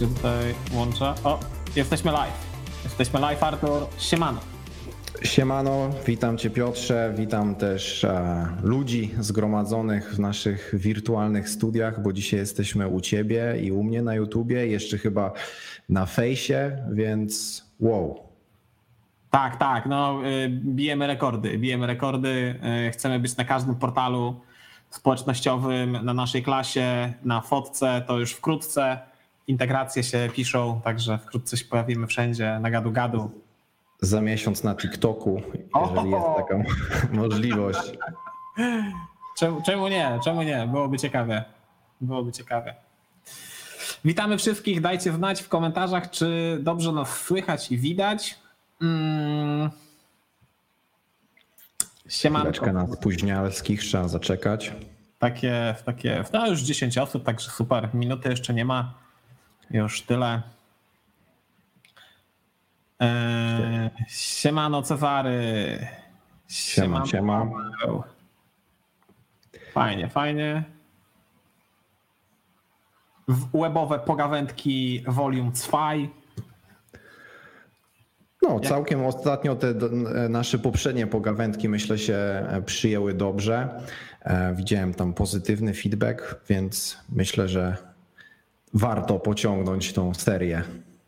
się tutaj łączę. O, jesteśmy live. Jesteśmy live, Artur. Siemano. Siemano, witam Cię Piotrze, witam też ludzi zgromadzonych w naszych wirtualnych studiach, bo dzisiaj jesteśmy u Ciebie i u mnie na YouTubie, jeszcze chyba na fejsie, więc wow. Tak, no bijemy rekordy. Chcemy być na każdym portalu społecznościowym, na naszej klasie, na fotce, to już wkrótce. Integracje się piszą, także wkrótce się pojawimy wszędzie, na gadu. Za miesiąc na TikToku, jeżeli jest taka możliwość. Czemu nie? Byłoby ciekawe. Witamy wszystkich, dajcie znać w komentarzach, czy dobrze nas słychać i widać. Siemanko. Chwileczkę na spóźnialskich trzeba zaczekać. Tak jest. No już 10 osób, także super. Minuty jeszcze nie ma. Już tyle. Siemano Cezary. Siema. Fajnie. Webowe pogawędki Volume 2. No, całkiem ostatnio te nasze poprzednie pogawędki, myślę, się przyjęły dobrze. Widziałem tam pozytywny feedback, więc myślę, że warto pociągnąć tą serię.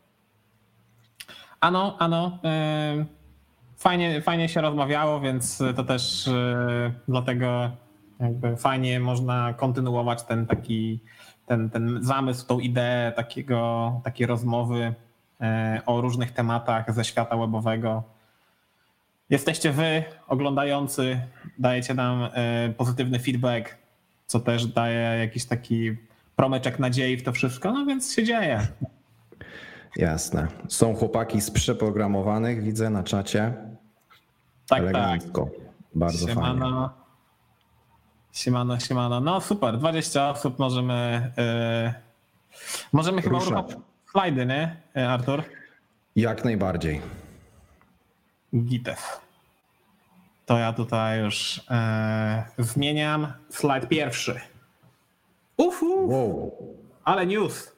Ano. Fajnie się rozmawiało, więc to też dlatego jakby fajnie można kontynuować ten zamysł, tą ideę takiej rozmowy o różnych tematach ze świata webowego. Jesteście wy, oglądający, dajecie nam pozytywny feedback, co też daje jakiś taki promyczek nadziei w to wszystko, no więc się dzieje. Jasne. Są chłopaki z przeprogramowanych, widzę na czacie. Tak. Elegancko. Bardzo fajnie. Siemano. No super, 20 osób możemy chyba uruchomić slajdy, nie, Artur? Jak najbardziej. Gitew. To ja tutaj już zmieniam. Slajd pierwszy. Wow. Ale news.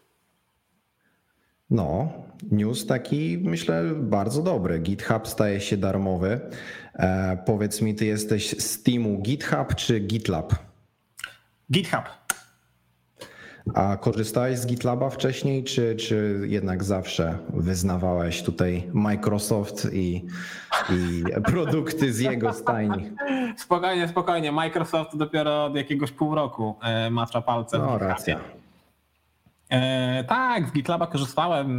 No, news taki, myślę, bardzo dobry. GitHub staje się darmowy. Powiedz mi, ty jesteś z teamu GitHub czy GitLab? GitHub. A korzystałeś z GitLaba wcześniej, czy jednak zawsze wyznawałeś tutaj Microsoft i produkty z jego stajni? Spokojnie. Microsoft dopiero od jakiegoś pół roku macza palcem. No, racja. Tak, z GitLaba korzystałem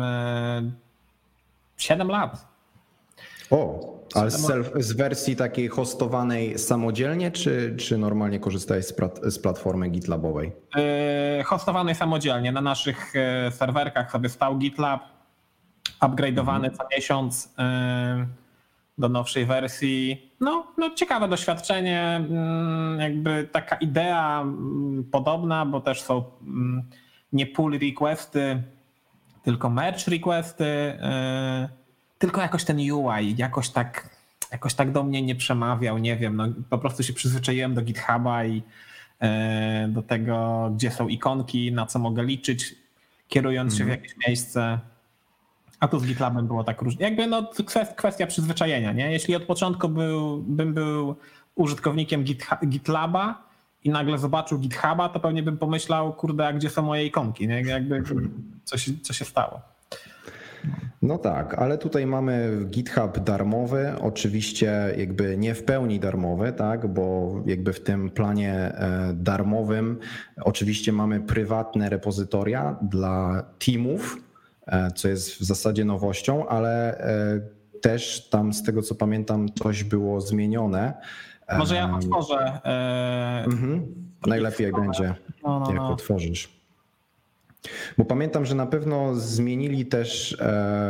7 lat. O, ale z wersji takiej hostowanej samodzielnie, czy normalnie korzystałeś z platformy GitLabowej? Hostowanej samodzielnie. Na naszych serwerkach sobie stał GitLab, upgrade'owany co miesiąc do nowszej wersji. No ciekawe doświadczenie, jakby taka idea podobna, bo też są nie pull requesty, tylko merge requesty, tylko jakoś ten UI jakoś tak do mnie nie przemawiał, nie wiem, no po prostu się przyzwyczaiłem do GitHuba i do tego, gdzie są ikonki, na co mogę liczyć, kierując się w jakieś miejsce. A tu z GitLabem było tak różnie. Jakby no kwestia przyzwyczajenia, nie? Jeśli od początku bym był użytkownikiem GitLaba i nagle zobaczył GitHuba, to pewnie bym pomyślał, kurde, a gdzie są moje ikonki, nie? Jakby co się stało. No tak, ale tutaj mamy GitHub darmowy, oczywiście jakby nie w pełni darmowy, tak, bo jakby w tym planie darmowym oczywiście mamy prywatne repozytoria dla teamów, co jest w zasadzie nowością, ale też tam z tego co pamiętam coś było zmienione. Może ja otworzę. Najlepiej będzie, jak otworzysz. Bo pamiętam, że na pewno zmienili też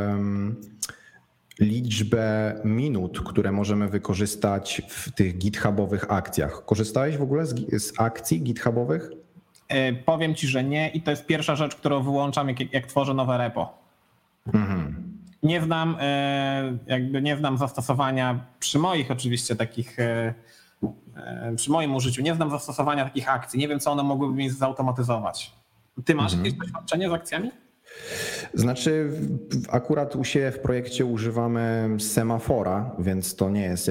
liczbę minut, które możemy wykorzystać w tych GitHubowych akcjach. Korzystałeś w ogóle z akcji GitHubowych? Powiem ci, że nie i to jest pierwsza rzecz, którą wyłączam, jak tworzę nowe repo. Nie znam zastosowania przy moich oczywiście takich, przy moim użyciu, nie znam zastosowania takich akcji. Nie wiem, co one mogłyby mi zautomatyzować. Ty masz jakieś doświadczenie z akcjami? Znaczy, akurat u siebie w projekcie używamy semafora, więc to nie jest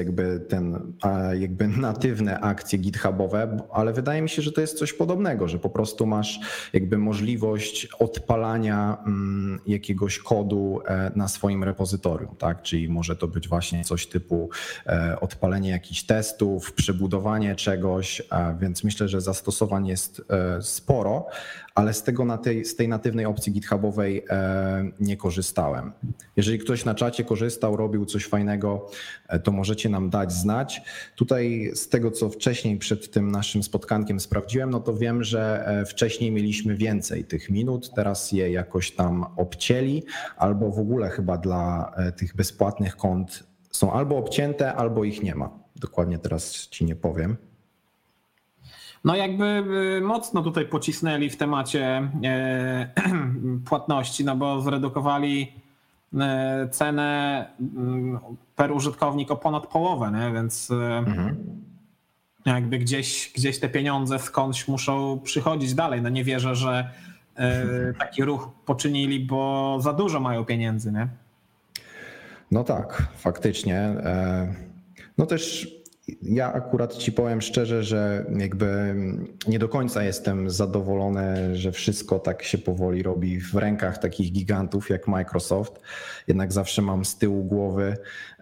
jakby natywne akcje GitHubowe, ale wydaje mi się, że to jest coś podobnego, że po prostu masz jakby możliwość odpalania jakiegoś kodu na swoim repozytorium, tak? Czyli może to być właśnie coś typu odpalenie jakichś testów, przebudowanie czegoś, więc myślę, że zastosowań jest sporo, ale z tej natywnej opcji GitHubowej nie korzystałem. Jeżeli ktoś na czacie korzystał, robił coś fajnego, to możecie nam dać znać. Tutaj z tego, co wcześniej przed tym naszym spotkankiem sprawdziłem, no to wiem, że wcześniej mieliśmy więcej tych minut, teraz je jakoś tam obcięli, albo w ogóle chyba dla tych bezpłatnych kont są albo obcięte, albo ich nie ma. Dokładnie teraz ci nie powiem. No jakby mocno tutaj pocisnęli w temacie płatności, no bo zredukowali cenę per użytkownik o ponad połowę, nie? Więc jakby gdzieś te pieniądze skądś muszą przychodzić dalej. No nie wierzę, że taki ruch poczynili, bo za dużo mają pieniędzy, nie? No tak, faktycznie. No też ja akurat ci powiem szczerze, że jakby nie do końca jestem zadowolony, że wszystko tak się powoli robi w rękach takich gigantów jak Microsoft. Jednak zawsze mam z tyłu głowy,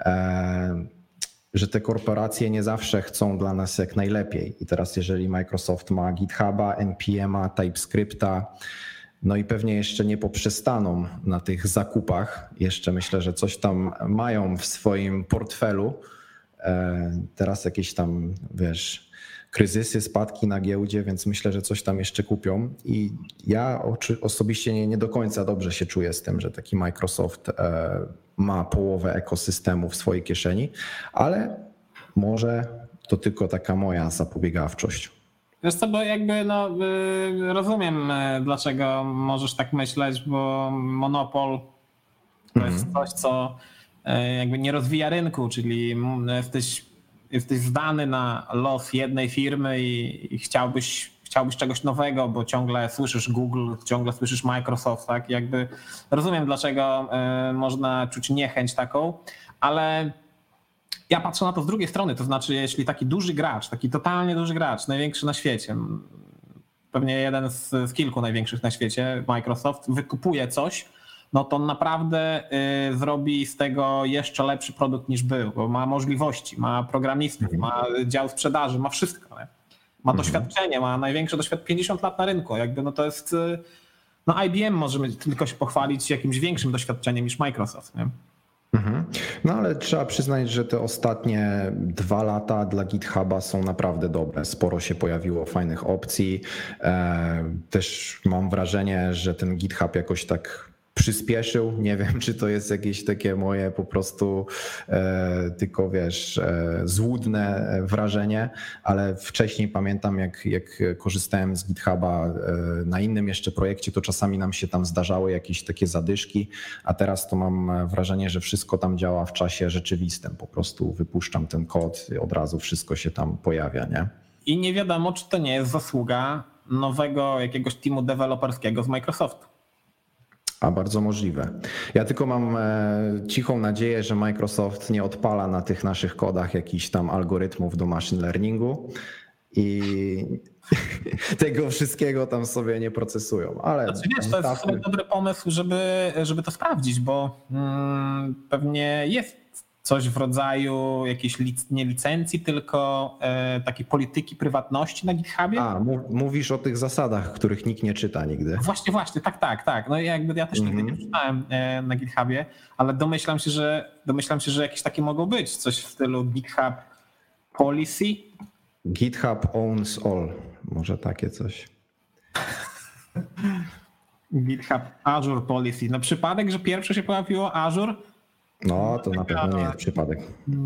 że te korporacje nie zawsze chcą dla nas jak najlepiej. I teraz jeżeli Microsoft ma GitHuba, NPM'a, TypeScripta, no i pewnie jeszcze nie poprzestaną na tych zakupach. Jeszcze myślę, że coś tam mają w swoim portfelu. Teraz jakieś tam, wiesz, kryzysy, spadki na giełdzie, więc myślę, że coś tam jeszcze kupią. I ja osobiście nie do końca dobrze się czuję z tym, że taki Microsoft ma połowę ekosystemu w swojej kieszeni, ale może to tylko taka moja zapobiegawczość. Wiesz co, bo jakby no, rozumiem, dlaczego możesz tak myśleć, bo monopol to jest coś, co jakby nie rozwija rynku, czyli jesteś zdany na los jednej firmy i chciałbyś czegoś nowego, bo ciągle słyszysz Google, ciągle słyszysz Microsoft, tak? Jakby rozumiem, dlaczego można czuć niechęć taką, ale ja patrzę na to z drugiej strony, to znaczy jeśli taki duży gracz, taki totalnie duży gracz, największy na świecie, pewnie jeden z kilku największych na świecie, Microsoft, wykupuje coś, no to naprawdę zrobi z tego jeszcze lepszy produkt niż był, bo ma możliwości, ma programistów, ma dział sprzedaży, ma wszystko. Nie? Ma doświadczenie, ma największe doświadczenie, 50 lat na rynku. Jakby no to jest, no IBM możemy tylko się pochwalić jakimś większym doświadczeniem niż Microsoft. Nie? No ale trzeba przyznać, że te ostatnie 2 lata dla GitHuba są naprawdę dobre. Sporo się pojawiło fajnych opcji. Też mam wrażenie, że ten GitHub jakoś tak przyspieszył. Nie wiem, czy to jest jakieś takie moje po prostu tylko wiesz, złudne wrażenie, ale wcześniej pamiętam jak korzystałem z GitHuba na innym jeszcze projekcie, to czasami nam się tam zdarzały jakieś takie zadyszki, a teraz to mam wrażenie, że wszystko tam działa w czasie rzeczywistym. Po prostu wypuszczam ten kod i od razu wszystko się tam pojawia, nie? I nie wiadomo, czy to nie jest zasługa nowego jakiegoś teamu deweloperskiego z Microsoftu. A bardzo możliwe. Ja tylko mam cichą nadzieję, że Microsoft nie odpala na tych naszych kodach jakichś tam algorytmów do machine learningu i tego wszystkiego tam sobie nie procesują. Ale znaczy, wiesz, to jest sobie dobry pomysł, żeby to sprawdzić, bo pewnie jest coś w rodzaju jakiejś nie licencji, tylko takiej polityki prywatności na GitHubie. A, mówisz o tych zasadach, których nikt nie czyta nigdy. Właśnie, tak. No jakby ja też nigdy nie czytałem na GitHubie, ale domyślam się, że jakieś takie mogą być. Coś w stylu GitHub Policy. GitHub owns all. Może takie coś. GitHub Azure Policy. No przypadek, że pierwsze się pojawiło Azure. No, to na pewno nie jest przypadek.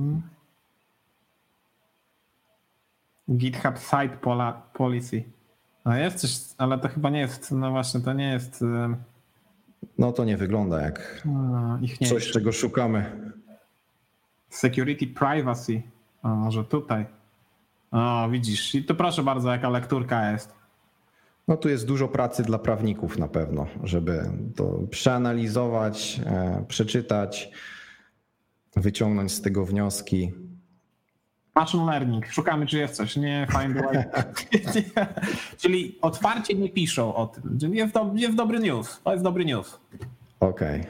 GitHub Site Policy. No jest coś, ale to chyba nie jest, no właśnie, to nie jest... No to nie wygląda jak coś, czego szukamy. Security Privacy. O, może tutaj. O, widzisz. I to proszę bardzo, jaka lekturka jest. No tu jest dużo pracy dla prawników na pewno, żeby to przeanalizować, przeczytać, wyciągnąć z tego wnioski. Machine learning. Szukamy, czy jest coś. Nie find a way. Czyli otwarcie nie piszą o tym. Czyli jest dobry news. To jest dobry news. Okej.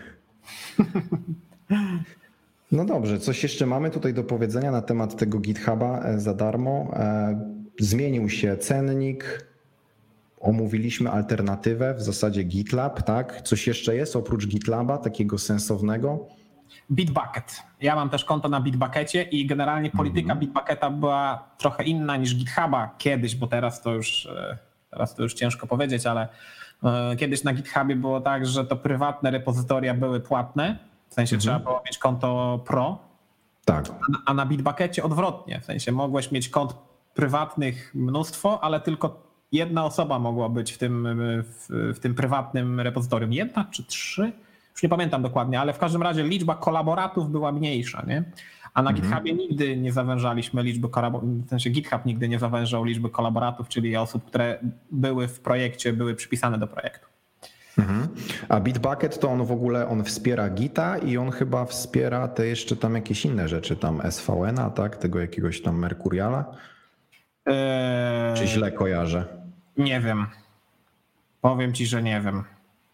No dobrze, coś jeszcze mamy tutaj do powiedzenia na temat tego GitHuba za darmo. Zmienił się cennik, omówiliśmy alternatywę, w zasadzie GitLab, tak? Coś jeszcze jest oprócz GitLaba, takiego sensownego? Bitbucket. Ja mam też konto na Bitbuckecie i generalnie polityka Bitbucketa była trochę inna niż GitHuba kiedyś, bo teraz to już ciężko powiedzieć, ale kiedyś na GitHubie było tak, że to prywatne repozytoria były płatne, w sensie trzeba było mieć konto pro, Tak. a na Bitbuckecie odwrotnie, w sensie mogłeś mieć kont prywatnych mnóstwo, ale tylko jedna osoba mogła być w tym prywatnym repozytorium. Jedna czy 3? Już nie pamiętam dokładnie, ale w każdym razie liczba kolaboratów była mniejsza, nie? A na GitHubie nigdy nie zawężaliśmy liczby kolaboratów, w sensie GitHub nigdy nie zawężał liczby kolaboratów, czyli osób, które były w projekcie, były przypisane do projektu. A Bitbucket to on w ogóle wspiera Gita i on chyba wspiera te jeszcze tam jakieś inne rzeczy, tam SVN-a, tak? Tego jakiegoś tam Mercuriala? Czy źle kojarzę? Nie wiem. Powiem ci, że nie wiem.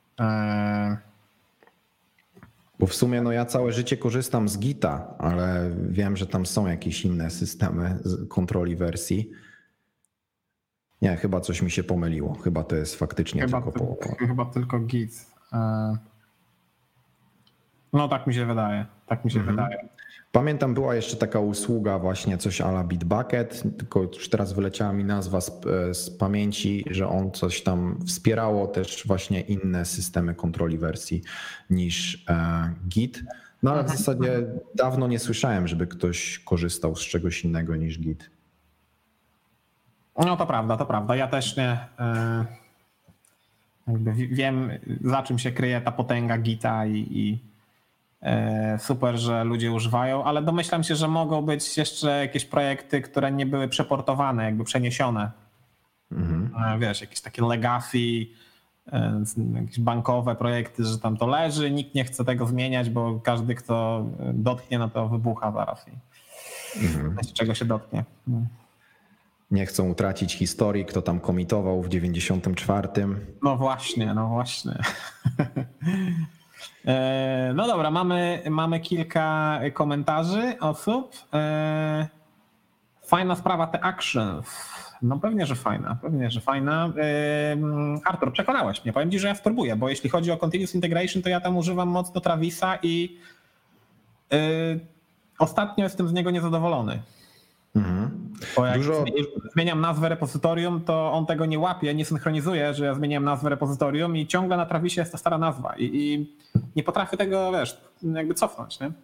Bo w sumie ja całe życie korzystam z Gita, ale wiem, że tam są jakieś inne systemy kontroli wersji. Nie, chyba coś mi się pomyliło. Chyba to jest faktycznie Chyba tylko Git. No tak mi się wydaje. Pamiętam, była jeszcze taka usługa właśnie coś a la Bitbucket, tylko już teraz wyleciała mi nazwa z pamięci, że on coś tam wspierało też właśnie inne systemy kontroli wersji niż Git. No ale w zasadzie dawno nie słyszałem, żeby ktoś korzystał z czegoś innego niż Git. No to prawda. Ja też nie jakby wiem, za czym się kryje ta potęga Gita i super, że ludzie używają, ale domyślam się, że mogą być jeszcze jakieś projekty, które nie były przeportowane, jakby przeniesione. Wiesz, jakieś takie legacy, jakieś bankowe projekty, że tam to leży, nikt nie chce tego zmieniać, bo każdy, kto dotknie, no to wybucha zaraz i czego się dotknie. Nie chcą utracić historii, kto tam komitował w 94. No właśnie. No dobra, mamy kilka komentarzy osób. Fajna sprawa te actions. No pewnie, że fajna. Artur, przekonałeś mnie. Powiem ci, że ja spróbuję, bo jeśli chodzi o continuous integration, to ja tam używam mocno Travisa i ostatnio jestem z niego niezadowolony. Bo jak zmieniam nazwę repozytorium, to on tego nie łapie, nie synchronizuje, że ja zmieniam nazwę repozytorium i ciągle na Travisie jest ta stara nazwa i nie potrafię tego, wiesz, jakby cofnąć, nie?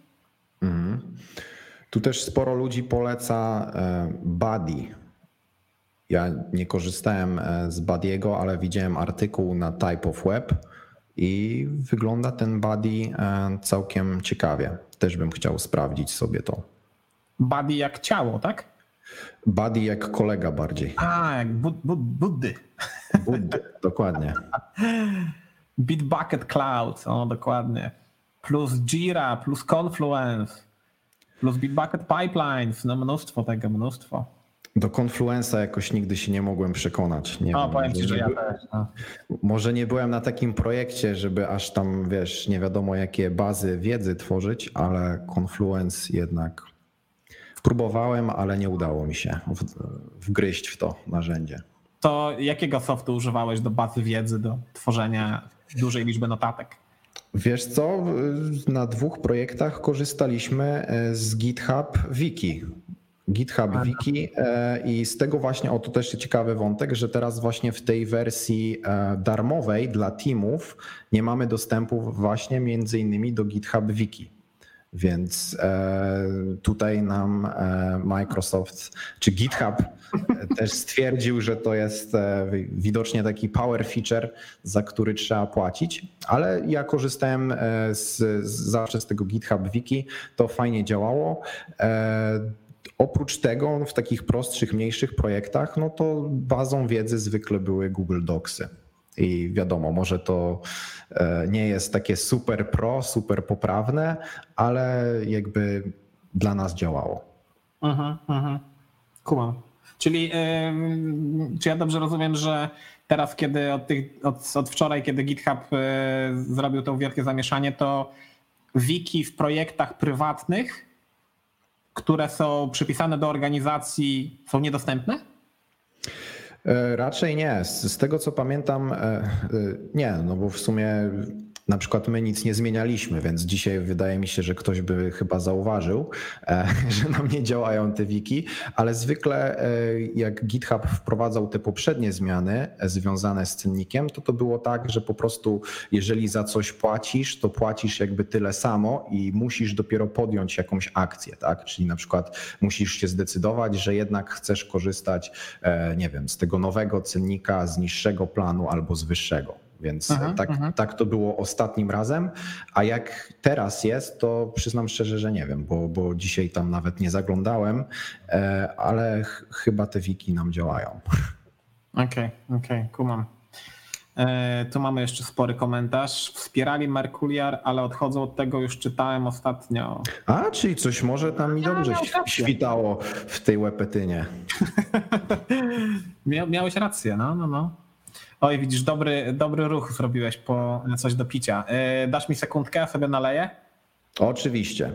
Tu też sporo ludzi poleca Buddy. Ja nie korzystałem z Buddy'ego, ale widziałem artykuł na Type of Web i wygląda ten Buddy całkiem ciekawie. Też bym chciał sprawdzić sobie to. Buddy jak ciało, tak? Buddy jak kolega bardziej. A, jak Buddy. Buddy, dokładnie. Bitbucket Cloud, dokładnie. Plus Jira, plus Confluence, plus Bitbucket Pipelines, no mnóstwo. Do Confluence'a jakoś nigdy się nie mogłem przekonać. Nie wiem, powiem ci, że ja też. Może nie byłem na takim projekcie, żeby aż tam, wiesz, nie wiadomo jakie bazy wiedzy tworzyć, ale Confluence jednak próbowałem, ale nie udało mi się wgryźć w to narzędzie. To jakiego softu używałeś do bazy wiedzy, do tworzenia dużej liczby notatek? Wiesz co, na 2 projektach korzystaliśmy z GitHub Wiki. Wiki i z tego właśnie, to też ciekawy wątek, że teraz właśnie w tej wersji darmowej dla teamów nie mamy dostępu właśnie między innymi do GitHub Wiki. Więc tutaj nam Microsoft czy GitHub też stwierdził, że to jest widocznie taki power feature, za który trzeba płacić, ale ja korzystałem zawsze z tego GitHub Wiki, to fajnie działało. Oprócz tego w takich prostszych, mniejszych projektach, no to bazą wiedzy zwykle były Google Docsy. I wiadomo, może to nie jest takie super pro, super poprawne, ale jakby dla nas działało. Kumam. Czyli czy ja dobrze rozumiem, że teraz, kiedy od wczoraj, kiedy GitHub zrobił to wielkie zamieszanie, to wiki w projektach prywatnych, które są przypisane do organizacji, są niedostępne? Raczej nie. Z tego co pamiętam, nie, no bo w sumie na przykład my nic nie zmienialiśmy, więc dzisiaj wydaje mi się, że ktoś by chyba zauważył, że nam nie działają te wiki, ale zwykle jak GitHub wprowadzał te poprzednie zmiany związane z cennikiem, to było tak, że po prostu jeżeli za coś płacisz, to płacisz jakby tyle samo i musisz dopiero podjąć jakąś akcję, tak? Czyli na przykład musisz się zdecydować, że jednak chcesz korzystać, nie wiem, z tego nowego cennika, z niższego planu albo z wyższego. Więc tak to było ostatnim razem, a jak teraz jest, to przyznam szczerze, że nie wiem, bo dzisiaj tam nawet nie zaglądałem, ale chyba te wiki nam działają. Okej, kumam. Tu mamy jeszcze spory komentarz. Wspierali Mercurial, ale odchodzą od tego, już czytałem ostatnio. A, czyli coś może tam mi dobrze świtało w tej łepetynie. Miałeś rację, no. Oj, widzisz, dobry ruch zrobiłeś po coś do picia. Dasz mi sekundkę, ja sobie naleję? Oczywiście.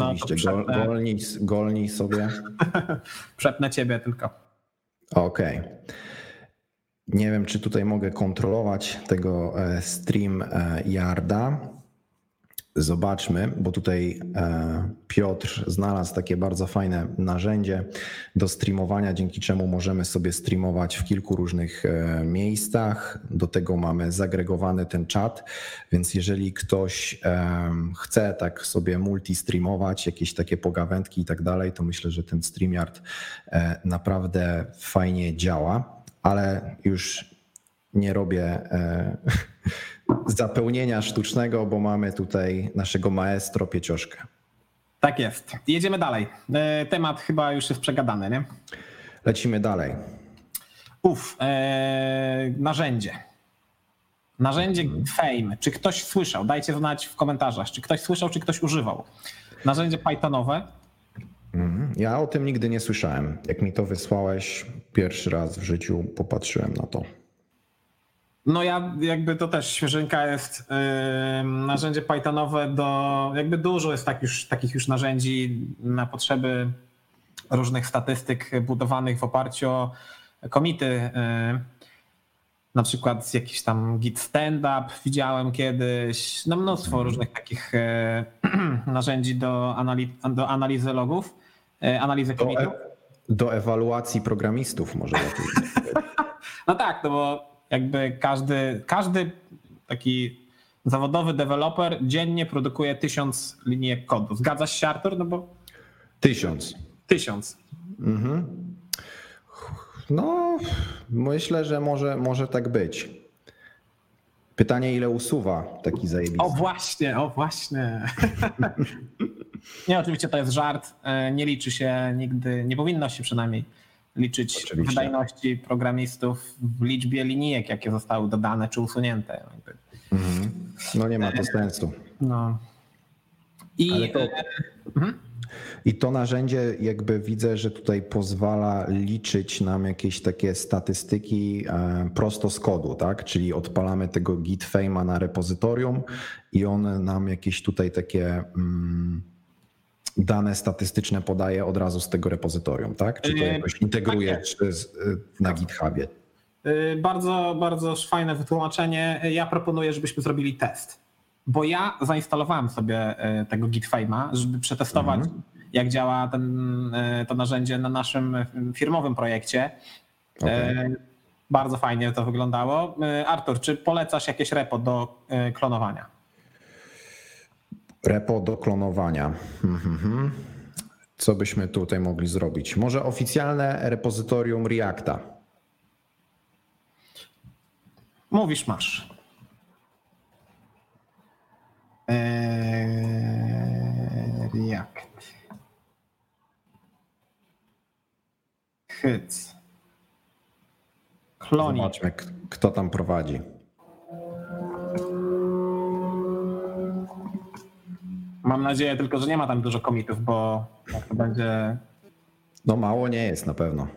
Golnij sobie. Przepnę ciebie tylko. Okej. Nie wiem, czy tutaj mogę kontrolować tego StreamYarda. Zobaczmy, bo tutaj Piotr znalazł takie bardzo fajne narzędzie do streamowania, dzięki czemu możemy sobie streamować w kilku różnych miejscach. Do tego mamy zagregowany ten czat, więc jeżeli ktoś chce tak sobie multi-streamować, jakieś takie pogawędki i tak dalej, to myślę, że ten StreamYard naprawdę fajnie działa, ale już nie robię zapełnienia sztucznego, bo mamy tutaj naszego maestro Piecioszkę. Tak jest. Jedziemy dalej. Temat chyba już jest przegadany, nie? Lecimy dalej. Narzędzie. Narzędzie Fame. Czy ktoś słyszał? Dajcie znać w komentarzach. Czy ktoś słyszał, czy ktoś używał? Narzędzie Pythonowe. Ja o tym nigdy nie słyszałem. Jak mi to wysłałeś, pierwszy raz w życiu popatrzyłem na to. No jakby to też świeżynka jest, narzędzie Pythonowe jakby dużo jest takich już narzędzi na potrzeby różnych statystyk budowanych w oparciu o komity, na przykład jakiś tam Git Standup widziałem kiedyś, no mnóstwo różnych takich narzędzi do analizy logów, analizy komitów. Do ewaluacji programistów może lepiej. No tak, no bo jakby każdy taki zawodowy deweloper dziennie produkuje 1000 linijek kodu. Zgadzasz się, Artur? No bo 1000. 1000. Mhm. No, myślę, że może tak być. Pytanie, ile usuwa taki zajebisty? O właśnie. Nie, oczywiście to jest żart. Nie liczy się nigdy, nie powinno się przynajmniej liczyć oczywiście wydajności programistów w liczbie linijek, jakie zostały dodane czy usunięte. No nie ma to sensu. No. I to narzędzie jakby widzę, że tutaj pozwala liczyć nam jakieś takie statystyki prosto z kodu, tak? Czyli odpalamy tego Git Fame'a na repozytorium i on nam jakieś tutaj takie dane statystyczne podaje od razu z tego repozytorium, tak? Czy to jakoś integruje na GitHubie? Bardzo, bardzo fajne wytłumaczenie. Ja proponuję, żebyśmy zrobili test, bo ja zainstalowałem sobie tego Git Fame'a, żeby przetestować, jak działa to narzędzie na naszym firmowym projekcie. Okay. Bardzo fajnie to wyglądało. Artur, czy polecasz jakieś repo do klonowania? Repo do klonowania. Co byśmy tutaj mogli zrobić? Może oficjalne repozytorium Reacta. Mówisz, masz. React. Hyc. Klonik. Zobaczmy, kto tam prowadzi. Mam nadzieję tylko, że nie ma tam dużo commitów, bo jak to będzie... No mało nie jest na pewno.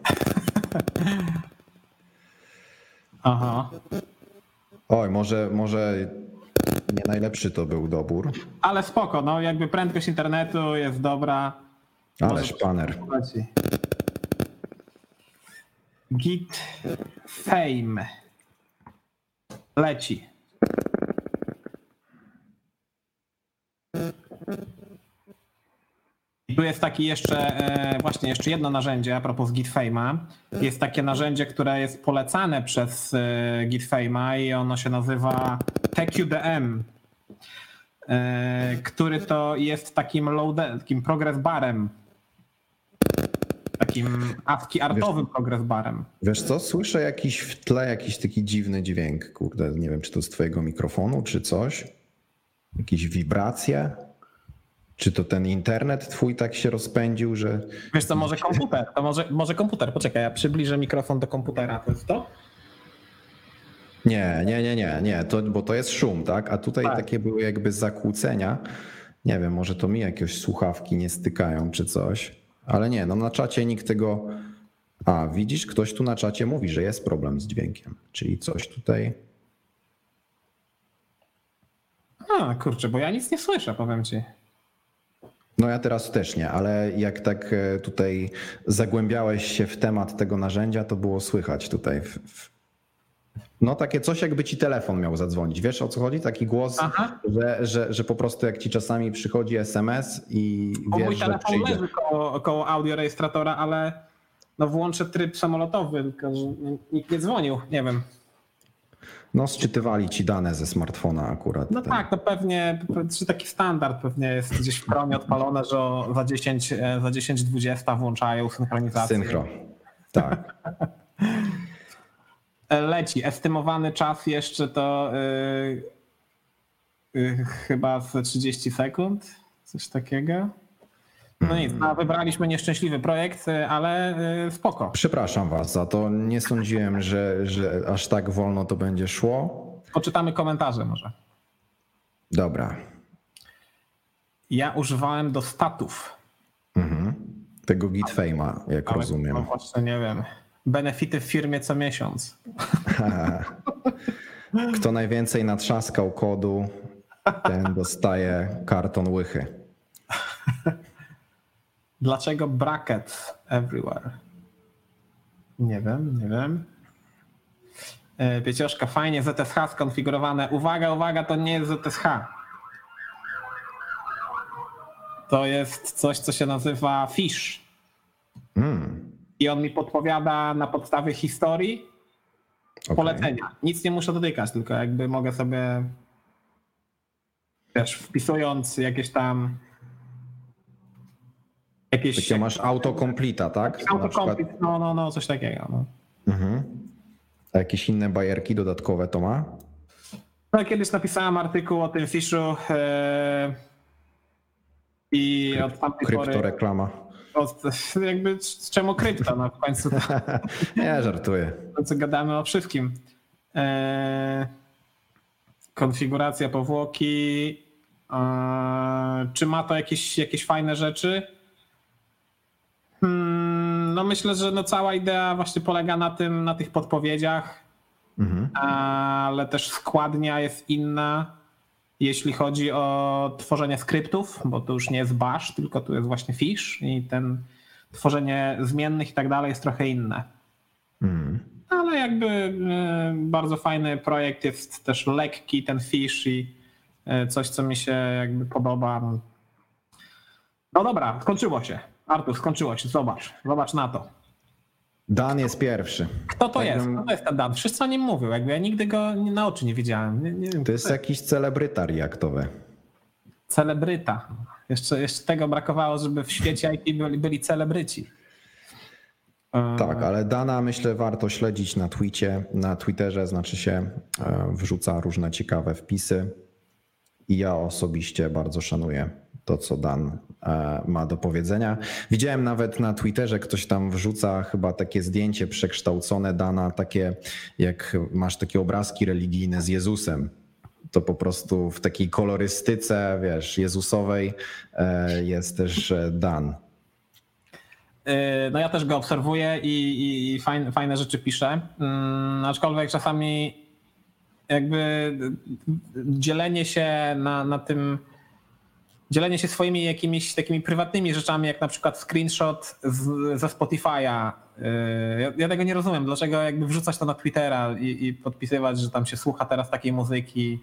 Aha. Oj, może nie najlepszy to był dobór. Ale spoko, no jakby prędkość internetu jest dobra. Ale szpaner. Leci. Git Fame. Leci. I tu jest taki właśnie jeszcze jedno narzędzie a propos GitFame'a. Jest takie narzędzie, które jest polecane przez GitFame'a i ono się nazywa TQDM, który to jest takim takim progress barem. Takim ASCII artowym progress barem. Wiesz co, słyszę w tle jakiś taki dziwny dźwięk, kurde, nie wiem czy to z twojego mikrofonu czy coś. Jakieś wibracje? Czy to ten internet twój tak się rozpędził, że... Wiesz co, może komputer, to może komputer. Poczekaj, ja przybliżę mikrofon do komputera, to jest to? Nie, bo to jest szum, tak? A tutaj takie były jakby zakłócenia. Nie wiem, może to mi jakieś słuchawki nie stykają czy coś. Ale nie, no na czacie nikt tego... A, widzisz, ktoś tu na czacie mówi, że jest problem z dźwiękiem. Czyli coś tutaj... A, kurczę, bo ja nic nie słyszę, powiem ci. No ja teraz też nie, ale jak tak tutaj zagłębiałeś się w temat tego narzędzia, to było słychać tutaj. No takie coś, jakby ci telefon miał zadzwonić. Wiesz o co chodzi? Taki głos, że po prostu jak ci czasami przychodzi SMS i bo wiesz, mój że telefon przyjdzie. leży koło audiorejestratora, ale no włączę tryb samolotowy, tylko że nikt nie dzwonił, nie wiem. No sczytywali ci dane ze smartfona akurat. No tak, to pewnie, czy taki standard pewnie jest gdzieś w Chromie odpalone, że za 10:20 włączają synchronizację. Synchro, tak. Leci. Estymowany czas jeszcze to chyba z 30 sekund, coś takiego. No nic, wybraliśmy nieszczęśliwy projekt, ale spoko. Przepraszam was za to, nie sądziłem, że aż tak wolno to będzie szło. Poczytamy komentarze może. Dobra. Ja używałem do statów. Tego GitFame'a, jak rozumiem. No właśnie nie wiem. Benefity w firmie co miesiąc. Kto najwięcej natrzaskał kodu, ten dostaje karton łychy. Dlaczego brackets everywhere? Nie wiem. Piecioszka, fajnie, ZSH skonfigurowane. Uwaga, to nie jest ZSH. To jest coś, co się nazywa fish. I on mi podpowiada na podstawie historii polecenia. Nic nie muszę dotykać, tylko jakby mogę sobie, wiesz, wpisując jakieś tam... Takie masz autocompleta, tak? Autocomplete, no, coś takiego. No. A jakieś inne bajerki dodatkowe to ma? No, kiedyś napisałem artykuł o tym fiszu i od tamtej pory... Kryptoreklama. Jakby czemu krypto? No w końcu... Nie, żartuję. W końcu gadamy o wszystkim. Konfiguracja powłoki. Czy ma to jakieś fajne rzeczy? No myślę, że no cała idea właśnie polega na tych podpowiedziach, ale też składnia jest inna, jeśli chodzi o tworzenie skryptów, bo to już nie jest bash, tylko tu jest właśnie fish i tworzenie zmiennych i tak dalej jest trochę inne. Ale jakby bardzo fajny projekt, jest też lekki ten fish i coś, co mi się jakby podoba. No dobra, skończyło się. Artur, skończyło się, zobacz na to. Dan jest pierwszy. Kto to jest? Kto to jest ten Dan? Wszyscy o nim mówią, jakby ja nigdy go na oczy nie widziałem. Nie wiem, to jest jakiś celebryta reaktowy. Celebryta. Jeszcze tego brakowało, żeby w świecie IT byli celebryci. Tak, ale Dana myślę warto śledzić na Twitterze, znaczy się wrzuca różne ciekawe wpisy i ja osobiście bardzo szanuję to, co Dan ma do powiedzenia. Widziałem nawet na Twitterze, ktoś tam wrzuca chyba takie zdjęcie przekształcone Dana, takie jak masz takie obrazki religijne z Jezusem. To po prostu w takiej kolorystyce, wiesz, jezusowej jest też Dan. No ja też go obserwuję i fajne rzeczy pisze, aczkolwiek czasami jakby dzielenie się na tym, dzielenie się swoimi jakimiś takimi prywatnymi rzeczami, jak na przykład screenshot ze Spotify'a. Ja tego nie rozumiem, dlaczego jakby wrzucać to na Twittera i podpisywać, że tam się słucha teraz takiej muzyki.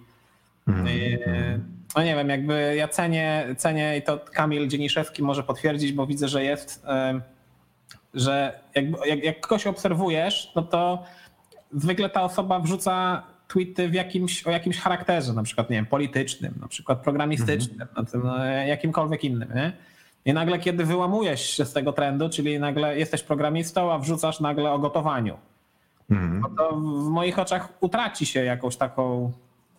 No nie wiem, jakby ja cenię i to Kamil Dzieniszewski może potwierdzić, bo widzę, że jest, że jak kogoś obserwujesz, no to zwykle ta osoba wrzuca tweety o jakimś charakterze, na przykład, nie wiem, politycznym, na przykład programistycznym, jakimkolwiek innym, nie? I nagle, kiedy wyłamujesz się z tego trendu, czyli nagle jesteś programistą, a wrzucasz nagle o gotowaniu, no to w moich oczach utraci się jakąś taką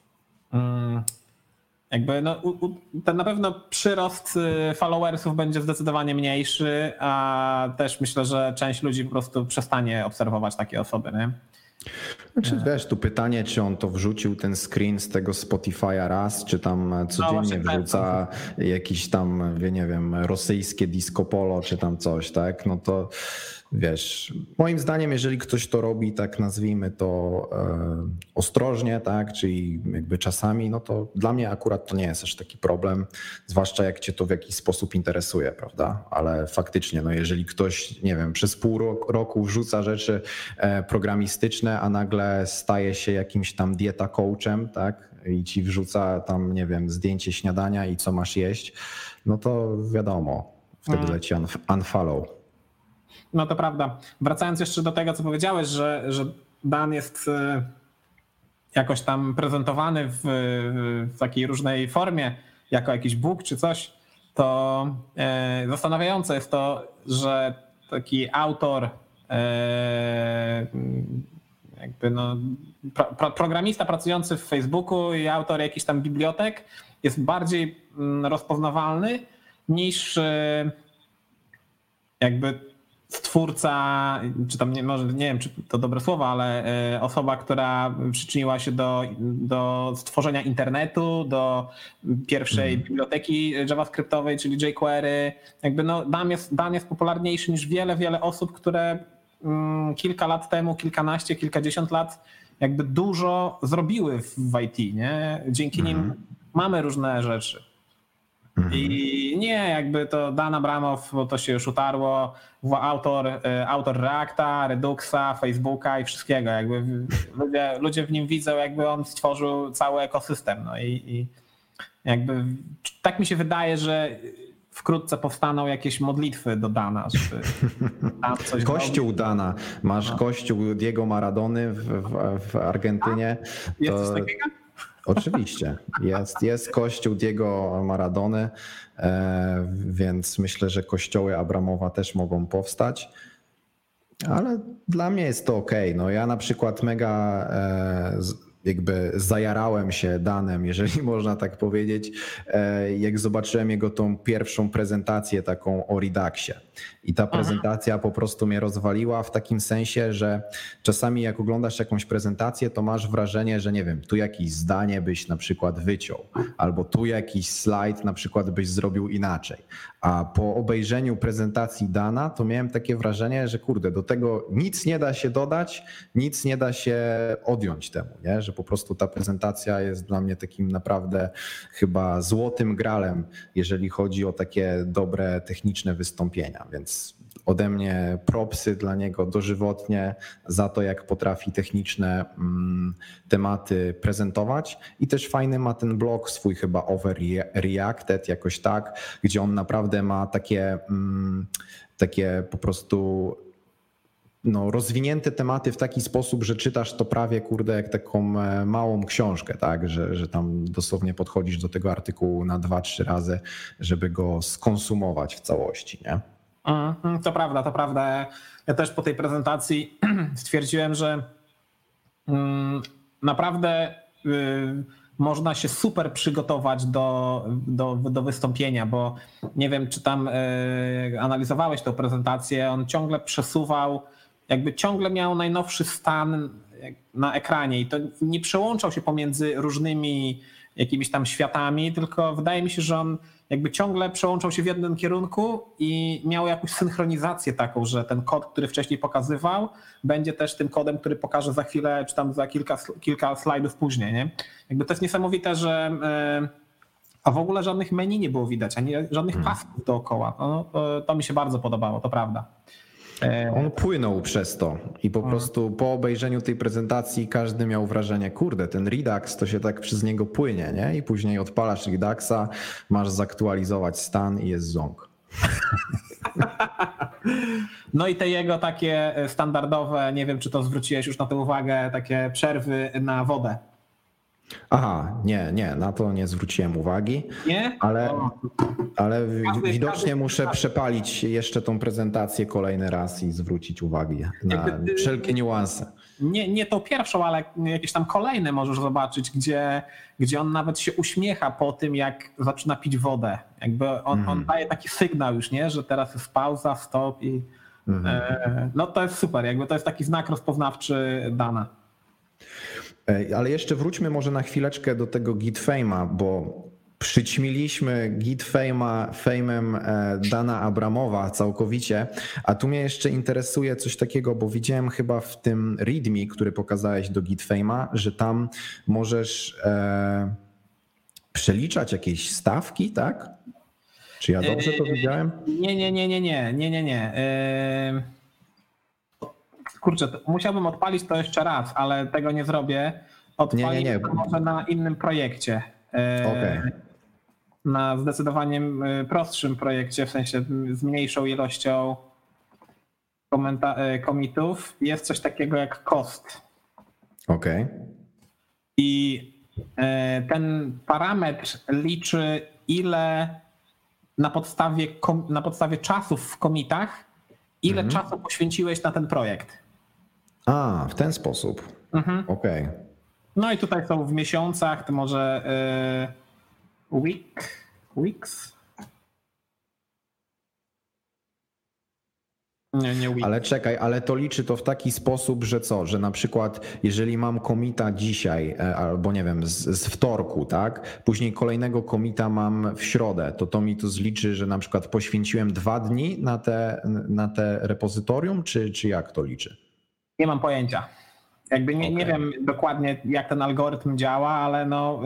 jakby na pewno przyrost followersów będzie zdecydowanie mniejszy, a też myślę, że część ludzi po prostu przestanie obserwować takie osoby, nie? Znaczy, wiesz, tu pytanie, czy on to wrzucił ten screen z tego Spotify'a raz, czy tam codziennie wrzuca jakiś tam, nie wiem, rosyjskie disco polo, czy tam coś, tak? No to wiesz, moim zdaniem, jeżeli ktoś to robi, tak nazwijmy to ostrożnie, tak, czyli jakby czasami, no to dla mnie akurat to nie jest aż taki problem, zwłaszcza jak cię to w jakiś sposób interesuje, prawda? Ale faktycznie, no jeżeli ktoś, nie wiem, przez pół roku wrzuca rzeczy programistyczne, a nagle staje się jakimś tam dieta coachem, tak, i ci wrzuca tam, nie wiem, zdjęcie śniadania i co masz jeść, no to wiadomo, wtedy leci unfollow. No to prawda. Wracając jeszcze do tego, co powiedziałeś, że Dan jest jakoś tam prezentowany w takiej różnej formie, jako jakiś Bóg czy coś, to zastanawiające jest to, że taki autor, jakby programista pracujący w Facebooku i autor jakichś tam bibliotek jest bardziej rozpoznawalny niż jakby stwórca, czy tam może nie wiem, czy to dobre słowo, ale osoba, która przyczyniła się do stworzenia internetu, do pierwszej biblioteki javascriptowej, czyli jQuery. Jakby Dan jest popularniejszy niż wiele osób, które kilka lat temu, kilkanaście, kilkadziesiąt lat jakby dużo zrobiły w IT, nie? Dzięki nim mamy różne rzeczy. I nie, jakby to Dan Abramow, bo to się już utarło, autor Reacta, Reduxa, Facebooka i wszystkiego. Jakby ludzie w nim widzą, jakby on stworzył cały ekosystem. No i jakby tak mi się wydaje, że wkrótce powstaną jakieś modlitwy do Dana, żeby tam coś Kościół robić. Dana. Masz kościół Diego Maradony w Argentynie. Jest coś takiego? Oczywiście. Jest kościół Diego Maradony, więc myślę, że kościoły Abramowa też mogą powstać. Ale dla mnie jest to okej. No ja na przykład mega jakby zajarałem się Danem, jeżeli można tak powiedzieć, jak zobaczyłem jego tą pierwszą prezentację taką o Reduxie. I ta prezentacja po prostu mnie rozwaliła w takim sensie, że czasami jak oglądasz jakąś prezentację, to masz wrażenie, że nie wiem, tu jakieś zdanie byś na przykład wyciął, albo tu jakiś slajd na przykład byś zrobił inaczej. A po obejrzeniu prezentacji Dana, to miałem takie wrażenie, że kurde, do tego nic nie da się dodać, nic nie da się odjąć temu, nie? Że po prostu ta prezentacja jest dla mnie takim naprawdę chyba złotym gralem, jeżeli chodzi o takie dobre techniczne wystąpienia, więc ode mnie propsy dla niego dożywotnie za to, jak potrafi techniczne tematy prezentować i też fajny ma ten blog swój chyba Overreacted jakoś tak, gdzie on naprawdę ma takie po prostu rozwinięte tematy w taki sposób, że czytasz to prawie kurde jak taką małą książkę, tak, że tam dosłownie podchodzisz do tego artykułu na 2-3 razy, żeby go skonsumować w całości, nie? To prawda. Ja też po tej prezentacji stwierdziłem, że naprawdę można się super przygotować do wystąpienia, bo nie wiem, czy tam analizowałeś tę prezentację, on ciągle przesuwał, jakby ciągle miał najnowszy stan na ekranie i to nie przełączał się pomiędzy różnymi jakimiś tam światami, tylko wydaje mi się, że on jakby ciągle przełączał się w jednym kierunku i miał jakąś synchronizację taką, że ten kod, który wcześniej pokazywał, będzie też tym kodem, który pokaże za chwilę, czy tam za kilka slajdów później. Nie? Jakby to jest niesamowite, że a w ogóle żadnych menu nie było widać, ani żadnych pasków dookoła. To mi się bardzo podobało, to prawda. On płynął przez to i po prostu po obejrzeniu tej prezentacji każdy miał wrażenie, kurde, ten Redux to się tak przez niego płynie, nie? I później odpalasz Reduxa, masz zaktualizować stan i jest ząg. No i te jego takie standardowe, nie wiem czy to zwróciłeś już na tę uwagę, takie przerwy na wodę. Aha, nie, na to nie zwróciłem uwagi, Nie? ale widocznie muszę przepalić jeszcze tą prezentację kolejny raz i zwrócić uwagę na wszelkie niuanse. Nie tą pierwszą, ale jakieś tam kolejne możesz zobaczyć, gdzie on nawet się uśmiecha po tym, jak zaczyna pić wodę. Jakby on daje taki sygnał już, nie, że teraz jest pauza, stop i no to jest super, jakby to jest taki znak rozpoznawczy Dana. Ale jeszcze wróćmy może na chwileczkę do tego GitFame'a, bo przyćmiliśmy GitFame'em Dana Abramowa całkowicie, a tu mnie jeszcze interesuje coś takiego, bo widziałem chyba w tym README, który pokazałeś do GitFame'a, że tam możesz przeliczać jakieś stawki, tak? Czy ja dobrze to widziałem? Nie. Kurczę, musiałbym odpalić to jeszcze raz, ale tego nie zrobię. Odpalić to może na innym projekcie. Okay. Na zdecydowanie prostszym projekcie, w sensie z mniejszą ilością commitów. Jest coś takiego jak cost. Okay. I ten parametr liczy, ile na podstawie czasów w commitach, ile czasu poświęciłeś na ten projekt. A, w ten sposób. Okej. No i tutaj są w miesiącach, to może weeks? Nie weeks. Ale czekaj, ale to liczy to w taki sposób, że co? Że na przykład jeżeli mam commita dzisiaj, albo nie wiem, z wtorku, tak? Później kolejnego commita mam w środę, to mi to zliczy, że na przykład poświęciłem 2 dni na te repozytorium, czy jak to liczy? Nie mam pojęcia. Jakby nie wiem dokładnie, jak ten algorytm działa, ale no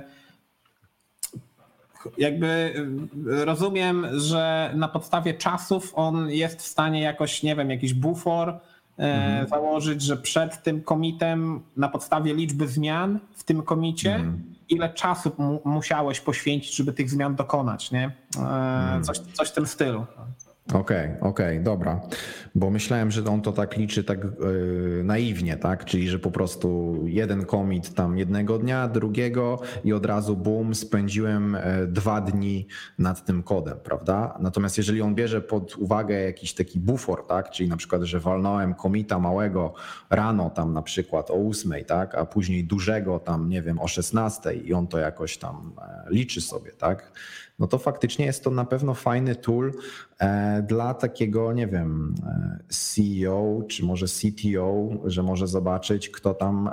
jakby rozumiem, że na podstawie czasów on jest w stanie jakoś, nie wiem, jakiś bufor założyć, że przed tym commitem na podstawie liczby zmian w tym commicie ile czasu musiałeś poświęcić, żeby tych zmian dokonać, nie? Coś w tym stylu. Okej, dobra. Bo myślałem, że on to tak liczy tak naiwnie, tak? Czyli że po prostu jeden commit tam jednego dnia, drugiego i od razu boom, spędziłem 2 dni nad tym kodem, prawda? Natomiast jeżeli on bierze pod uwagę jakiś taki bufor, tak? Czyli na przykład, że walnąłem commita małego rano tam na przykład o 8, tak? A później dużego tam, nie wiem, o 16 i on to jakoś tam liczy sobie, tak? No to faktycznie jest to na pewno fajny tool dla takiego, nie wiem, CEO czy może CTO, że może zobaczyć, kto tam,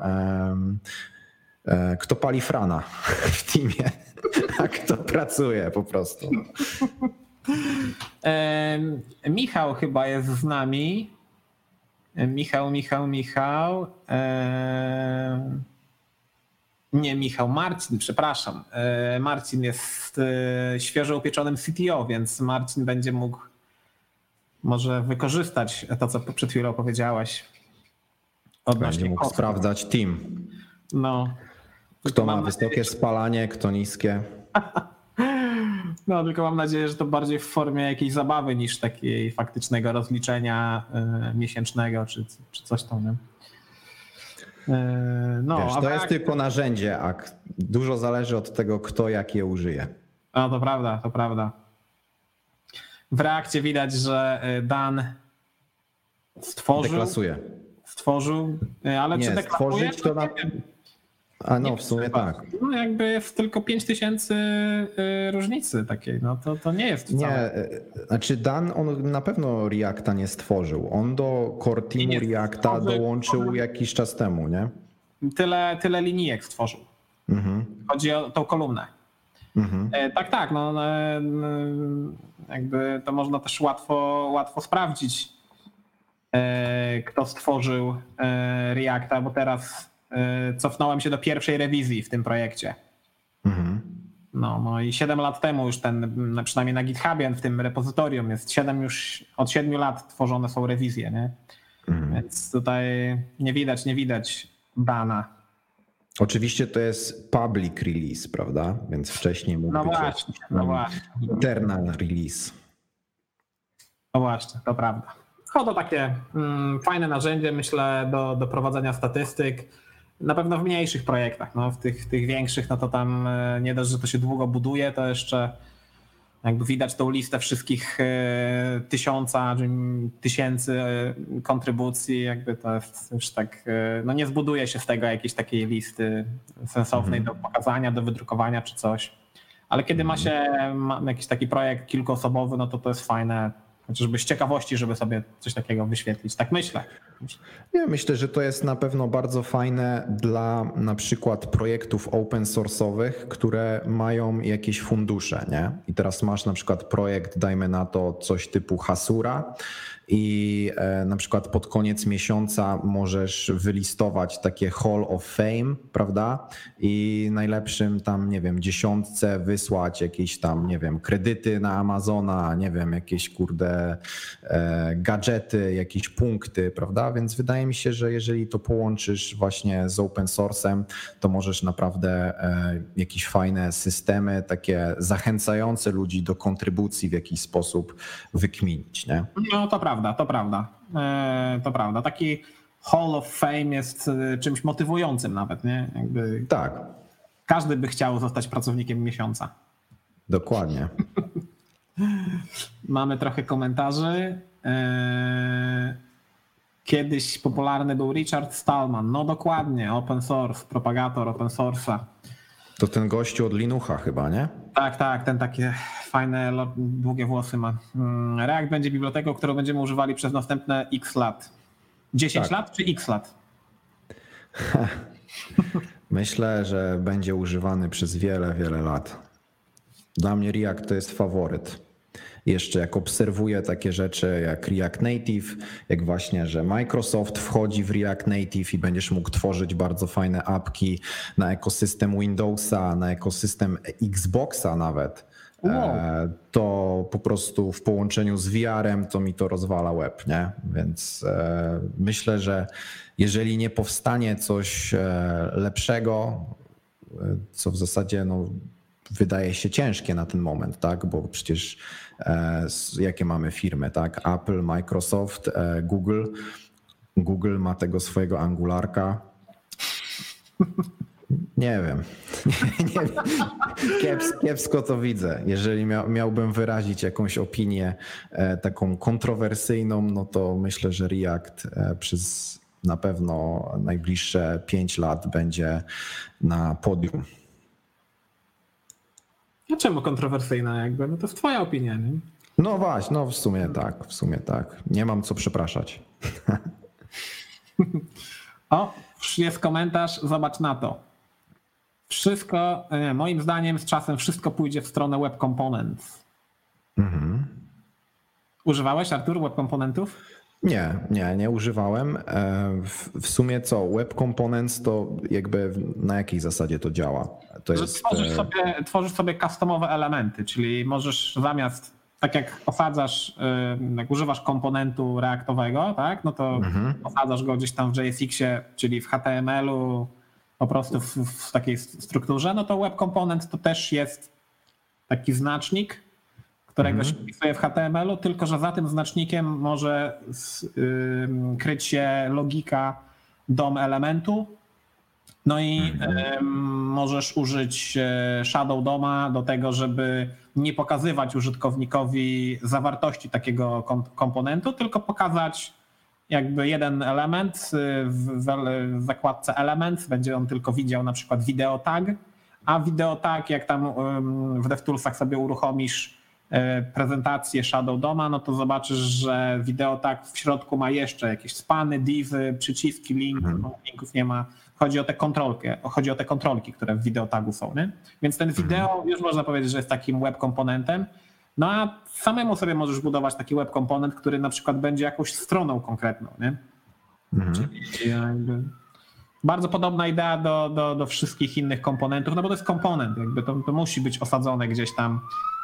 kto pali frana w teamie, a kto pracuje po prostu. Michał chyba jest z nami. Michał. Nie, Michał, Marcin, przepraszam. Marcin jest świeżo upieczonym CTO, więc Marcin będzie mógł może wykorzystać to, co przed chwilą powiedziałeś. Będzie mógł sprawdzać team. No. Kto ma wysokie spalanie, kto niskie. No, tylko mam nadzieję, że to bardziej w formie jakiejś zabawy niż takiej faktycznego rozliczenia miesięcznego czy coś tam. Nie? No, wiesz, to jest tylko narzędzie, a dużo zależy od tego, kto jak je użyje. No, to prawda. W Reakcie widać, że Dan stworzył. Deklasuje. Stworzył, ale nie, czy deklasuje? Stworzyć to na... A no, w sumie tak. No jakby jest tylko 5000 różnicy takiej, no to nie jest wcale. Nie, znaczy Dan, on na pewno Reacta nie stworzył. On do core teamu Reacta dołączył jakiś czas temu, nie? Tyle linijek stworzył. Chodzi o tą kolumnę. Tak, no jakby to można też łatwo sprawdzić, kto stworzył Reacta, bo teraz cofnąłem się do pierwszej rewizji w tym projekcie. No i 7 lat temu już przynajmniej na GitHubie, w tym repozytorium jest od 7 lat tworzone są rewizje, nie? Więc tutaj nie widać Dana. Oczywiście to jest public release, prawda? Więc wcześniej mógł być internal release. No właśnie, to prawda. To takie fajne narzędzie, myślę, do prowadzenia statystyk. Na pewno w mniejszych projektach, no w tych większych, no to tam nie dość, że to się długo buduje, to jeszcze jakby widać tą listę wszystkich tysięcy kontrybucji, jakby to jest już tak, no nie zbuduje się z tego jakiejś takiej listy sensownej do pokazania, do wydrukowania czy coś. Ale kiedy ma się jakiś taki projekt kilkuosobowy, no to jest fajne, chociażby z ciekawości, żeby sobie coś takiego wyświetlić. Tak myślę. Ja myślę, że to jest na pewno bardzo fajne dla na przykład projektów open source'owych, które mają jakieś fundusze, nie? I teraz masz na przykład projekt, dajmy na to coś typu Hasura i na przykład pod koniec miesiąca możesz wylistować takie Hall of Fame, prawda? I najlepszym tam, nie wiem, 10 wysłać jakieś tam, nie wiem, kredyty na Amazona, nie wiem, jakieś gadżety, jakieś punkty, prawda? Więc wydaje mi się, że jeżeli to połączysz właśnie z open source'em, to możesz naprawdę jakieś fajne systemy, takie zachęcające ludzi do kontrybucji w jakiś sposób wykminić, nie? No to prawda. To prawda. Taki Hall of Fame jest czymś motywującym nawet, nie? Jakby tak. Każdy by chciał zostać pracownikiem miesiąca. Dokładnie. Mamy trochę komentarzy. Kiedyś popularny był Richard Stallman. No dokładnie, open source, propagator open source'a. To ten gościu od Linuxa chyba, nie? Tak, ten takie fajne, długie włosy ma. React będzie biblioteką, którą będziemy używali przez następne x lat. 10 lat czy x lat? Myślę, że będzie używany przez wiele, wiele lat. Dla mnie React to jest faworyt. Jeszcze jak obserwuję takie rzeczy jak React Native, jak właśnie, że Microsoft wchodzi w React Native i będziesz mógł tworzyć bardzo fajne apki na ekosystem Windowsa, na ekosystem Xboxa nawet, to po prostu w połączeniu z VR-em to mi to rozwala łeb, nie? Więc myślę, że jeżeli nie powstanie coś lepszego, co w zasadzie wydaje się ciężkie na ten moment, tak? Bo przecież jakie mamy firmy, tak? Apple, Microsoft, Google. Google ma tego swojego Angularka. Nie wiem. Kiepsko to widzę. Jeżeli miałbym wyrazić jakąś opinię taką kontrowersyjną, no to myślę, że React przez na pewno najbliższe 5 lat będzie na podium. A czemu kontrowersyjna jakby? No to jest twoja opinia, nie? No właśnie, no w sumie tak. Nie mam co przepraszać. O, jest komentarz, zobacz na to. Wszystko, moim zdaniem z czasem wszystko pójdzie w stronę web components. Używałeś, Artur, web componentów? Nie używałem. W sumie co, web components to jakby na jakiej zasadzie to działa? To jest... Tworzysz sobie customowe elementy, czyli możesz zamiast, tak jak osadzasz, jak używasz komponentu reaktowego, tak, no to osadzasz go gdzieś tam w JSX-ie, czyli w HTML-u, po prostu w takiej strukturze, no to web component to też jest taki znacznik, którego się wpisuje w HTML-u, tylko że za tym znacznikiem może kryć się logika DOM elementu. No i możesz użyć Shadow DOMa do tego, żeby nie pokazywać użytkownikowi zawartości takiego komponentu, tylko pokazać jakby jeden element w zakładce Elements, będzie on tylko widział na przykład video tag, a video tag, jak tam w DevToolsach sobie uruchomisz prezentację Shadow DOM-a, no to zobaczysz, że video tag w środku ma jeszcze jakieś spany, divy, przyciski, linków nie ma. Chodzi o te kontrolki, które w video tagu są. Nie? Więc ten wideo już można powiedzieć, że jest takim web komponentem. No a samemu sobie możesz budować taki web komponent, który na przykład będzie jakąś stroną konkretną. Nie? Czyli jakby bardzo podobna idea do wszystkich innych komponentów, no bo to jest komponent, jakby to musi być osadzone gdzieś tam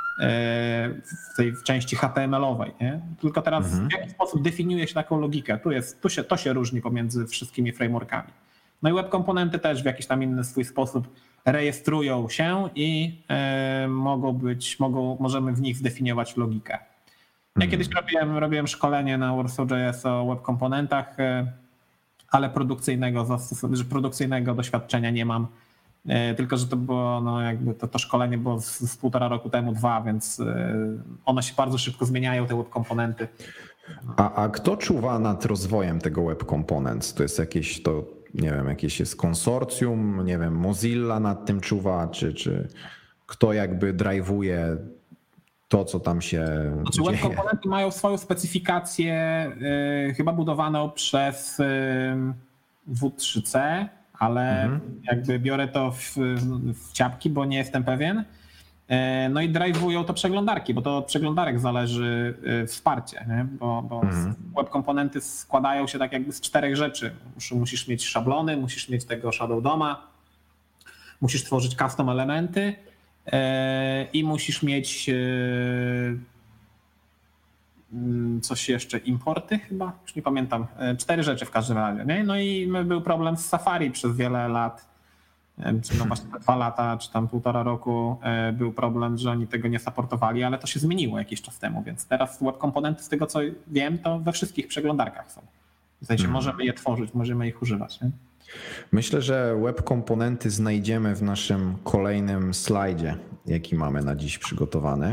w części HTML-owej. Nie? Tylko teraz w jaki sposób definiuje się taką logikę? To się różni pomiędzy wszystkimi frameworkami. No i web komponenty też w jakiś tam inny swój sposób rejestrują się i możemy w nich zdefiniować logikę. Ja kiedyś robiłem szkolenie na Warsaw.js o web komponentach, ale produkcyjnego doświadczenia nie mam. Tylko że to było, no jakby to szkolenie było z 1,5 roku temu, 2, więc one się bardzo szybko zmieniają, te web komponenty. A kto czuwa nad rozwojem tego web components? To jest jakieś jest konsorcjum, nie wiem, Mozilla nad tym czuwa, czy kto jakby drive'uje to, co tam się dzieje? Web komponenty mają swoją specyfikację, chyba budowaną przez W3C, ale jakby biorę to w ciapki, bo nie jestem pewien. No i drive'ują to przeglądarki, bo to od przeglądarek zależy wsparcie, nie? Bo web komponenty składają się tak jakby z 4 rzeczy. Musisz mieć szablony, musisz mieć tego Shadow DOM-a, musisz tworzyć custom elementy i musisz mieć coś jeszcze, importy chyba, już nie pamiętam, 4 rzeczy w każdym razie. Nie? No i był problem z Safari przez wiele lat, czy no właśnie 2 lata, czy tam 1,5 roku był problem, że oni tego nie supportowali, ale to się zmieniło jakiś czas temu, więc teraz web komponenty, z tego co wiem, to we wszystkich przeglądarkach są. W sensie możemy je tworzyć, możemy ich używać. Nie? Myślę, że web komponenty znajdziemy w naszym kolejnym slajdzie, jaki mamy na dziś przygotowany.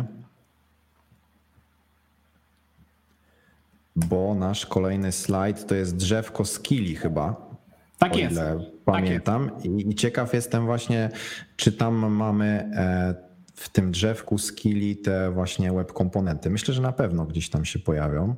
Bo nasz kolejny slajd to jest drzewko skilli chyba. Tak o jest. Ile pamiętam. Tak jest. I ciekaw jestem właśnie, czy tam mamy w tym drzewku skilli te właśnie web komponenty. Myślę, że na pewno gdzieś tam się pojawią.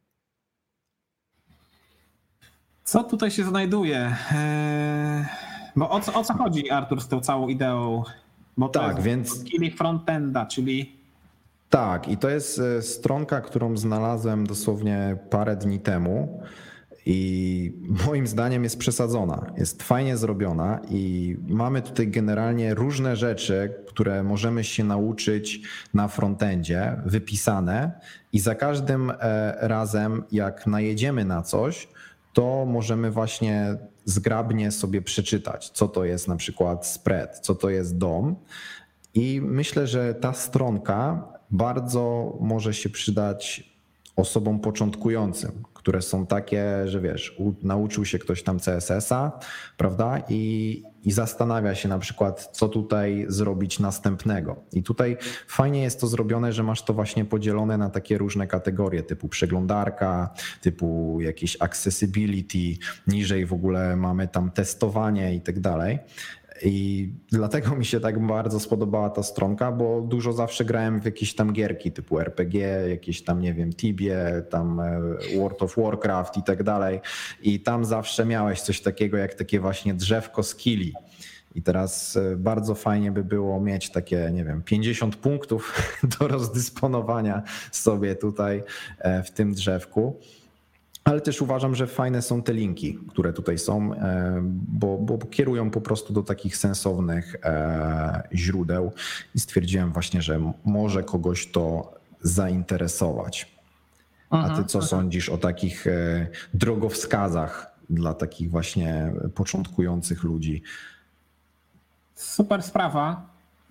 Co tutaj się znajduje? Bo o co chodzi, Artur, z tą całą ideą? Bo to tak, jest więc skilli frontenda, czyli... Tak, i to jest stronka, którą znalazłem dosłownie parę dni temu i moim zdaniem jest przesadzona, jest fajnie zrobiona i mamy tutaj generalnie różne rzeczy, które możemy się nauczyć na frontendzie, wypisane i za każdym razem jak najedziemy na coś, to możemy właśnie zgrabnie sobie przeczytać, co to jest na przykład spread, co to jest DOM i myślę, że ta stronka bardzo może się przydać osobom początkującym, które są takie, że wiesz, nauczył się ktoś tam CSS-a, prawda? I zastanawia się na przykład, co tutaj zrobić następnego. I tutaj fajnie jest to zrobione, że masz to właśnie podzielone na takie różne kategorie, typu przeglądarka, typu jakieś accessibility, niżej w ogóle mamy tam testowanie i tak dalej. I dlatego mi się tak bardzo spodobała ta stronka, bo dużo zawsze grałem w jakieś tam gierki typu RPG, jakieś tam, nie wiem, Tibie, tam World of Warcraft i tak dalej. I tam zawsze miałeś coś takiego jak takie właśnie drzewko skilli. I teraz bardzo fajnie by było mieć takie, nie wiem, 50 punktów do rozdysponowania sobie tutaj w tym drzewku. Ale też uważam, że fajne są te linki, które tutaj są, bo kierują po prostu do takich sensownych źródeł i stwierdziłem właśnie, że może kogoś to zainteresować. A ty co sądzisz o takich drogowskazach dla takich właśnie początkujących ludzi? Super sprawa.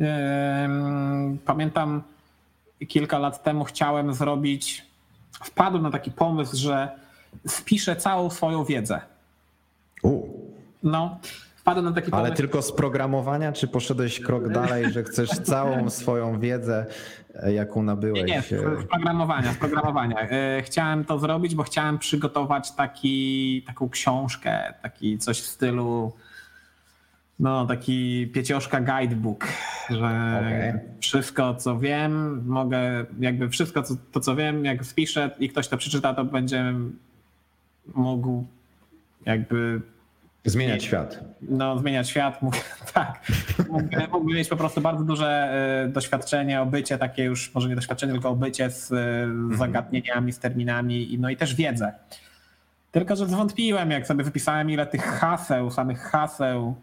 Pamiętam kilka lat temu wpadłem na taki pomysł, że wpiszę całą swoją wiedzę. No, wpadłem na taki pomysł. Ale tylko z programowania, czy poszedłeś krok dalej, że chcesz całą swoją wiedzę, jaką nabyłeś? Nie, z programowania. Chciałem to zrobić, bo chciałem przygotować taką książkę, taki coś w stylu taki Piecioszka guidebook, że wszystko co wiem, wszystko co wiem, jak spiszę i ktoś to przeczyta, to będzie mógł zmieniać świat. Zmieniać świat, tak. Mógłby mieć po prostu bardzo duże doświadczenie, obycie takie już, może nie doświadczenie, tylko obycie z zagadnieniami, z terminami i też wiedzę. Tylko że zwątpiłem, jak sobie wypisałem, ile tych samych haseł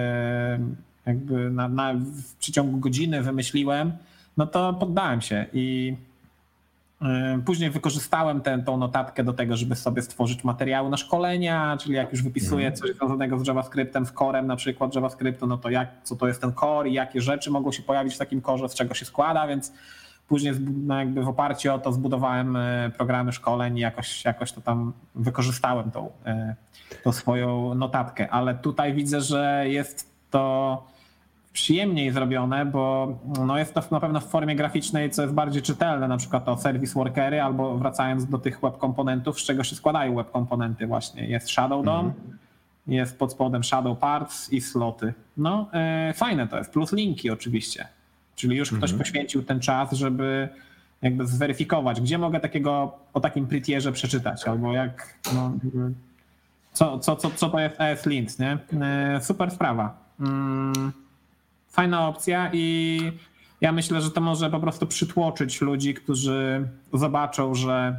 w przeciągu godziny wymyśliłem, no to poddałem się i później wykorzystałem tą notatkę do tego, żeby sobie stworzyć materiały na szkolenia, czyli jak już wypisuję coś związanego z JavaScriptem, z corem na przykład JavaScriptu, no to co to jest ten core i jakie rzeczy mogą się pojawić w takim corze, z czego się składa, więc później w oparciu o to zbudowałem programy szkoleń i jakoś to tam wykorzystałem tą swoją notatkę, ale tutaj widzę, że jest to przyjemniej zrobione, bo jest to na pewno w formie graficznej, co jest bardziej czytelne, na przykład to service workery, albo wracając do tych web komponentów, z czego się składają web komponenty właśnie. Jest Shadow DOM, jest pod spodem Shadow Parts i sloty. Fajne to jest, plus linki oczywiście. Czyli już ktoś poświęcił ten czas, żeby zweryfikować, gdzie mogę o takim pretierze przeczytać, albo co to jest ESLint, nie? Super sprawa. Fajna opcja i ja myślę, że to może po prostu przytłoczyć ludzi, którzy zobaczą, że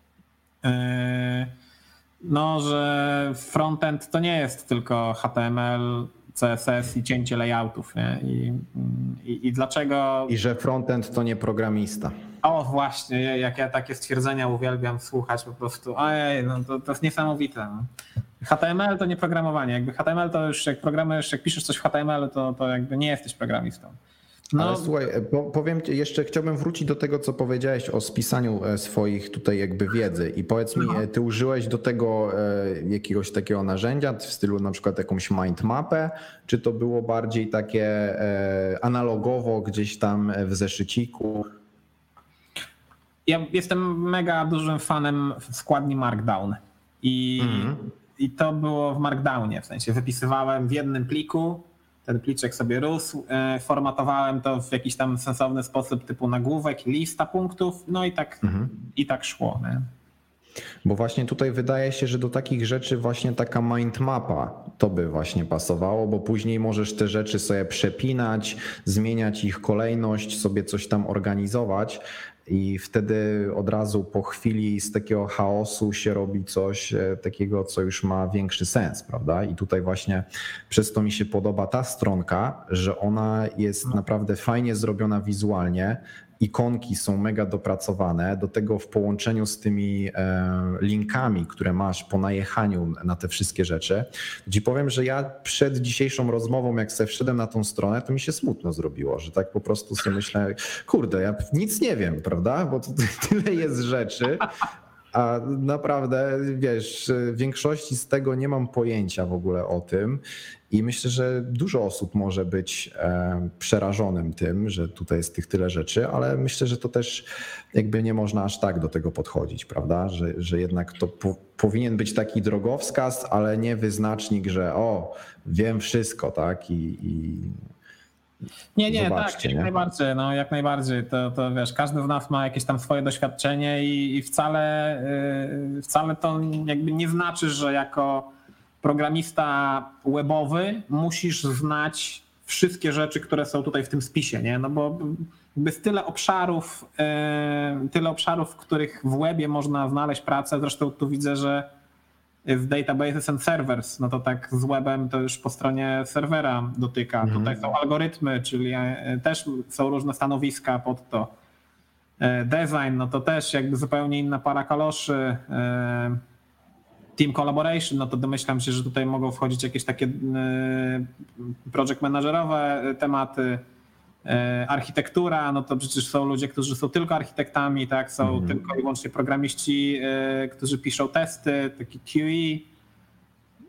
frontend to nie jest tylko HTML, CSS i cięcie layoutów. Nie? I dlaczego... I że frontend to nie programista. O właśnie, jak ja takie stwierdzenia uwielbiam słuchać po prostu. Ojej, to jest niesamowite. No. HTML to nie programowanie. HTML to już jak programujesz, jak piszesz coś w HTML, to nie jesteś programistą. Ale słuchaj, powiem jeszcze, chciałbym wrócić do tego, co powiedziałeś o spisaniu swoich tutaj wiedzy i powiedz mi, ty użyłeś do tego jakiegoś takiego narzędzia w stylu na przykład jakąś mindmapę, czy to było bardziej takie analogowo gdzieś tam w zeszyciku? Ja jestem mega dużym fanem składni Markdown i to było w Markdownie, w sensie wypisywałem w jednym pliku, ten pliczek sobie rósł, formatowałem to w jakiś tam sensowny sposób typu nagłówek, lista punktów, i tak szło. Nie? Bo właśnie tutaj wydaje się, że do takich rzeczy właśnie taka mindmapa to by właśnie pasowało, bo później możesz te rzeczy sobie przepinać, zmieniać ich kolejność, sobie coś tam organizować i wtedy od razu po chwili z takiego chaosu się robi coś takiego, co już ma większy sens, prawda? I tutaj właśnie przez to mi się podoba ta stronka, że ona jest naprawdę fajnie zrobiona wizualnie. Ikonki są mega dopracowane, do tego w połączeniu z tymi linkami, które masz po najechaniu na te wszystkie rzeczy. Ci powiem, że ja przed dzisiejszą rozmową, jak sobie wszedłem na tą stronę, to mi się smutno zrobiło, że tak po prostu sobie myślę, kurde, ja nic nie wiem, prawda, bo tu tyle jest rzeczy, a naprawdę, wiesz, w większości z tego nie mam pojęcia w ogóle o tym i myślę, że dużo osób może być przerażonym tym, że tutaj jest tych tyle rzeczy, ale myślę, że to też nie można aż tak do tego podchodzić, prawda, że jednak to powinien być taki drogowskaz, ale nie wyznacznik, że wiem wszystko, tak Nie, tak, jak najbardziej. Jak najbardziej. To wiesz, każdy z nas ma jakieś tam swoje doświadczenie i wcale to nie znaczy, że jako programista webowy musisz znać wszystkie rzeczy, które są tutaj w tym spisie, nie? Bo jest tyle obszarów, w których w webie można znaleźć pracę. Zresztą tu widzę, że jest databases and servers, to tak z webem to już po stronie serwera dotyka. Tutaj są algorytmy, czyli też są różne stanowiska pod to. Design, to też zupełnie inna para kaloszy. Team collaboration, to domyślam się, że tutaj mogą wchodzić jakieś takie project managerowe tematy. Architektura, to przecież są ludzie, którzy są tylko architektami, tak, są tylko i wyłącznie programiści, którzy piszą testy, taki QE.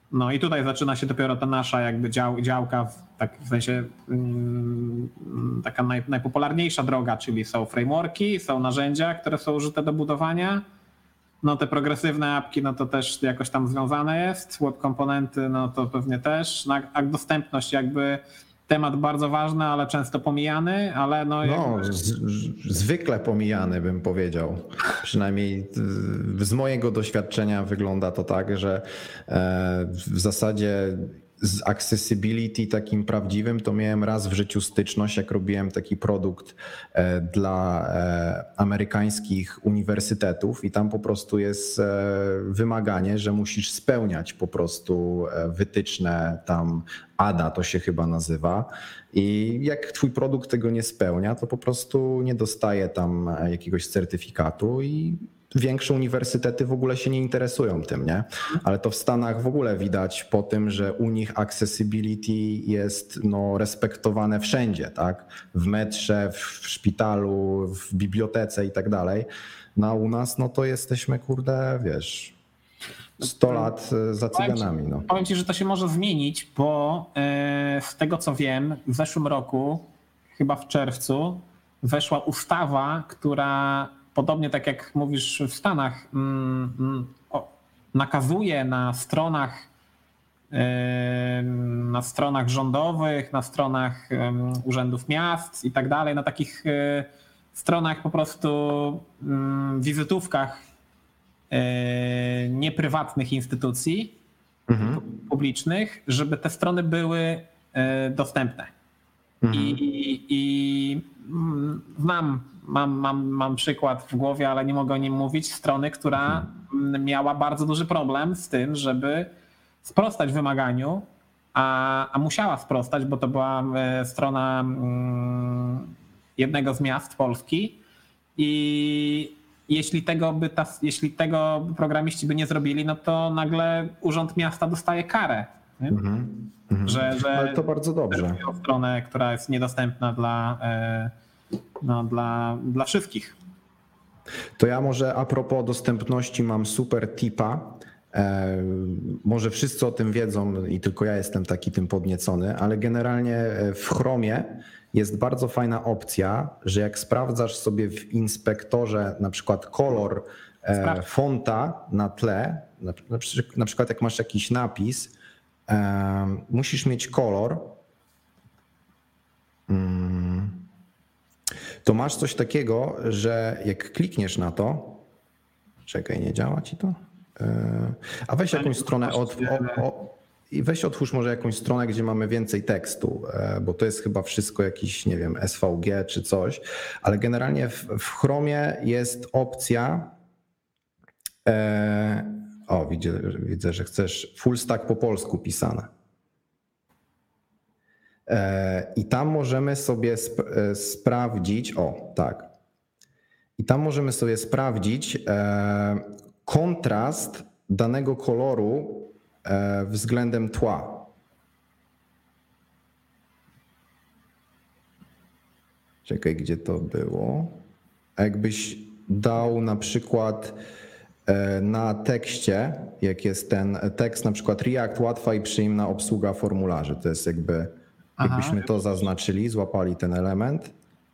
No i tutaj zaczyna się dopiero ta nasza jakby działka, w sensie taka najpopularniejsza droga, czyli są frameworki, są narzędzia, które są użyte do budowania. No te progresywne apki, no to też jakoś tam związane jest, web komponenty, no to pewnie też. A dostępność jakby temat bardzo ważny, ale często pomijany, ale no... Zwykle pomijany bym powiedział. Przynajmniej z mojego doświadczenia wygląda to tak, że w zasadzie z accessibility takim prawdziwym to miałem raz w życiu styczność, jak robiłem taki produkt dla amerykańskich uniwersytetów i tam po prostu jest wymaganie, że musisz spełniać po prostu wytyczne tam ADA to się chyba nazywa i jak twój produkt tego nie spełnia, to po prostu nie dostaje tam jakiegoś certyfikatu i większe uniwersytety w ogóle się nie interesują tym, nie? Ale to w Stanach w ogóle widać po tym, że u nich accessibility jest respektowane wszędzie, tak? W metrze, w szpitalu, w bibliotece i tak dalej. No a u nas to jesteśmy, kurde, wiesz, 100 lat za cyganami. No. Powiem ci, że to się może zmienić, bo z tego co wiem, w zeszłym roku, chyba w czerwcu, weszła ustawa, która podobnie tak jak mówisz w Stanach, nakazuje na stronach rządowych, na stronach urzędów miast i tak dalej, na takich stronach po prostu wizytówkach nieprywatnych instytucji publicznych, żeby te strony były dostępne. I mam przykład w głowie, ale nie mogę o nim mówić, strony, która miała bardzo duży problem z tym, żeby sprostać wymaganiu, a musiała sprostać, bo to była strona jednego z miast Polski i jeśli tego programiści nie zrobili, no to nagle Urząd Miasta dostaje karę. Ale to bardzo dobrze. Stronę, która jest niedostępna dla wszystkich. To ja może a propos dostępności mam super tipa. Może wszyscy o tym wiedzą i tylko ja jestem taki tym podniecony, ale generalnie w Chromie jest bardzo fajna opcja, że jak sprawdzasz sobie w inspektorze na przykład kolor fonta na tle, na przykład jak masz jakiś napis, musisz mieć kolor, to masz coś takiego, że jak klikniesz na to, czekaj, nie działa ci to? A weź jakąś stronę, weź otwórz może jakąś stronę, gdzie mamy więcej tekstu, bo to jest chyba wszystko jakiś, nie wiem, SVG czy coś, ale generalnie w Chromie jest opcja, widzę, że chcesz full stack po polsku pisane. I tam możemy sobie sprawdzić, i tam możemy sobie sprawdzić kontrast danego koloru względem tła. Czekaj, gdzie to było? A jakbyś dał na przykład na tekście, jak jest ten tekst, na przykład React łatwa i przyjemna obsługa formularzy. To jest jakbyśmy to zaznaczyli, złapali ten element.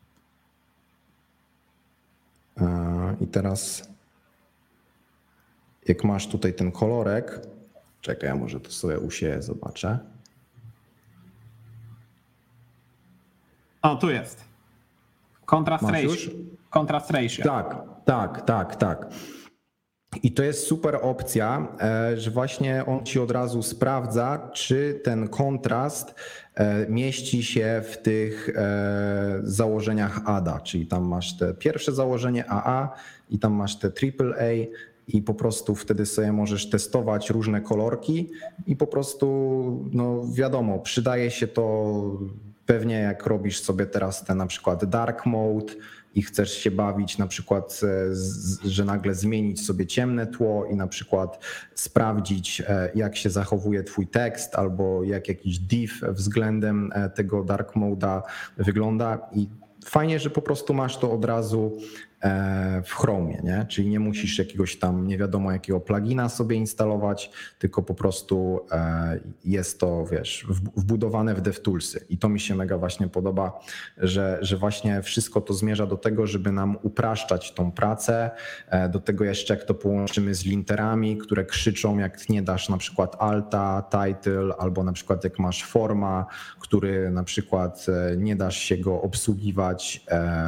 I teraz jak masz tutaj ten kolorek, czekaj, ja może to sobie usieję, zobaczę. O, tu jest. Contrast ratio. Tak. I to jest super opcja, że właśnie on ci od razu sprawdza, czy ten kontrast mieści się w tych założeniach ADA, czyli tam masz te pierwsze założenie AA i tam masz te AAA i po prostu wtedy sobie możesz testować różne kolorki i po prostu, no wiadomo, przydaje się to pewnie jak robisz sobie teraz ten na przykład dark mode i chcesz się bawić na przykład, że nagle zmienić sobie ciemne tło i na przykład sprawdzić, jak się zachowuje twój tekst albo jak jakiś div względem tego dark mode'a wygląda i fajnie, że po prostu masz to od razu w Chromie, nie? Czyli nie musisz jakiegoś tam nie wiadomo jakiego plugina sobie instalować, tylko po prostu jest to, wiesz, wbudowane w DevToolsy i to mi się mega właśnie podoba, że właśnie wszystko to zmierza do tego, żeby nam upraszczać tą pracę, do tego jeszcze jak to połączymy z linterami, które krzyczą jak nie dasz na przykład alta, title albo na przykład jak masz forma, który na przykład nie dasz się go obsługiwać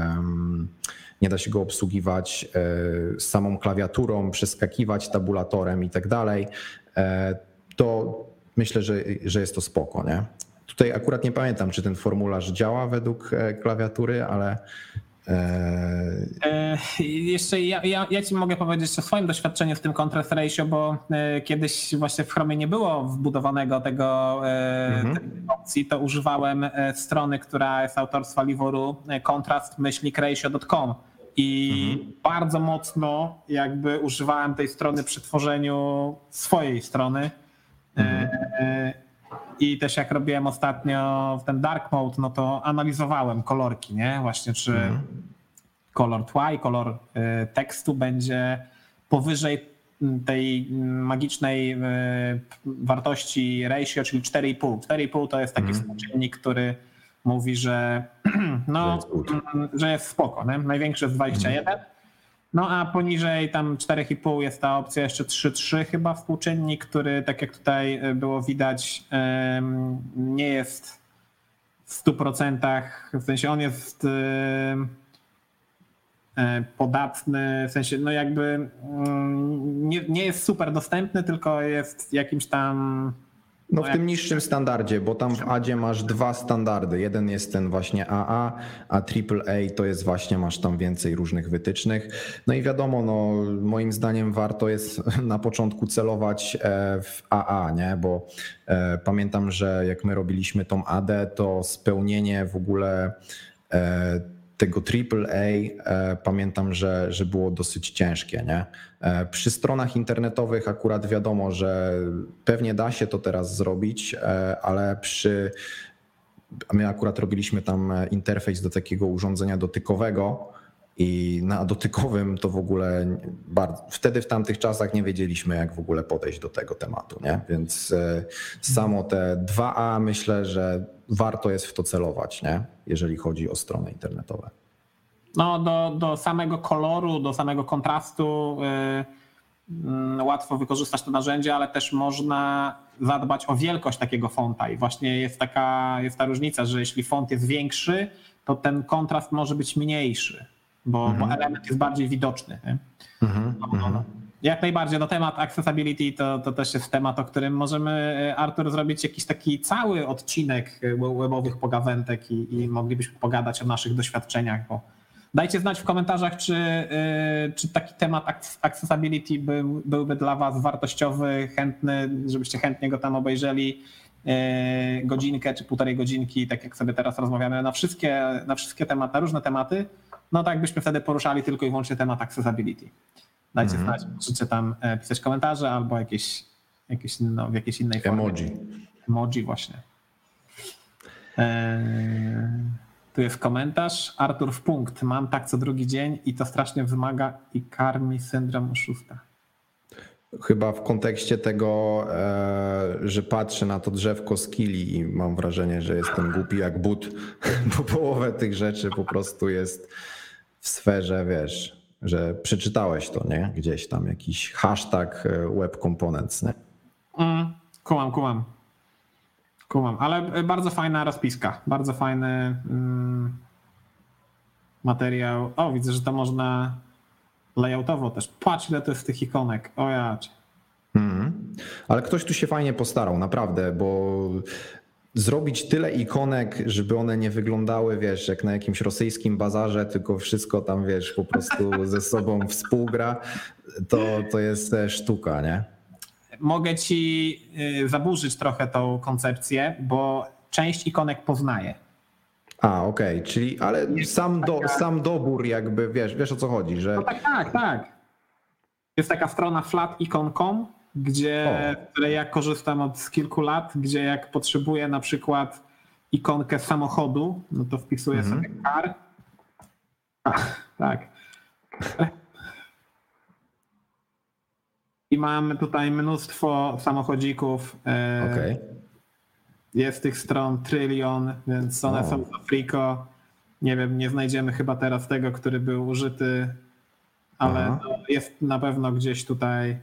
z samą klawiaturą, przeskakiwać tabulatorem i tak dalej, to myślę, że jest to spoko, nie? Tutaj akurat nie pamiętam, czy ten formularz działa według klawiatury, ale... Jeszcze ja ci mogę powiedzieć o swoim doświadczeniu z tym contrast ratio, bo kiedyś właśnie w Chromie nie było wbudowanego tej opcji, to używałem strony, która jest autorstwa Livoru, contrast-ratio.com i bardzo mocno jakby używałem tej strony przy tworzeniu swojej strony. I też jak robiłem ostatnio w ten dark mode, no to analizowałem kolorki, nie? Właśnie czy kolor tła i kolor tekstu będzie powyżej tej magicznej wartości ratio, czyli 4,5. 4,5 to jest taki współczynnik, który mówi, że no, że jest spoko, nie? Największy jest 21. No a poniżej tam 4,5 jest ta opcja jeszcze 3,3 chyba współczynnik, który tak jak tutaj było widać nie jest w 100%, w sensie on jest podatny, w sensie no jakby nie jest super dostępny, tylko jest jakimś tam... No w tym niższym standardzie, bo tam w ADzie masz dwa standardy. Jeden jest ten właśnie AA, a AAA to jest właśnie, masz tam więcej różnych wytycznych. No i wiadomo, no moim zdaniem warto jest na początku celować w AA, nie? Bo pamiętam, że jak my robiliśmy tą AD, to spełnienie w ogóle tego AAA pamiętam, że było dosyć ciężkie, nie? Przy stronach internetowych akurat wiadomo, że pewnie da się to teraz zrobić, ale my akurat robiliśmy tam interfejs do takiego urządzenia dotykowego i na dotykowym to w ogóle wtedy w tamtych czasach nie wiedzieliśmy, jak w ogóle podejść do tego tematu, nie? Więc samo te 2A myślę, że warto jest w to celować, nie? Jeżeli chodzi o strony internetowe. No do samego koloru, do samego kontrastu łatwo wykorzystać to narzędzie, ale też można zadbać o wielkość takiego fonta i właśnie jest ta różnica, że jeśli font jest większy, to ten kontrast może być mniejszy, bo element jest bardziej widoczny. Jak najbardziej. No, temat accessibility to też jest temat, o którym możemy, Artur, zrobić jakiś taki cały odcinek webowych pogawędek i moglibyśmy pogadać o naszych doświadczeniach, bo dajcie znać w komentarzach, czy taki temat accessibility byłby dla was wartościowy, chętny, żebyście chętnie go tam obejrzeli godzinkę czy półtorej godzinki, tak jak sobie teraz rozmawiamy na wszystkie tematy, na różne tematy, no tak byśmy wtedy poruszali tylko i wyłącznie temat accessibility. Dajcie znać, możecie tam pisać komentarze albo w jakiejś innej formie. Emoji właśnie. Tu jest komentarz. Artur w punkt. Mam tak co drugi dzień i to strasznie wymaga i karmi syndrom oszusta. Chyba w kontekście tego, że patrzę na to drzewko skilli i mam wrażenie, że jestem głupi jak but, bo połowę tych rzeczy po prostu jest w sferze, wiesz, że przeczytałeś to, nie? Gdzieś tam jakiś hashtag web components, nie? Kumam, ale bardzo fajna rozpiska, bardzo fajny materiał. O, widzę, że to można layoutowo też. Patrz, ile to jest tych ikonek. O ja. Ale ktoś tu się fajnie postarał, naprawdę, bo zrobić tyle ikonek, żeby one nie wyglądały, wiesz, jak na jakimś rosyjskim bazarze, tylko wszystko tam, wiesz, po prostu ze sobą współgra, to jest sztuka, nie? Mogę ci zaburzyć trochę tą koncepcję, bo część ikonek poznaję. Okej, czyli ale sam dobór jakby, wiesz o co chodzi, że... No tak. Jest taka strona flaticon.com, której ja korzystam od kilku lat, gdzie jak potrzebuję na przykład ikonkę samochodu, no to wpisuję sobie car. Tak. I mamy tutaj mnóstwo samochodzików. Okej. Jest tych stron trylion, więc one są z Afriko. Nie wiem, nie znajdziemy chyba teraz tego, który był użyty, ale jest na pewno gdzieś tutaj.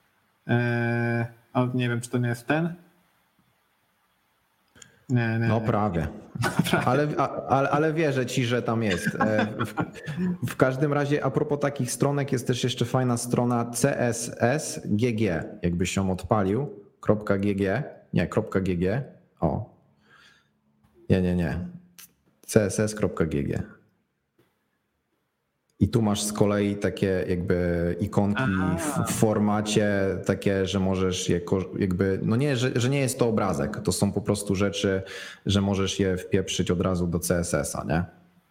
Nie wiem, czy to nie jest ten. Nie. No prawie. Ale wierzę ci, że tam jest. W każdym razie a propos takich stronek jest też jeszcze fajna strona CSS.gg, jakbyś ją odpalił. .gg. Nie, .gg. O. Nie. CSS.gg. I tu masz z kolei takie jakby ikonki w formacie takie, że możesz je jakby, no nie, że nie jest to obrazek, to są po prostu rzeczy, że możesz je wpieprzyć od razu do CSS-a, nie?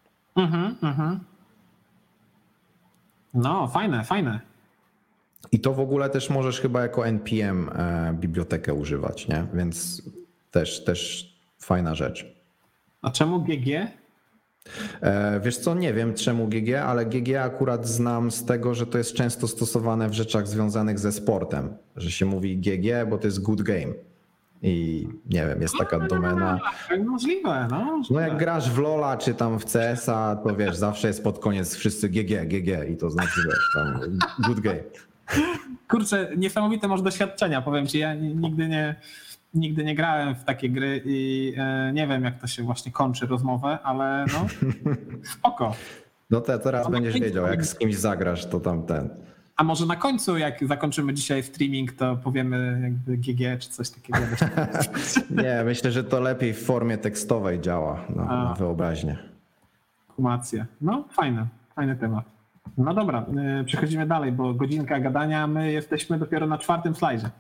No, fajne. I to w ogóle też możesz chyba jako NPM bibliotekę używać, nie? Więc też fajna rzecz. A czemu GG? Wiesz co, nie wiem czemu GG, ale GG akurat znam z tego, że to jest często stosowane w rzeczach związanych ze sportem, że się mówi GG, bo to jest good game. I nie wiem, jest taka domena. Możliwe. No jak grasz w LoL'a czy tam w CS-a, to wiesz, zawsze jest pod koniec wszyscy GG i to znaczy, wiesz, tam good game. Kurczę, niesamowite masz doświadczenia, powiem ci, ja nigdy nie grałem w takie gry i nie wiem, jak to się właśnie kończy rozmowę, ale no spoko. No teraz będziesz wiedział, jak z kimś zagrasz, to tam ten. A może na końcu, jak zakończymy dzisiaj streaming, to powiemy jakby GG czy coś takiego? Nie, myślę, że to lepiej w formie tekstowej działa na wyobraźnię. Kumację. No fajny temat. No dobra, przechodzimy dalej, bo godzinka gadania, my jesteśmy dopiero na 4. slajdzie.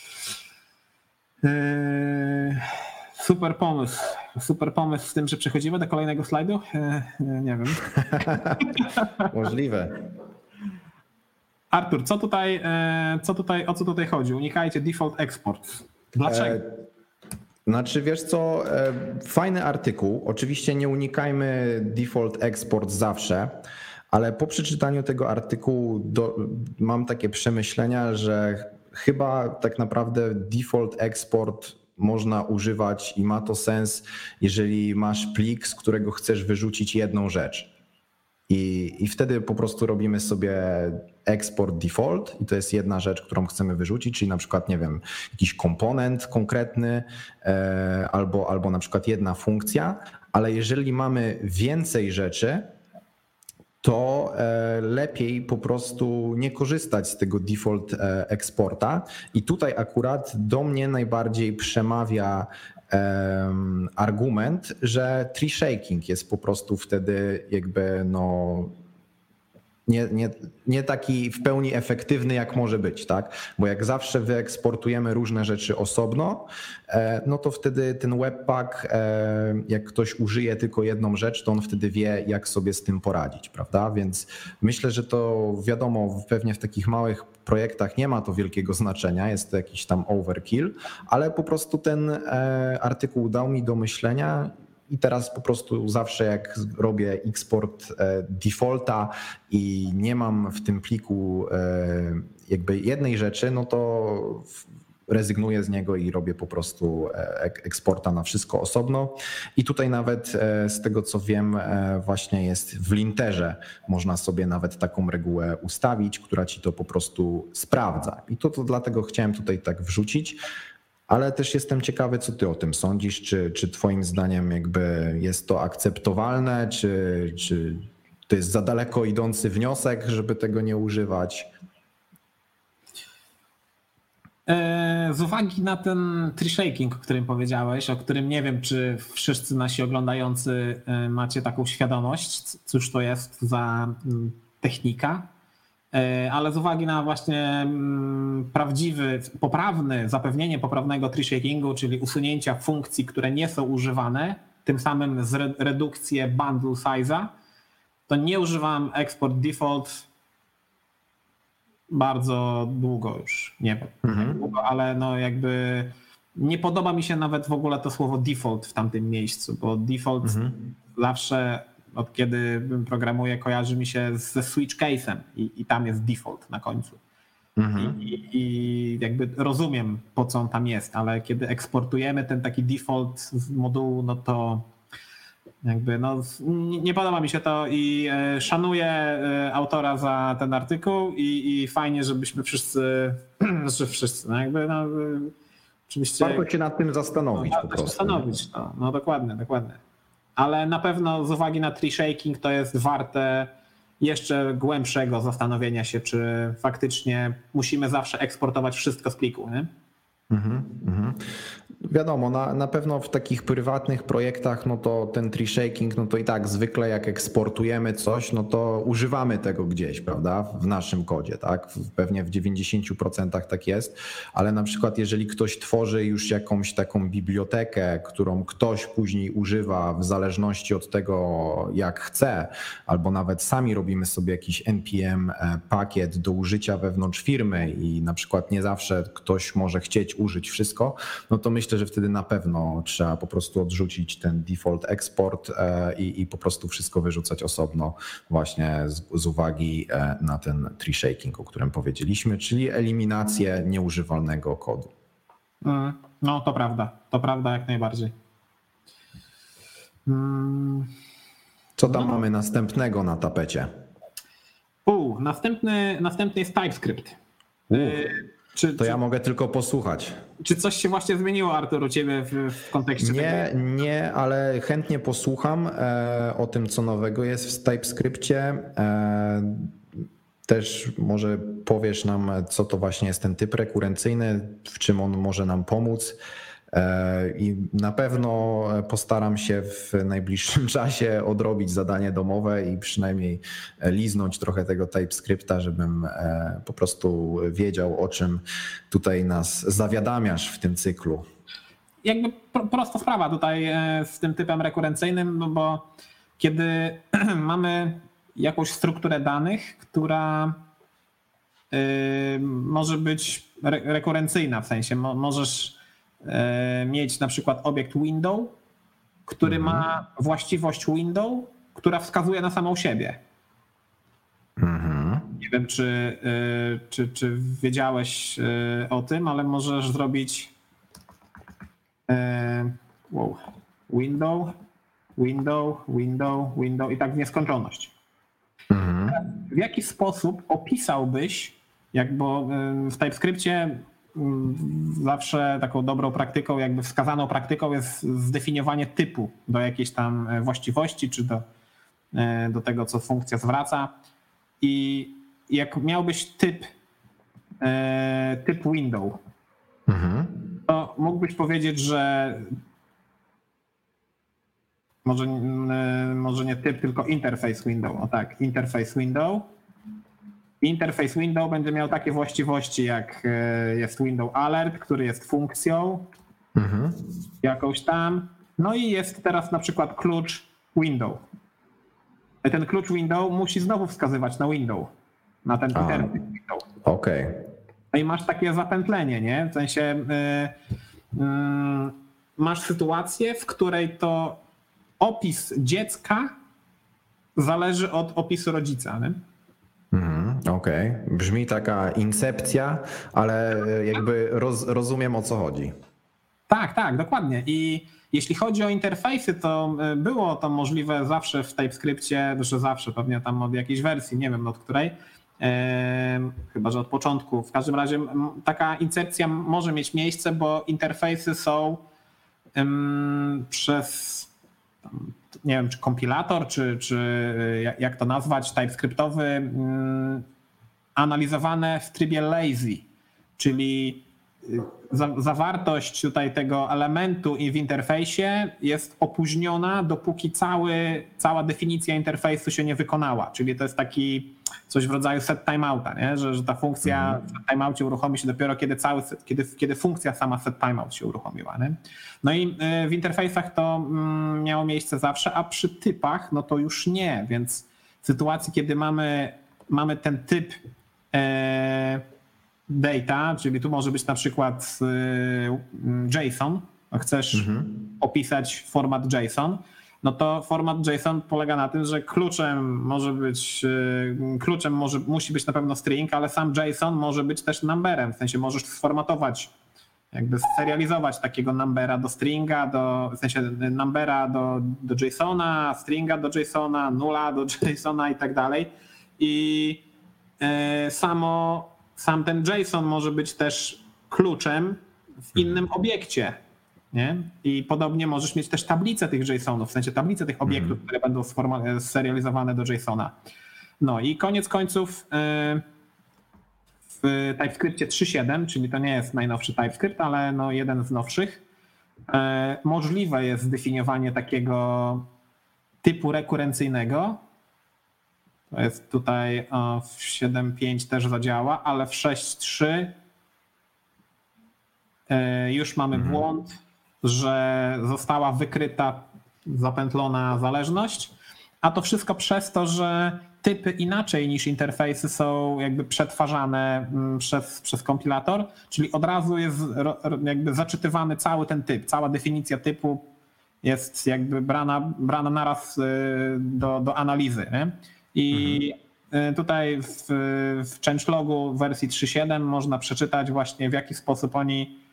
Super pomysł z tym, że przechodzimy do kolejnego slajdu? Nie wiem. Możliwe. Artur, o co tutaj chodzi? Unikajcie default export. Dlaczego? Znaczy wiesz co, fajny artykuł. Oczywiście nie unikajmy default export zawsze, ale po przeczytaniu tego artykułu mam takie przemyślenia, że chyba tak naprawdę default export można używać i ma to sens, jeżeli masz plik, z którego chcesz wyrzucić jedną rzecz. I wtedy po prostu robimy sobie export default i to jest jedna rzecz, którą chcemy wyrzucić, czyli na przykład, nie wiem, jakiś komponent konkretny albo na przykład jedna funkcja, ale jeżeli mamy więcej rzeczy, to lepiej po prostu nie korzystać z tego default eksporta. I tutaj akurat do mnie najbardziej przemawia argument, że tree shaking jest po prostu wtedy jakby nie taki w pełni efektywny, jak może być, tak? Bo jak zawsze wyeksportujemy różne rzeczy osobno, no to wtedy ten webpack, jak ktoś użyje tylko jedną rzecz, to on wtedy wie, jak sobie z tym poradzić, prawda? Więc myślę, że to wiadomo, pewnie w takich małych projektach nie ma to wielkiego znaczenia, jest to jakiś tam overkill, ale po prostu ten artykuł dał mi do myślenia. I teraz po prostu zawsze jak robię export defaulta i nie mam w tym pliku jakby jednej rzeczy, no to rezygnuję z niego i robię po prostu eksporta na wszystko osobno. I tutaj nawet z tego co wiem właśnie jest w linterze, można sobie nawet taką regułę ustawić, która ci to po prostu sprawdza. I to dlatego chciałem tutaj tak wrzucić. Ale też jestem ciekawy, co ty o tym sądzisz, czy twoim zdaniem jakby jest to akceptowalne, czy to jest za daleko idący wniosek, żeby tego nie używać? Z uwagi na ten tree shaking, o którym powiedziałeś, o którym nie wiem, czy wszyscy nasi oglądający macie taką świadomość, cóż to jest za technika, ale z uwagi na właśnie zapewnienie poprawnego tree shakingu, czyli usunięcia funkcji, które nie są używane, tym samym redukcję bundle size'a, to nie używam export default bardzo długo już, nie wiem, jak długo, ale no jakby nie podoba mi się nawet w ogóle to słowo default w tamtym miejscu, bo default zawsze od kiedy programuję, kojarzy mi się ze switch case'em i tam jest default na końcu. I jakby rozumiem, po co on tam jest, ale kiedy eksportujemy ten taki default z modułu, no to jakby nie podoba mi się to i szanuję autora za ten artykuł i fajnie, żebyśmy wszyscy oczywiście warto się nad tym zastanowić po prostu. Zastanowić, no dokładnie. Ale na pewno z uwagi na tree shaking to jest warte jeszcze głębszego zastanowienia się, czy faktycznie musimy zawsze eksportować wszystko z pliku, nie? Wiadomo, na pewno w takich prywatnych projektach, no to ten tree shaking, no to i tak zwykle jak eksportujemy coś, no to używamy tego gdzieś, prawda, w naszym kodzie, tak? Pewnie w 90% tak jest, ale na przykład jeżeli ktoś tworzy już jakąś taką bibliotekę, którą ktoś później używa w zależności od tego, jak chce, albo nawet sami robimy sobie jakiś npm pakiet do użycia wewnątrz firmy i na przykład nie zawsze ktoś może chcieć użyć wszystko, no to myślę, że wtedy na pewno trzeba po prostu odrzucić ten default export i po prostu wszystko wyrzucać osobno właśnie z uwagi na ten tree shaking, o którym powiedzieliśmy, czyli eliminację nieużywalnego kodu. No to prawda jak najbardziej. Co tam mamy następnego na tapecie? Następny jest TypeScript. Ja mogę tylko posłuchać. Czy coś się właśnie zmieniło, Artur, u ciebie w kontekście tego? Nie, ale chętnie posłucham o tym, co nowego jest w TypeScriptie. Też może powiesz nam, co to właśnie jest ten typ rekurencyjny, w czym on może nam pomóc. I na pewno postaram się w najbliższym czasie odrobić zadanie domowe i przynajmniej liznąć trochę tego TypeScripta, żebym po prostu wiedział, o czym tutaj nas zawiadamiasz w tym cyklu. Jakby prosta sprawa tutaj z tym typem rekurencyjnym, no bo kiedy mamy jakąś strukturę danych, która może być rekurencyjna, w sensie możesz mieć na przykład obiekt window, który ma właściwość window, która wskazuje na samą siebie. Nie wiem, czy wiedziałeś o tym, ale możesz zrobić window i tak w nieskończoność. W jaki sposób opisałbyś, bo w TypeScriptie zawsze taką dobrą praktyką, jakby wskazaną praktyką jest zdefiniowanie typu do jakiejś tam właściwości, czy do tego, co funkcja zwraca. I jak miałbyś typ window, to mógłbyś powiedzieć, że może nie typ, tylko interface window. O tak, interface window. Interface window będzie miał takie właściwości, jak jest window alert, który jest funkcją jakąś tam. No i jest teraz na przykład klucz window. Ten klucz window musi znowu wskazywać na window, na ten interface window. Okej. No i masz takie zapętlenie, nie? W sensie masz sytuację, w której to opis dziecka zależy od opisu rodzica, nie? Okej. Brzmi taka incepcja, ale jakby rozumiem, o co chodzi. Tak, dokładnie. I jeśli chodzi o interfejsy, to było to możliwe zawsze w TypeScriptie, że zawsze, pewnie tam od jakiejś wersji, nie wiem od której, chyba że od początku. W każdym razie taka incepcja może mieć miejsce, bo interfejsy są przez, nie wiem, czy kompilator, czy jak to nazwać, TypeScriptowy, analizowane w trybie lazy, czyli zawartość tutaj tego elementu w interfejsie jest opóźniona, dopóki cała definicja interfejsu się nie wykonała. Czyli to jest taki coś w rodzaju set timeouta, nie? Że ta funkcja w set timeoutie uruchomi się dopiero kiedy funkcja sama set timeout się uruchomiła. Nie? No i w interfejsach to miało miejsce zawsze, a przy typach no to już nie, więc w sytuacji, kiedy mamy ten typ data, czyli tu może być na przykład JSON, chcesz opisać format JSON, no to format JSON polega na tym, że musi być na pewno string, ale sam JSON może być też numberem, w sensie możesz sformatować, jakby serializować takiego numbera do stringa, w sensie numbera do JSONa, stringa do JSONa, nulla do JSONa i tak dalej. I sam ten JSON może być też kluczem w innym obiekcie. Nie? I podobnie możesz mieć też tablicę tych JSONów, w sensie tablicę tych obiektów, które będą serializowane do JSONa. No i koniec końców w TypeScriptie 3.7, czyli to nie jest najnowszy TypeScript, ale no jeden z nowszych, możliwe jest zdefiniowanie takiego typu rekurencyjnego. To jest tutaj w 7.5 też zadziała, ale w 6.3 już mamy błąd, że została wykryta, zapętlona zależność, a to wszystko przez to, że typy inaczej niż interfejsy są jakby przetwarzane przez kompilator, czyli od razu jest jakby zaczytywany cały ten typ, cała definicja typu jest jakby brana naraz do analizy. Nie? I tutaj w changelogu wersji 3.7 można przeczytać właśnie, w jaki sposób oni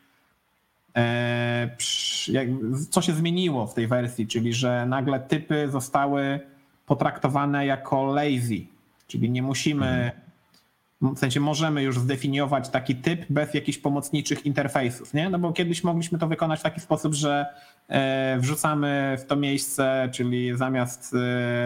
co się zmieniło w tej wersji, czyli że nagle typy zostały potraktowane jako lazy, czyli nie musimy, w sensie możemy już zdefiniować taki typ bez jakichś pomocniczych interfejsów, nie? No bo kiedyś mogliśmy to wykonać w taki sposób, że wrzucamy w to miejsce, czyli zamiast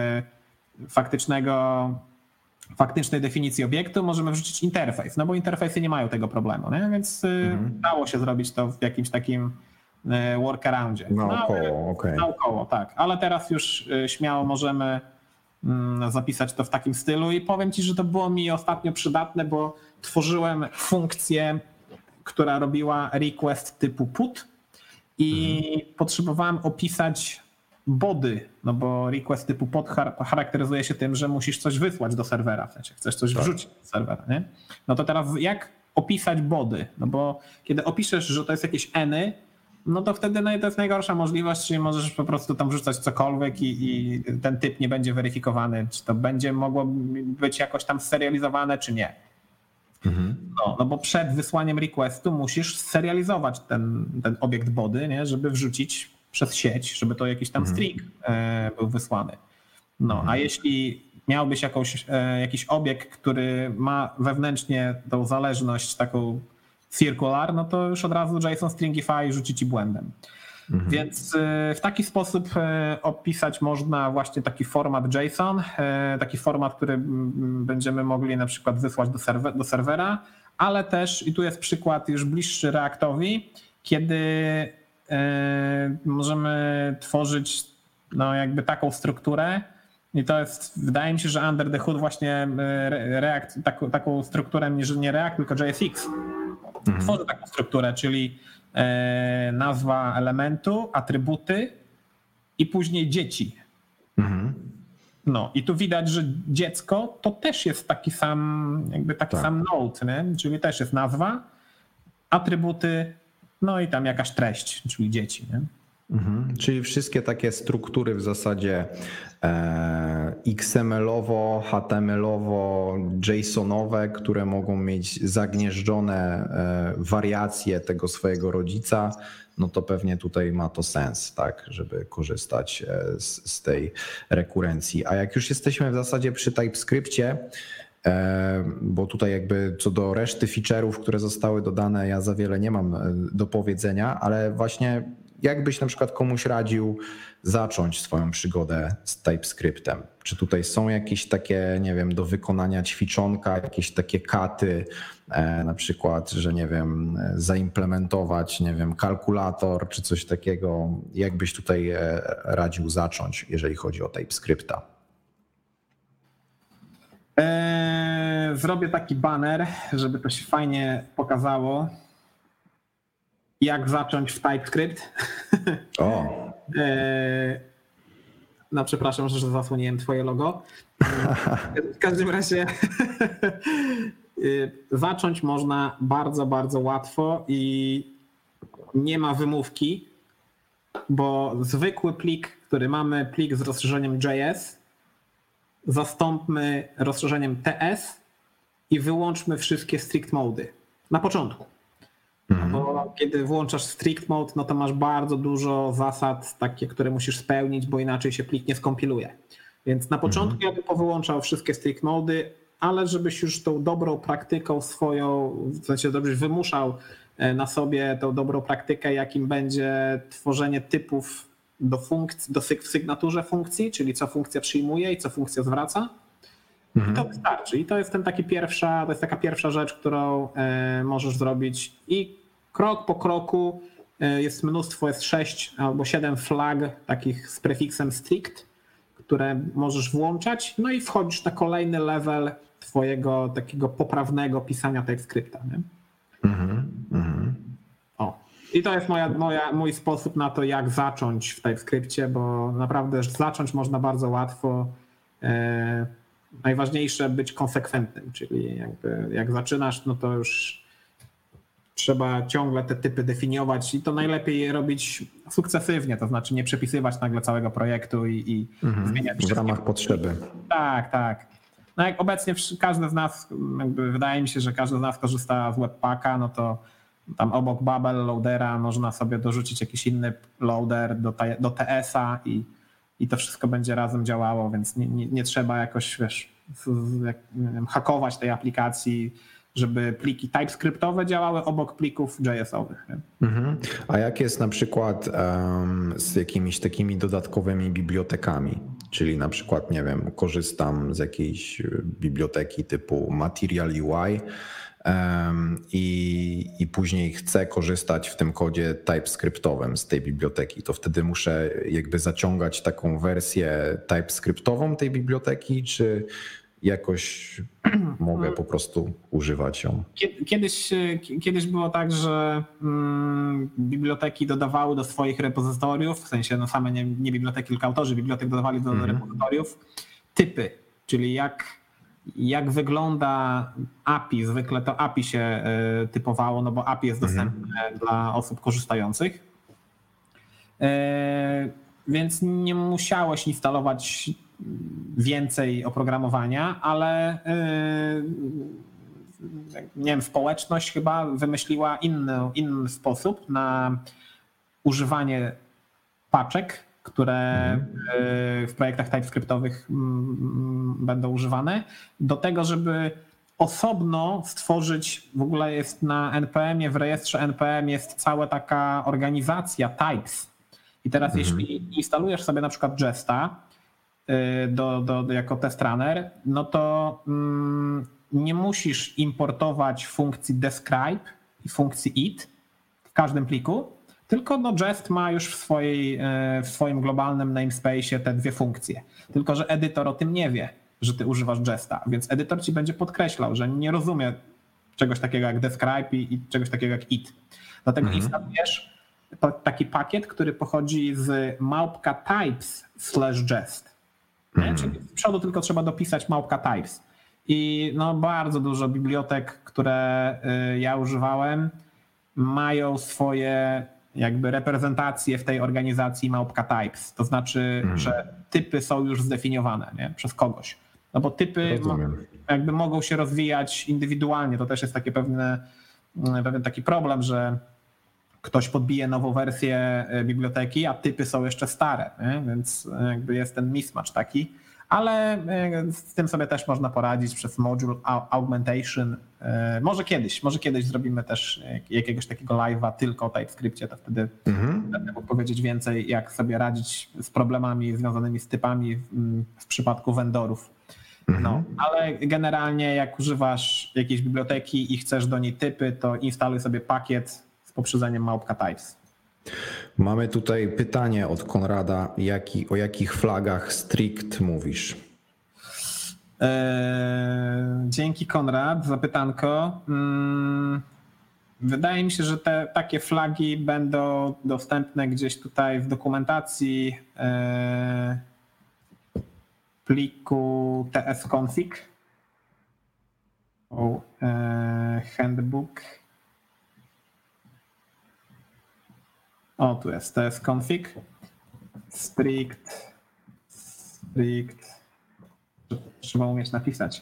faktycznej definicji obiektu możemy wrzucić interfejs, no bo interfejsy nie mają tego problemu, nie? Więc dało się zrobić to w jakimś takim workaroundzie. Naokoło, tak. Ale teraz już śmiało możemy zapisać to w takim stylu i powiem ci, że to było mi ostatnio przydatne, bo tworzyłem funkcję, która robiła request typu put i potrzebowałem opisać body, no bo request typu pod charakteryzuje się tym, że musisz coś wysłać do serwera, w sensie chcesz coś wrzucić do serwera, nie? No to teraz jak opisać body? No bo kiedy opiszesz, że to jest jakieś eny, no to wtedy to jest najgorsza możliwość, czyli możesz po prostu tam wrzucać cokolwiek i ten typ nie będzie weryfikowany, czy to będzie mogło być jakoś tam serializowane, czy nie. No bo przed wysłaniem requestu musisz serializować ten obiekt body, nie? Żeby wrzucić przez sieć, żeby to jakiś tam string był wysłany. No, a jeśli miałbyś jakiś obiekt, który ma wewnętrznie tą zależność taką circular, no to już od razu JSON stringify rzuci ci błędem. Więc w taki sposób opisać można właśnie taki format JSON, taki format, który będziemy mogli na przykład wysłać do serwera, ale też, i tu jest przykład już bliższy Reactowi, kiedy możemy tworzyć no jakby taką strukturę i to jest, wydaje mi się, że under the hood właśnie React taką strukturę, nie React, tylko JSX tworzy taką strukturę, czyli nazwa elementu, atrybuty i później dzieci. No i tu widać, że dziecko to też jest taki sam, jakby sam node, nie? Czyli też jest nazwa, atrybuty, no i tam jakaś treść, czyli dzieci. Nie? Czyli wszystkie takie struktury w zasadzie XML-owo, HTML-owo, JSON-owe, które mogą mieć zagnieżdżone wariacje tego swojego rodzica, no to pewnie tutaj ma to sens, tak, żeby korzystać z tej rekurencji. A jak już jesteśmy w zasadzie przy TypeScriptie, bo tutaj jakby co do reszty feature'ów, które zostały dodane, ja za wiele nie mam do powiedzenia, ale właśnie jak byś na przykład komuś radził zacząć swoją przygodę z TypeScriptem? Czy tutaj są jakieś takie, nie wiem, do wykonania ćwiczonka, jakieś takie katy, na przykład, że nie wiem, zaimplementować, nie wiem, kalkulator czy coś takiego? Jak byś tutaj radził zacząć, jeżeli chodzi o TypeScripta? Zrobię taki banner, żeby to się fajnie pokazało. Jak zacząć w TypeScript? O. No przepraszam, że zasłoniłem twoje logo. W każdym razie zacząć można bardzo, bardzo łatwo i nie ma wymówki, bo zwykły plik który mamy plik z rozszerzeniem JS, zastąpmy rozszerzeniem TS i wyłączmy wszystkie strict mody na początku. Bo kiedy włączasz strict mode, no to masz bardzo dużo zasad takie, które musisz spełnić, bo inaczej się plik nie skompiluje. Więc na początku ja bym powyłączał wszystkie strict mody, ale żebyś już tą dobrą praktyką swoją, w sensie żebyś wymuszał na sobie tą dobrą praktykę, jakim będzie tworzenie typów do funkcji, w sygnaturze funkcji, czyli co funkcja przyjmuje i co funkcja zwraca. I to wystarczy. I to jest taka pierwsza rzecz, którą możesz zrobić i krok po kroku jest mnóstwo, jest 6 albo 7 flag takich z prefiksem strict, które możesz włączać, no i wchodzisz na kolejny level twojego takiego poprawnego pisania TypeScripta. Nie? O. I to jest mój sposób na to, jak zacząć w TypeScriptie, bo naprawdę zacząć można bardzo łatwo. Najważniejsze być konsekwentnym, czyli jakby jak zaczynasz, no to już trzeba ciągle te typy definiować i to najlepiej je robić sukcesywnie, to znaczy nie przepisywać nagle całego projektu i zmieniać w ramach potrzeby. Tak. No jak obecnie każdy z nas, jakby wydaje mi się, że każdy z nas korzysta z Webpacka, no to tam obok Babel loadera można sobie dorzucić jakiś inny loader do TS-a i to wszystko będzie razem działało, więc nie trzeba jakoś, hakować tej aplikacji, żeby pliki TypeScriptowe działały obok plików JS-owych. A jak jest na przykład z jakimiś takimi dodatkowymi bibliotekami? Czyli na przykład, nie wiem, korzystam z jakiejś biblioteki typu Material UI i później chcę korzystać w tym kodzie TypeScriptowym z tej biblioteki, to wtedy muszę jakby zaciągać taką wersję TypeScriptową tej biblioteki, czy jakoś mogę po prostu używać ją? Kiedyś było tak, że biblioteki dodawały do swoich repozytoriów, w sensie no same nie biblioteki, tylko autorzy bibliotek dodawali do repozytoriów typy, czyli jak wygląda API. Zwykle to API się typowało, no bo API jest dostępne dla osób korzystających. Więc nie musiałeś instalować więcej oprogramowania, ale nie wiem, społeczność chyba wymyśliła inny sposób na używanie paczek, które w projektach TypeScriptowych będą używane, do tego, żeby osobno stworzyć, w ogóle jest na NPM-ie, w rejestrze NPM jest cała taka organizacja types. I teraz jeśli instalujesz sobie na przykład Jesta jako test runner, no to nie musisz importować funkcji describe i funkcji it w każdym pliku, tylko no Jest ma już w swoim globalnym namespace'ie te dwie funkcje. Tylko że edytor o tym nie wie, że ty używasz Jesta, więc edytor ci będzie podkreślał, że nie rozumie czegoś takiego jak describe i czegoś takiego jak it. Dlatego instalujesz taki pakiet, który pochodzi z małpka types/jest. Czyli z przodu tylko trzeba dopisać małpka types. I no bardzo dużo bibliotek, które ja używałem, mają swoje jakby reprezentacje w tej organizacji małpka types. To znaczy, że typy są już zdefiniowane, nie? Przez kogoś. No bo typy jakby mogą się rozwijać indywidualnie. To też jest pewien taki problem, że ktoś podbije nową wersję biblioteki, a typy są jeszcze stare, nie? Więc jakby jest ten mismatch taki. Ale z tym sobie też można poradzić przez module augmentation. Może kiedyś zrobimy też jakiegoś takiego live'a tylko o TypeScriptie, to wtedy będę mógł powiedzieć więcej, jak sobie radzić z problemami związanymi z typami w przypadku vendorów. No, ale generalnie jak używasz jakiejś biblioteki i chcesz do niej typy, to instaluj sobie pakiet z poprzedzeniem małpka types. Mamy tutaj pytanie od Konrada. O jakich flagach strict mówisz? Dzięki Konrad za pytanko. Wydaje mi się, że takie flagi będą dostępne gdzieś tutaj w dokumentacji pliku tsconfig. Handbook. O, tu jest tsconfig. strict. Trzeba umieć napisać.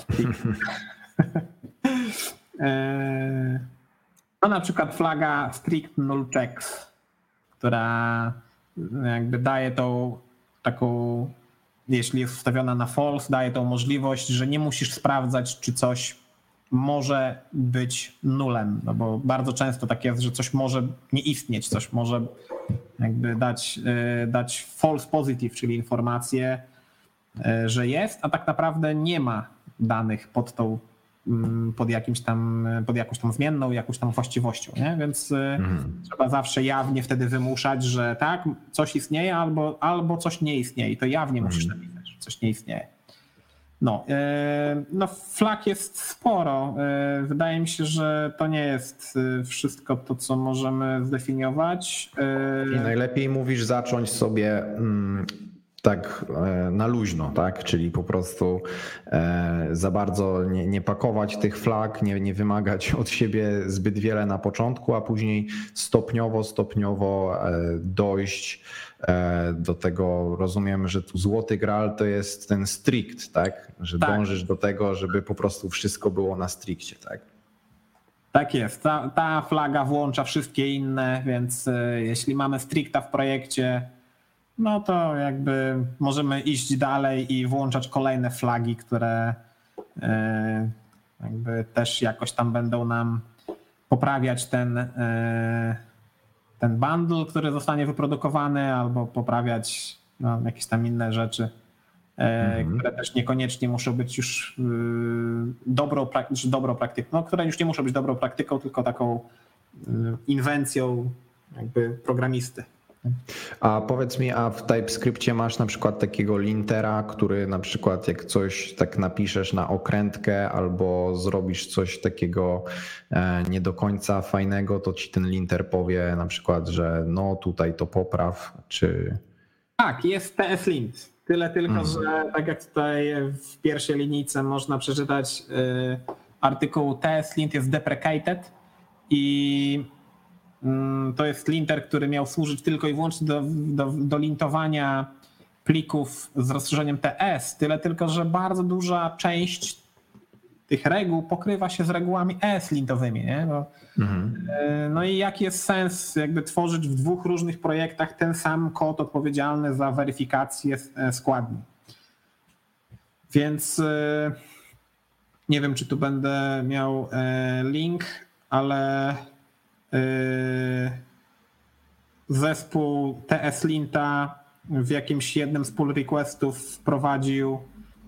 No na przykład flaga strict null checks, która jakby daje tą taką, jeśli jest wstawiona na false, daje tą możliwość, że nie musisz sprawdzać, czy coś może być nulem, no bo bardzo często tak jest, że coś może nie istnieć, coś może jakby dać false positive, czyli informację, że jest, a tak naprawdę nie ma danych pod jakąś tam zmienną, jakąś tam właściwością, nie? Więc trzeba zawsze jawnie wtedy wymuszać, że tak, coś istnieje albo coś nie istnieje i to jawnie musisz napisać, że coś nie istnieje. No flag jest sporo. Wydaje mi się, że to nie jest wszystko to, co możemy zdefiniować. I najlepiej mówisz zacząć sobie tak na luźno, tak? Czyli po prostu za bardzo nie pakować tych flag, nie wymagać od siebie zbyt wiele na początku, a później stopniowo dojść do tego. Rozumiem, że tu złoty graal to jest ten strict, tak? Że tak. Dążysz do tego, żeby po prostu wszystko było na striccie, tak? Tak jest. Ta flaga włącza wszystkie inne, więc jeśli mamy stricta w projekcie, no to jakby możemy iść dalej i włączać kolejne flagi, które jakby też jakoś tam będą nam poprawiać ten bundle, który zostanie wyprodukowany, albo poprawiać jakieś tam inne rzeczy, które też niekoniecznie muszą być już dobrą praktyką, no, które już nie muszą być dobrą praktyką, tylko taką inwencją jakby programisty. A powiedz mi, a w TypeScriptie masz na przykład takiego lintera, który na przykład jak coś tak napiszesz na okrętkę albo zrobisz coś takiego nie do końca fajnego, to ci ten linter powie na przykład, że no tutaj to popraw, czy... Tak, jest TS-lint. Tyle tylko, że tak jak tutaj w pierwszej linijce można przeczytać artykuł TS-lint jest deprecated i to jest linter, który miał służyć tylko i wyłącznie do lintowania plików z rozszerzeniem TS. Tyle tylko, że bardzo duża część tych reguł pokrywa się z regułami ES-lintowymi. Nie? No i jaki jest sens jakby tworzyć w dwóch różnych projektach ten sam kod odpowiedzialny za weryfikację składni. Więc nie wiem, czy tu będę miał link, ale zespół TS-linta w jakimś jednym z pull requestów wprowadził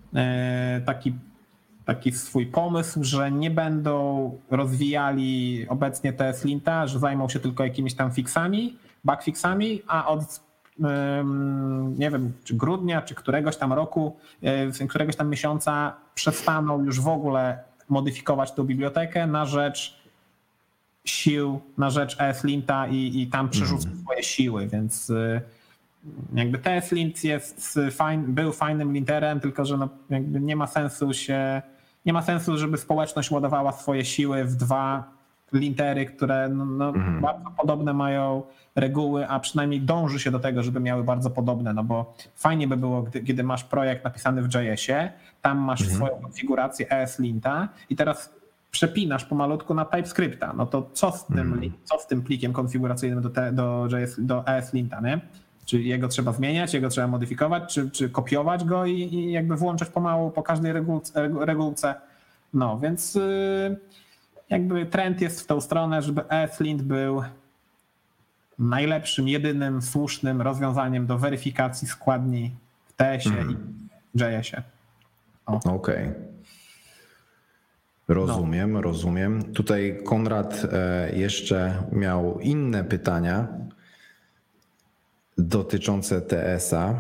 taki swój pomysł, że nie będą rozwijali obecnie TS-linta, że zajmą się tylko jakimiś tam bugfixami, a od nie wiem, czy grudnia, czy któregoś tam roku, któregoś tam miesiąca przestaną już w ogóle modyfikować tą bibliotekę na rzecz sił, na rzecz ESLinta i tam przerzucą swoje siły, więc jakby TS-lint był fajnym linterem, tylko że no jakby nie ma sensu, żeby społeczność ładowała swoje siły w dwa lintery, które bardzo podobne mają reguły, a przynajmniej dąży się do tego, żeby miały bardzo podobne, no bo fajnie by było, kiedy masz projekt napisany w JS-ie, tam masz swoją konfigurację ESLinta i teraz przepinasz pomalutku na TypeScripta, no to co z tym plikiem konfiguracyjnym do ESLinta, nie? Czy jego trzeba zmieniać, jego trzeba modyfikować, czy kopiować go i jakby włączać pomału po każdej regułce. No więc jakby trend jest w tą stronę, żeby ESLint był najlepszym, jedynym słusznym rozwiązaniem do weryfikacji składni w TS-ie i JS-ie. Okej. Rozumiem. Tutaj Konrad jeszcze miał inne pytania dotyczące TS-a.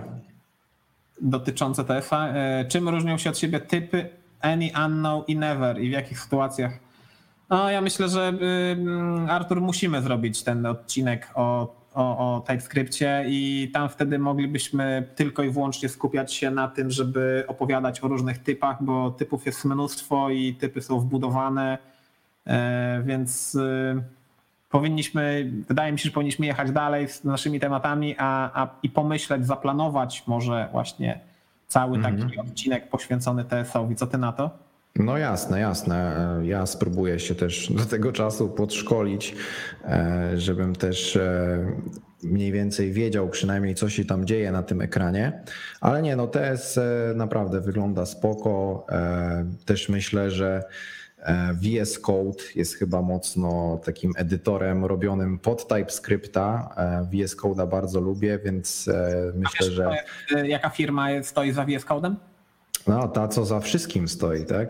Czym różnią się od siebie typy any, unknown i never i w jakich sytuacjach? No ja myślę, że Artur musimy zrobić ten odcinek o TypeScriptie i tam wtedy moglibyśmy tylko i wyłącznie skupiać się na tym, żeby opowiadać o różnych typach, bo typów jest mnóstwo i typy są wbudowane, więc wydaje mi się, że powinniśmy jechać dalej z naszymi tematami i pomyśleć, zaplanować może właśnie cały taki odcinek poświęcony TSO-owi. Co ty na to? No jasne, jasne. Ja spróbuję się też do tego czasu podszkolić, żebym też mniej więcej wiedział przynajmniej, co się tam dzieje na tym ekranie. Ale nie, no TS naprawdę wygląda spoko. Też myślę, że VS Code jest chyba mocno takim edytorem robionym pod TypeScripta. VS Code'a bardzo lubię, więc myślę, że... Jaka firma stoi za VS Code'em? No, ta co za wszystkim stoi, tak?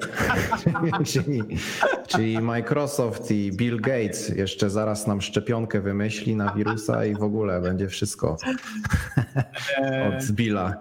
czyli Microsoft i Bill Gates jeszcze zaraz nam szczepionkę wymyśli na wirusa i w ogóle będzie wszystko od Billa.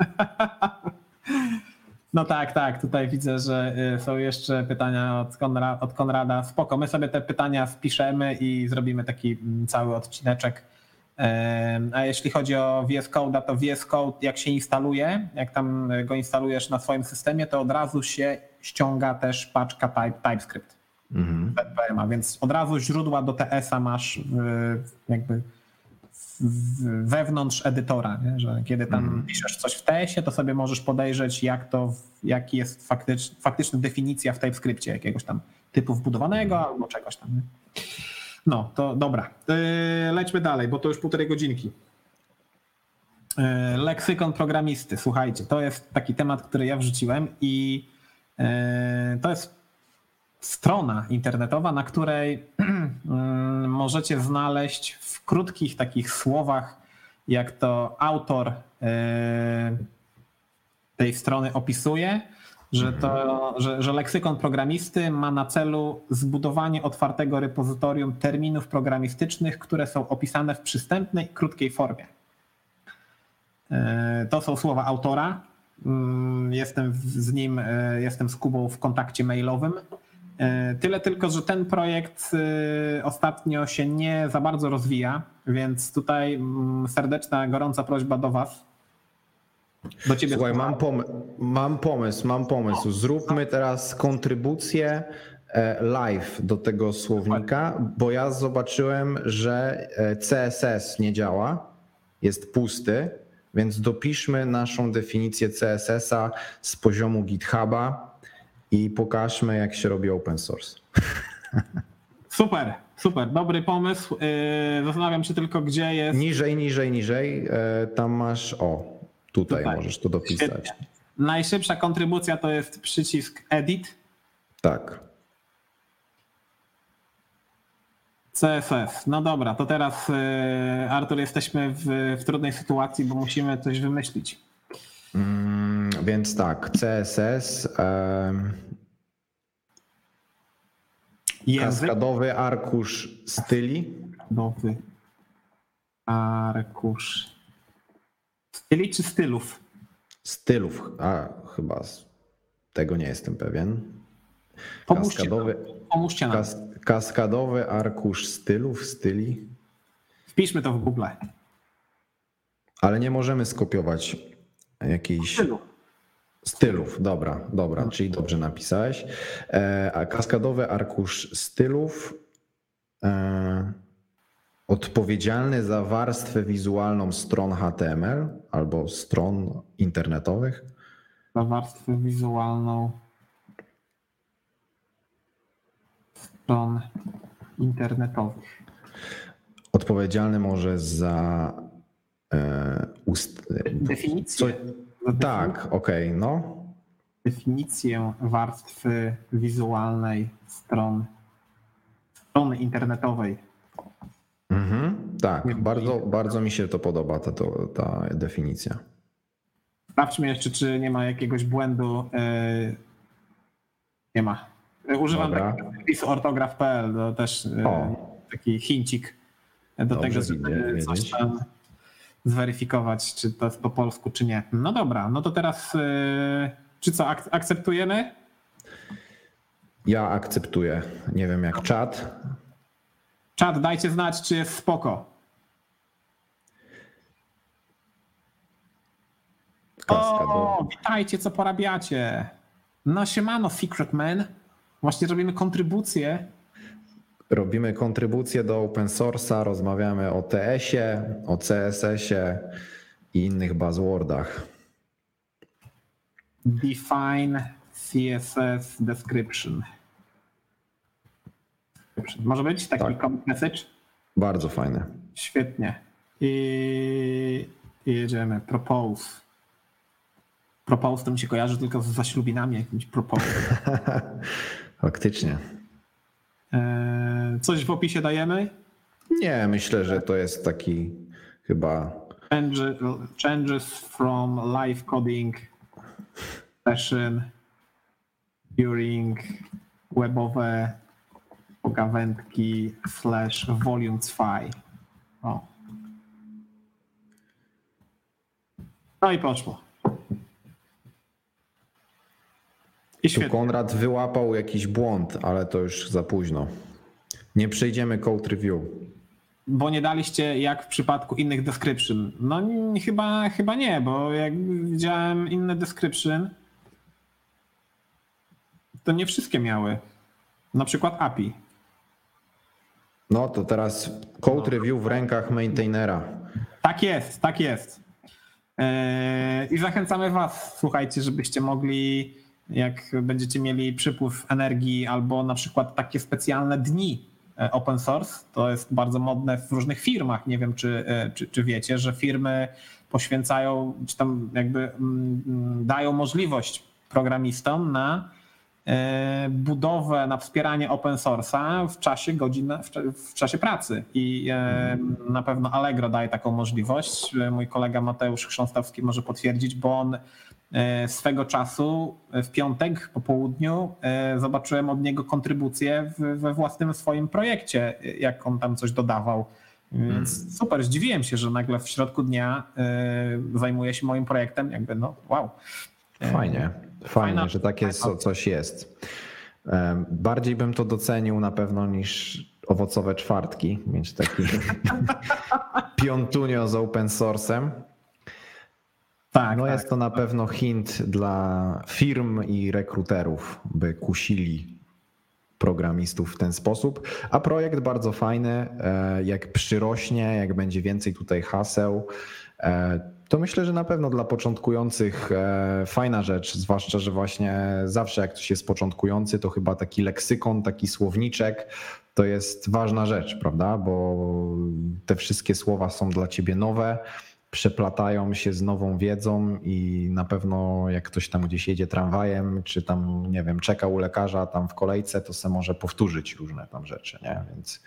No tak, tutaj widzę, że są jeszcze pytania od Konrada. Spoko, my sobie te pytania wpiszemy i zrobimy taki cały odcineczek. A jeśli chodzi o VS Code'a, to VS Code jak się instaluje, jak tam go instalujesz na swoim systemie, to od razu się ściąga też paczka TypeScript. Więc od razu źródła do TS-a masz jakby wewnątrz edytora, nie? Że kiedy tam piszesz coś w TS-ie, to sobie możesz podejrzeć, jaki jest faktyczna definicja w TypeScriptie jakiegoś tam typu wbudowanego albo czegoś tam. Nie? No, to dobra. Lećmy dalej, bo to już 1,5 godzinki. Leksykon programisty. Słuchajcie, to jest taki temat, który ja wrzuciłem i to jest strona internetowa, na której możecie znaleźć w krótkich takich słowach, jak to autor tej strony opisuje, że leksykon programisty ma na celu zbudowanie otwartego repozytorium terminów programistycznych, które są opisane w przystępnej, krótkiej formie. To są słowa autora. Jestem z Kubą w kontakcie mailowym. Tyle tylko, że ten projekt ostatnio się nie za bardzo rozwija, więc tutaj serdeczna, gorąca prośba do was. Do ciebie. Słuchaj, mam pomysł. Zróbmy teraz kontrybucję live do tego słownika, bo ja zobaczyłem, że CSS nie działa, jest pusty, więc dopiszmy naszą definicję CSS-a z poziomu GitHuba i pokażmy, jak się robi open source. Super, dobry pomysł. Zastanawiam się tylko, gdzie jest... Niżej, tam masz, tutaj możesz to dopisać. Świetnie. Najszybsza kontrybucja to jest przycisk edit. Tak. CSS. No dobra, to teraz Artur, jesteśmy w trudnej sytuacji, bo musimy coś wymyślić. Więc tak, CSS, kaskadowy arkusz styli. Kaskadowy arkusz styli czy stylów? Stylów, chyba tego nie jestem pewien. Pomóżcie nam. Kaskadowy arkusz styli. Wpiszmy to w Google. Ale nie możemy skopiować jakichś stylów. Dobra, czyli dobrze napisałeś. A kaskadowy arkusz stylów odpowiedzialny za warstwę wizualną stron HTML albo stron internetowych. Za warstwę wizualną stron internetowych. Odpowiedzialny może za definicję. Tak, okej, no. Definicję warstwy wizualnej strony internetowej. Tak, bardzo mi się to podoba, ta definicja. Sprawdźmy jeszcze, czy nie ma jakiegoś błędu. Nie ma. Używam takiego ortograf.pl, to też taki hincik do tego, żeby coś tam zweryfikować, czy to jest po polsku, czy nie. No dobra, no to teraz czy co, akceptujemy? Ja akceptuję. Nie wiem jak czat. Czat, dajcie znać, czy jest spoko. Witajcie, co porabiacie? No siemano, Secret Man. Właśnie robimy kontrybucję. Robimy kontrybucje do open source'a, rozmawiamy o TS-ie, o CSS-ie i innych buzzwordach. Define CSS description. Może być taki commit message? Bardzo fajne. Świetnie. I jedziemy. Propose. Propose to mi się kojarzy tylko z zaślubinami, jakimś propose. Faktycznie. Coś w opisie dajemy? Nie, myślę, że to jest taki chyba... Changes from live coding session during webowe pogawędki / volumes file. O. No i poszło. I Tu świetnie. Konrad wyłapał jakiś błąd, ale to już za późno. Nie przejdziemy code review. Bo nie daliście jak w przypadku innych description. No chyba nie, bo jak widziałem inne description, to nie wszystkie miały. Na przykład API. No to teraz code review w rękach maintainera. Tak jest. I zachęcamy was, słuchajcie, żebyście mogli, jak będziecie mieli przypływ energii albo na przykład takie specjalne dni open source, to jest bardzo modne w różnych firmach, nie wiem czy wiecie, że firmy poświęcają, czy tam jakby dają możliwość programistom na budowę, na wspieranie open source'a w czasie godzin, w czasie pracy i na pewno Allegro daje taką możliwość. Mój kolega Mateusz Chrząstowski może potwierdzić, bo on swego czasu w piątek po południu zobaczyłem od niego kontrybucję we własnym swoim projekcie, jak on tam coś dodawał. Więc super, zdziwiłem się, że nagle w środku dnia zajmuje się moim projektem, jakby no wow. Fajnie, że takie coś jest. Bardziej bym to docenił na pewno niż owocowe czwartki, mieć taki piątunio z open source'em. Tak, no tak. Jest to na pewno hint dla firm i rekruterów, by kusili programistów w ten sposób. A projekt bardzo fajny, jak przyrośnie, jak będzie więcej tutaj haseł, to myślę, że na pewno dla początkujących fajna rzecz, zwłaszcza, że właśnie zawsze jak ktoś jest początkujący, to chyba taki leksykon, taki słowniczek to jest ważna rzecz, prawda? Bo te wszystkie słowa są dla ciebie nowe, przeplatają się z nową wiedzą i na pewno jak ktoś tam gdzieś jedzie tramwajem, czy tam, nie wiem, czeka u lekarza tam w kolejce, to se może powtórzyć różne tam rzeczy, nie? Więc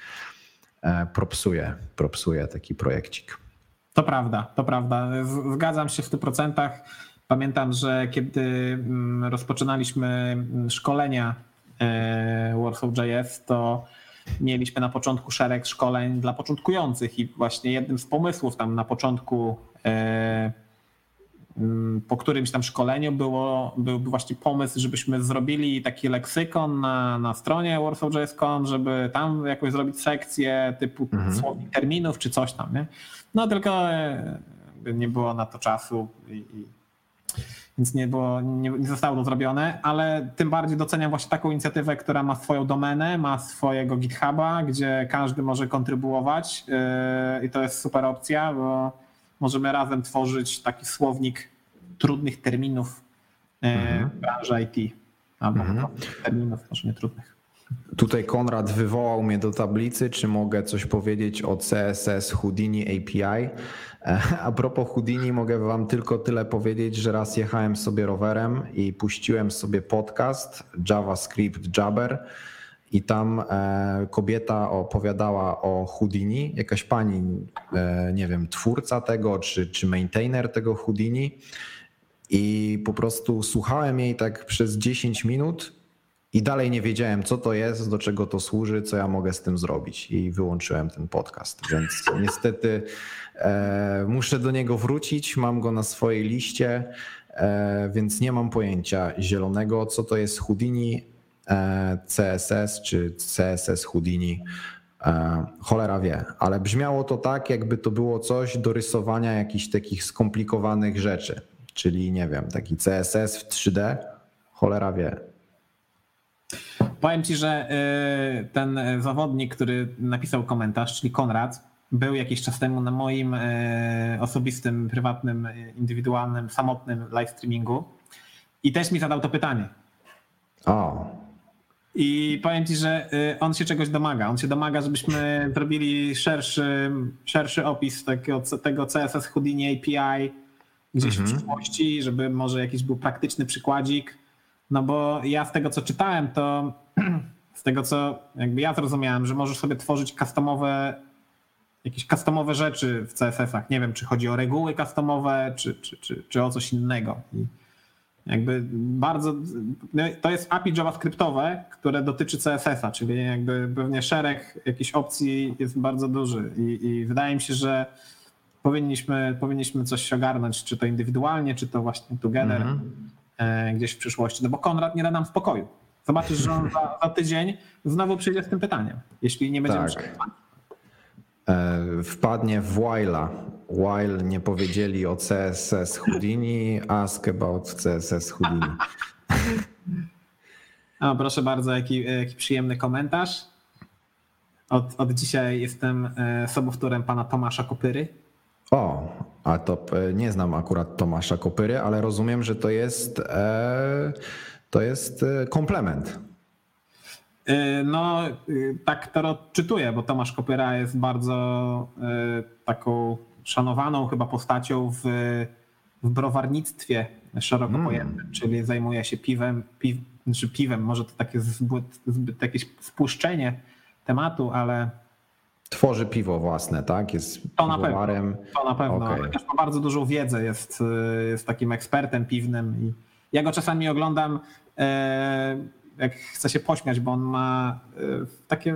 propsuję taki projekcik. To prawda. Zgadzam się w 100%. Pamiętam, że kiedy rozpoczynaliśmy szkolenia Warsaw.js, to mieliśmy na początku szereg szkoleń dla początkujących i właśnie jednym z pomysłów tam na początku po którymś tam szkoleniu był właśnie pomysł, żebyśmy zrobili taki leksykon na stronie warsaw.js.com, żeby tam jakoś zrobić sekcję typu słownik terminów czy coś tam, nie? No tylko nie było na to czasu więc nie zostało to zrobione, ale tym bardziej doceniam właśnie taką inicjatywę, która ma swoją domenę, ma swojego GitHuba, gdzie każdy może kontrybuować i to jest super opcja, bo możemy razem tworzyć taki słownik trudnych terminów w branży IT. Albo terminów, może nie trudnych. Tutaj Konrad wywołał mnie do tablicy, czy mogę coś powiedzieć o CSS Houdini API. A propos Houdini mogę wam tylko tyle powiedzieć, że raz jechałem sobie rowerem i puściłem sobie podcast JavaScript Jabber i tam kobieta opowiadała o Houdini, jakaś pani, nie wiem, twórca tego czy maintainer tego Houdini i po prostu słuchałem jej tak przez 10 minut i dalej nie wiedziałem, co to jest, do czego to służy, co ja mogę z tym zrobić i wyłączyłem ten podcast, więc niestety muszę do niego wrócić, mam go na swojej liście, więc nie mam pojęcia zielonego, co to jest Houdini, CSS czy CSS Houdini, cholera wie, ale brzmiało to tak, jakby to było coś do rysowania jakichś takich skomplikowanych rzeczy, czyli nie wiem, taki CSS w 3D, cholera wie. Powiem ci, że ten zawodnik, który napisał komentarz, czyli Konrad, był jakiś czas temu na moim osobistym, prywatnym, indywidualnym, samotnym live streamingu i też mi zadał to pytanie. O. I powiem ci, że on się czegoś domaga. On się domaga, żebyśmy zrobili szerszy opis tego CSS Houdini API gdzieś w przyszłości, żeby może jakiś był praktyczny przykładzik. No bo ja z tego, co czytałem, to z tego, co jakby ja zrozumiałem, że możesz sobie tworzyć jakieś customowe rzeczy w CSS-ach. Nie wiem, czy chodzi o reguły customowe, czy o coś innego. I jakby bardzo, to jest API JavaScriptowe, które dotyczy CSS-a, czyli jakby pewnie szereg jakichś opcji jest bardzo duży i wydaje mi się, że powinniśmy coś ogarnąć, czy to indywidualnie, czy to właśnie together gdzieś w przyszłości, no bo Konrad nie da nam spokoju. Zobaczysz, że on za tydzień znowu przyjdzie z tym pytaniem, jeśli nie będziemy przekonani. Wpadnie w While'a. While nie powiedzieli o CSS Houdini, ask about CSS Houdini. O, proszę bardzo, jaki przyjemny komentarz. Od dzisiaj jestem sobowtórem pana Tomasza Kopyry. O, a to nie znam akurat Tomasza Kopyry, ale rozumiem, że to jest komplement. No, tak to odczytuję, bo Tomasz Kopyra jest bardzo taką szanowaną chyba postacią w browarnictwie szeroko pojętym, czyli zajmuje się piwem, może to takie zbyt jakieś spłuszczenie tematu, ale... Tworzy piwo własne, tak? Jest piwowarem. To na pewno. Okay. Ale też ma bardzo dużą wiedzę, jest takim ekspertem piwnym i ja go czasami oglądam, jak chce się pośmiać, bo on ma takie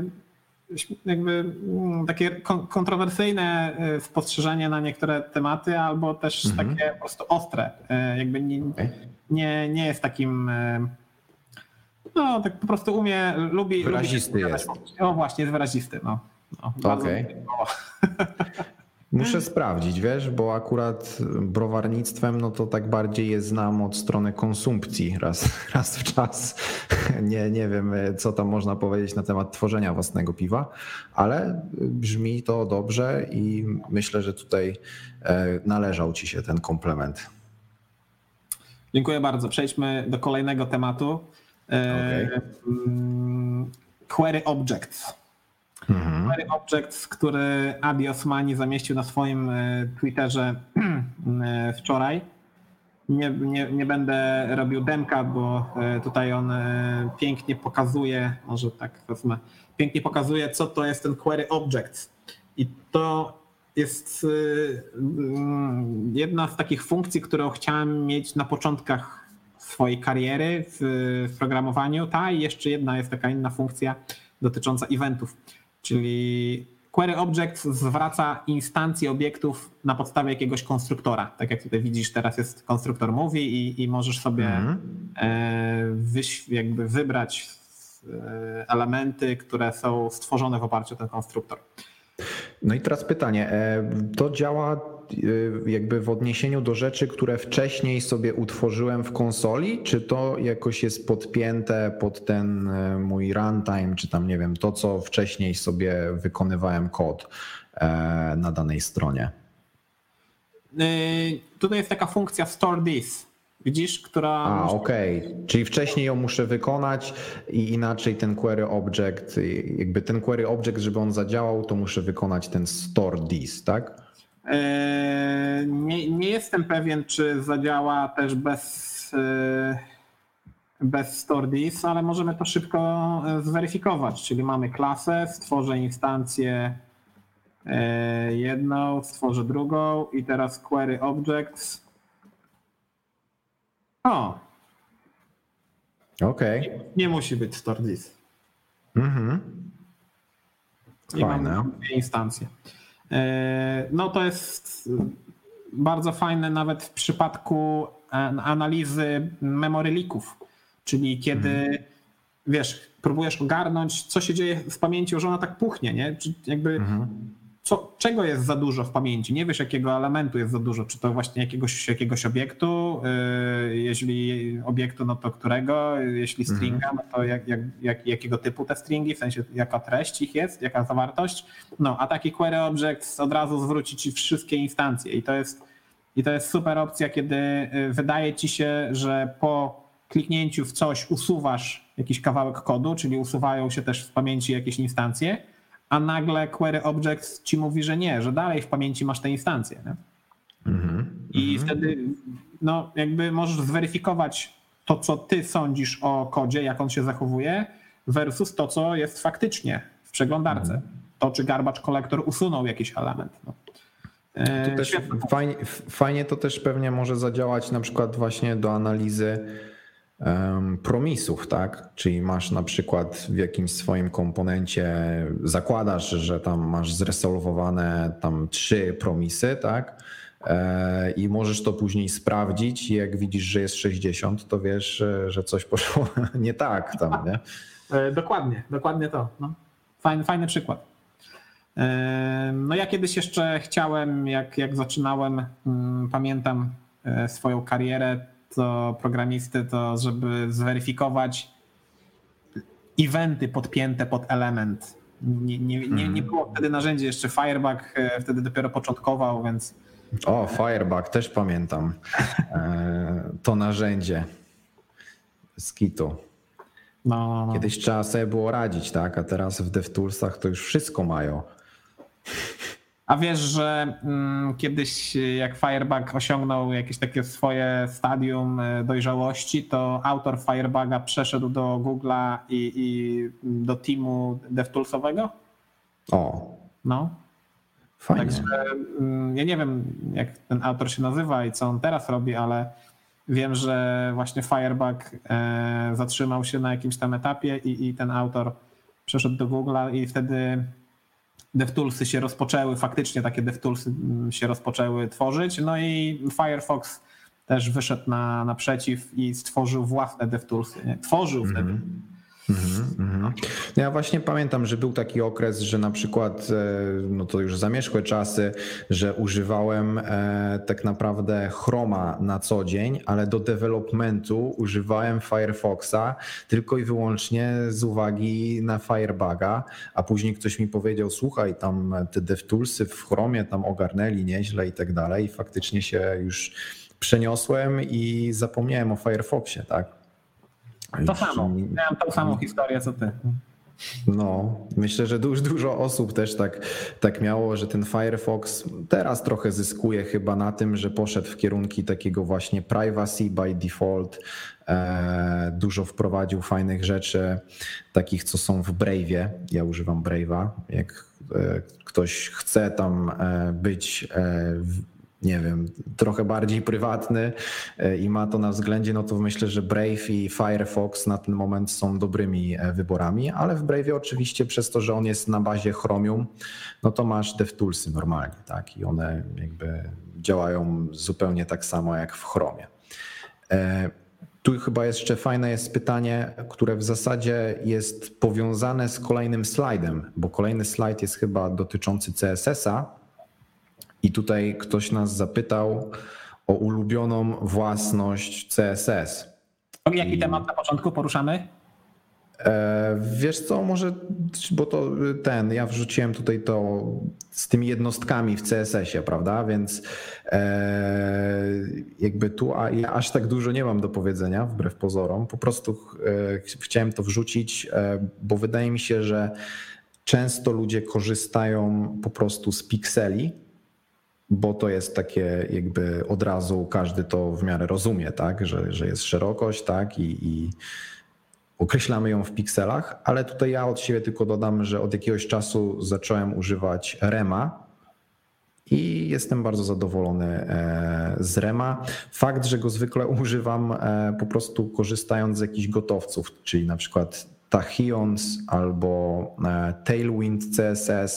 kontrowersyjne spostrzeżenie na niektóre tematy, albo też takie po prostu ostre. Jakby nie jest takim, no tak po prostu lubi... Wyrazisty jest. O właśnie, jest wyrazisty, no. Okej. Muszę sprawdzić, wiesz, bo akurat browarnictwem no to tak bardziej je znam od strony konsumpcji raz w czas. Nie wiem, co tam można powiedzieć na temat tworzenia własnego piwa, ale brzmi to dobrze i myślę, że tutaj należał ci się ten komplement. Dziękuję bardzo. Przejdźmy do kolejnego tematu. Okay. Query Objects. Query Objects, który Adi Osmani zamieścił na swoim Twitterze wczoraj. Nie będę robił demka, bo tutaj on pięknie pokazuje, może tak powiedzmy, pięknie pokazuje, co to jest ten Query Objects. I to jest jedna z takich funkcji, którą chciałem mieć na początkach swojej kariery w programowaniu. I jeszcze jedna jest taka inna funkcja dotycząca eventów. Czyli Query Objects zwraca instancje obiektów na podstawie jakiegoś konstruktora. Tak jak tutaj widzisz, teraz jest konstruktor Movie i możesz sobie jakby wybrać elementy, które są stworzone w oparciu o ten konstruktor. No i teraz pytanie, to działa jakby w odniesieniu do rzeczy, które wcześniej sobie utworzyłem w konsoli, czy to jakoś jest podpięte pod ten mój runtime, czy tam nie wiem, to co wcześniej sobie wykonywałem kod na danej stronie? Tutaj jest taka funkcja store this, widzisz, która... Okej. Czyli wcześniej ją muszę wykonać i inaczej ten query object, jakby ten query object, żeby on zadziałał, to muszę wykonać ten store this, tak? Nie jestem pewien, czy zadziała też bez store this, ale możemy to szybko zweryfikować. Czyli mamy klasę, stworzę instancję jedną, stworzę drugą i teraz query objects. Okej. Nie musi być store this. I mamy dwie instancje. No to jest bardzo fajne nawet w przypadku analizy memory leaków, czyli kiedy wiesz, próbujesz ogarnąć, co się dzieje z pamięcią, że ona tak puchnie, nie? Czy jakby czego jest za dużo w pamięci, nie wiesz jakiego elementu jest za dużo, czy to właśnie jakiegoś obiektu, jeśli obiektu, no to którego, jeśli stringa, no to jakiego typu te stringi, w sensie jaka treść ich jest, jaka zawartość, no a taki query objects od razu zwróci ci wszystkie instancje i to jest super opcja, kiedy wydaje ci się, że po kliknięciu w coś usuwasz jakiś kawałek kodu, czyli usuwają się też z pamięci jakieś instancje, a nagle query objects ci mówi, że nie, że dalej w pamięci masz te instancje. Nie? I wtedy no, jakby możesz zweryfikować to, co ty sądzisz o kodzie, jak on się zachowuje, versus to, co jest faktycznie w przeglądarce. To, czy garbage collector usunął jakiś element. No. To też fajnie to też pewnie może zadziałać na przykład właśnie do analizy promisów, tak? Czyli masz na przykład w jakimś swoim komponencie, zakładasz, że tam masz zresolwowane tam 3 promisy, tak? I możesz to później sprawdzić i jak widzisz, że jest 60, to wiesz, że coś poszło nie tak tam, nie? Dokładnie to. No. Fajny przykład. No ja kiedyś jeszcze chciałem, jak zaczynałem, pamiętam swoją karierę to programisty, to żeby zweryfikować eventy podpięte pod element. Nie było wtedy narzędzi, jeszcze Firebug wtedy dopiero początkował, więc... O, Firebug, też pamiętam to narzędzie z Kitu. No. Kiedyś trzeba sobie było radzić, tak? A teraz w DevToolsach to już wszystko mają. A wiesz, że kiedyś jak Firebug osiągnął jakieś takie swoje stadium dojrzałości, to autor Firebuga przeszedł do Google'a i do teamu DevToolsowego? O. No. Fajnie. Także ja nie wiem, jak ten autor się nazywa i co on teraz robi, ale wiem, że właśnie Firebug zatrzymał się na jakimś tam etapie i ten autor przeszedł do Google'a i wtedy DevToolsy się rozpoczęły, faktycznie takie DevToolsy się rozpoczęły tworzyć, no i Firefox też wyszedł naprzeciw i stworzył własne DevToolsy. Tworzył wtedy. Ja właśnie pamiętam, że był taki okres, że na przykład, no to już zamierzchłe czasy, że używałem tak naprawdę Chroma na co dzień, ale do developmentu używałem Firefoxa tylko i wyłącznie z uwagi na Firebuga, a później ktoś mi powiedział, słuchaj, tam te DevToolsy w Chromie tam ogarnęli nieźle i tak dalej i faktycznie się już przeniosłem i zapomniałem o Firefoxie, tak? To samo. Miałem tą samą historię co ty. No, myślę, że dużo osób też tak miało, że ten Firefox teraz trochę zyskuje chyba na tym, że poszedł w kierunki takiego właśnie privacy by default. Dużo wprowadził fajnych rzeczy, takich co są w Brave'ie. Ja używam Brave'a. Jak ktoś chce tam być nie wiem, trochę bardziej prywatny i ma to na względzie, no to myślę, że Brave i Firefox na ten moment są dobrymi wyborami, ale w Brave'ie oczywiście przez to, że on jest na bazie Chromium, no to masz DevToolsy normalnie, tak? I one jakby działają zupełnie tak samo jak w Chromie. Tu chyba jeszcze fajne jest pytanie, które w zasadzie jest powiązane z kolejnym slajdem, bo kolejny slajd jest chyba dotyczący CSS-a. I tutaj ktoś nas zapytał o ulubioną własność CSS. Jaki temat na początku poruszamy? Wiesz co, może, bo to ja wrzuciłem tutaj to z tymi jednostkami w CSS-ie, prawda? Więc jakby tu ja aż tak dużo nie mam do powiedzenia, wbrew pozorom. Po prostu chciałem to wrzucić, bo wydaje mi się, że często ludzie korzystają po prostu z pikseli, bo to jest takie jakby od razu każdy to w miarę rozumie, tak, że jest szerokość, tak, i określamy ją w pikselach, ale tutaj ja od siebie tylko dodam, że od jakiegoś czasu zacząłem używać Rema i jestem bardzo zadowolony z Rema. Fakt, że go zwykle używam po prostu korzystając z jakichś gotowców, czyli na przykład Tachyons albo Tailwind CSS,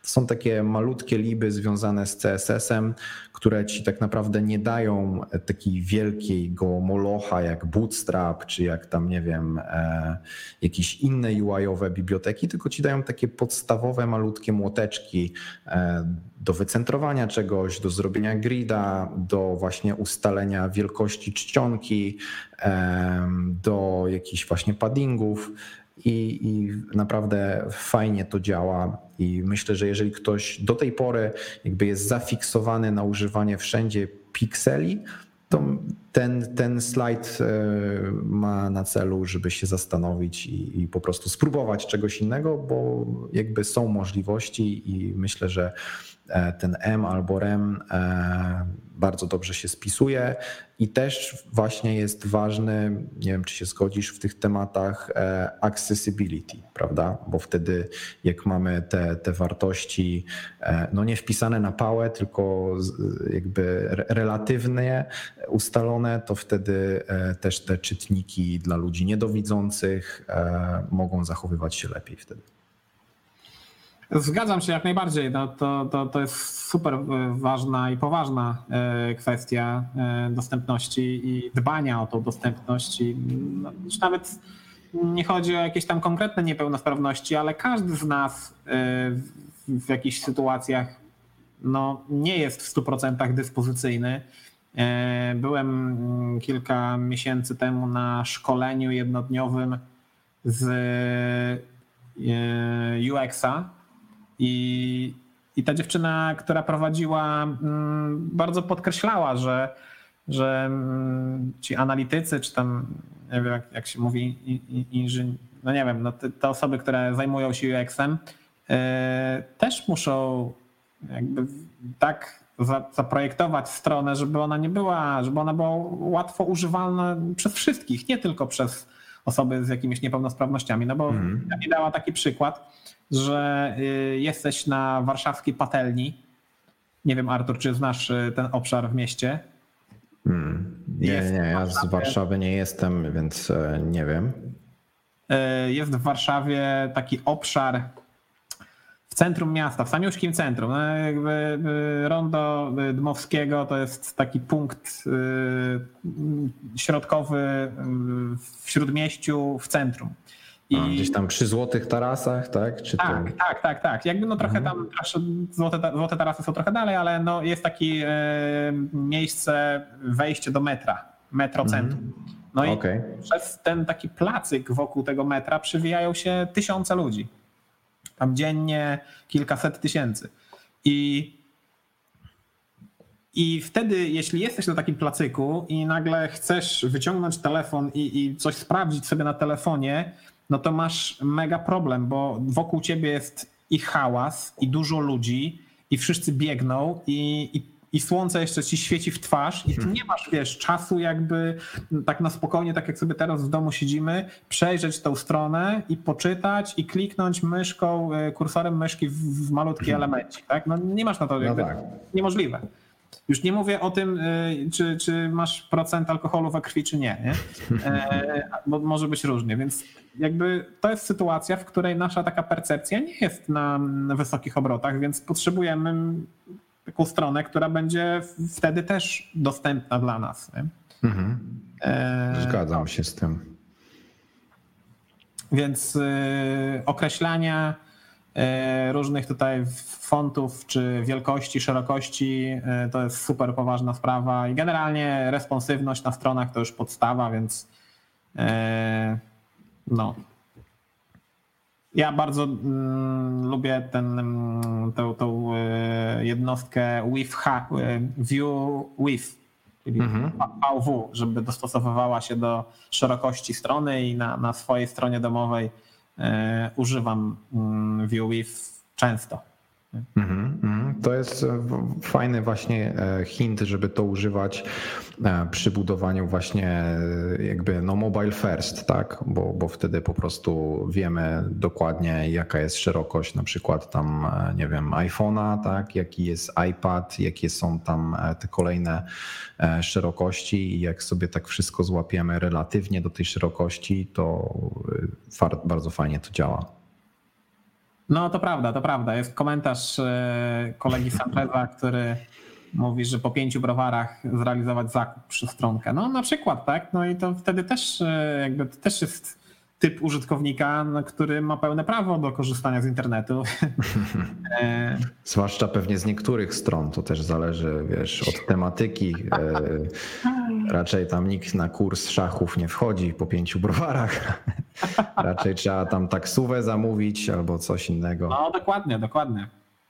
są takie malutkie liby związane z CSS-em, które ci tak naprawdę nie dają takiej wielkiego molocha jak Bootstrap, czy jak tam, nie wiem, jakieś inne UI-owe biblioteki, tylko ci dają takie podstawowe, malutkie młoteczki do wycentrowania czegoś, do zrobienia grida, do właśnie ustalenia wielkości czcionki, do jakichś właśnie paddingów. I naprawdę fajnie to działa i myślę, że jeżeli ktoś do tej pory jakby jest zafiksowany na używanie wszędzie pikseli, to ten slajd ma na celu, żeby się zastanowić i po prostu spróbować czegoś innego, bo jakby są możliwości i myślę, że ten M albo REM bardzo dobrze się spisuje i też właśnie jest ważny, nie wiem czy się zgodzisz w tych tematach, accessibility, prawda? Bo wtedy jak mamy te wartości no nie wpisane na pałę, tylko jakby relatywnie ustalone, to wtedy też te czytniki dla ludzi niedowidzących mogą zachowywać się lepiej wtedy. Zgadzam się jak najbardziej. No to jest super ważna i poważna kwestia dostępności i dbania o tą dostępność. No, już nawet nie chodzi o jakieś tam konkretne niepełnosprawności, ale każdy z nas w jakichś sytuacjach no, nie jest w 100% dyspozycyjny. Byłem kilka miesięcy temu na szkoleniu jednodniowym z UX-a. I ta dziewczyna, która prowadziła, bardzo podkreślała, że ci analitycy, czy tam, nie wiem jak się mówi, no nie wiem, no te osoby, które zajmują się UX-em, też muszą jakby tak zaprojektować stronę, żeby ona była łatwo używalna przez wszystkich, nie tylko przez osoby z jakimiś niepełnosprawnościami. No bo mi dała taki przykład, że jesteś na warszawskiej patelni. Nie wiem, Artur, czy znasz ten obszar w mieście? Nie, ja z Warszawy nie jestem, więc nie wiem. Jest w Warszawie taki obszar w centrum miasta, w samiuszkim centrum. No jakby Rondo Dmowskiego to jest taki punkt środkowy w Śródmieściu, w centrum. Gdzieś tam przy Złotych Tarasach, tak? Czy tak. Jakby no trochę tam, Złote Tarasy są trochę dalej, ale no jest takie miejsce, wejście do metrocentrum. No i przez ten taki placyk wokół tego metra przywijają się tysiące ludzi. Tam dziennie kilkaset tysięcy. I wtedy, jeśli jesteś na takim placyku i nagle chcesz wyciągnąć telefon i coś sprawdzić sobie na telefonie, no to masz mega problem, bo wokół ciebie jest i hałas, i dużo ludzi, i wszyscy biegną, i słońce jeszcze ci świeci w twarz i ty nie masz, wiesz, czasu jakby tak na spokojnie, tak jak sobie teraz w domu siedzimy, przejrzeć tą stronę i poczytać i kliknąć myszką, kursorem myszki w malutki elemencik, tak? No nie masz na to jakby, niemożliwe. Już nie mówię o tym, czy masz procent alkoholu we krwi, czy nie? Bo może być różnie, więc jakby to jest sytuacja, w której nasza taka percepcja nie jest na wysokich obrotach, więc potrzebujemy taką stronę, która będzie wtedy też dostępna dla nas. Nie? Zgadzam się z tym. Więc określania różnych tutaj fontów, czy wielkości, szerokości, to jest super poważna sprawa i generalnie responsywność na stronach to już podstawa, więc no. Ja bardzo lubię tą jednostkę view with, czyli VW, żeby dostosowywała się do szerokości strony i na swojej stronie domowej używam view with często. To jest fajny właśnie hint, żeby to używać przy budowaniu właśnie jakby no mobile first, tak? Bo wtedy po prostu wiemy dokładnie jaka jest szerokość na przykład tam, nie wiem, iPhone'a, tak? Jaki jest iPad, jakie są tam te kolejne szerokości i jak sobie tak wszystko złapiemy relatywnie do tej szerokości, to bardzo fajnie to działa. No to prawda, to prawda. Jest komentarz kolegi Sancheza, który mówi, że po 5 browarach zrealizować zakup przez stronkę. No na przykład, tak? No i to wtedy też jakby to też jest typ użytkownika, który ma pełne prawo do korzystania z internetu. Zwłaszcza pewnie z niektórych stron, to też zależy, wiesz, od tematyki. Raczej tam nikt na kurs szachów nie wchodzi po 5 browarach. Raczej trzeba tam taksówę zamówić albo coś innego. No dokładnie, dokładnie.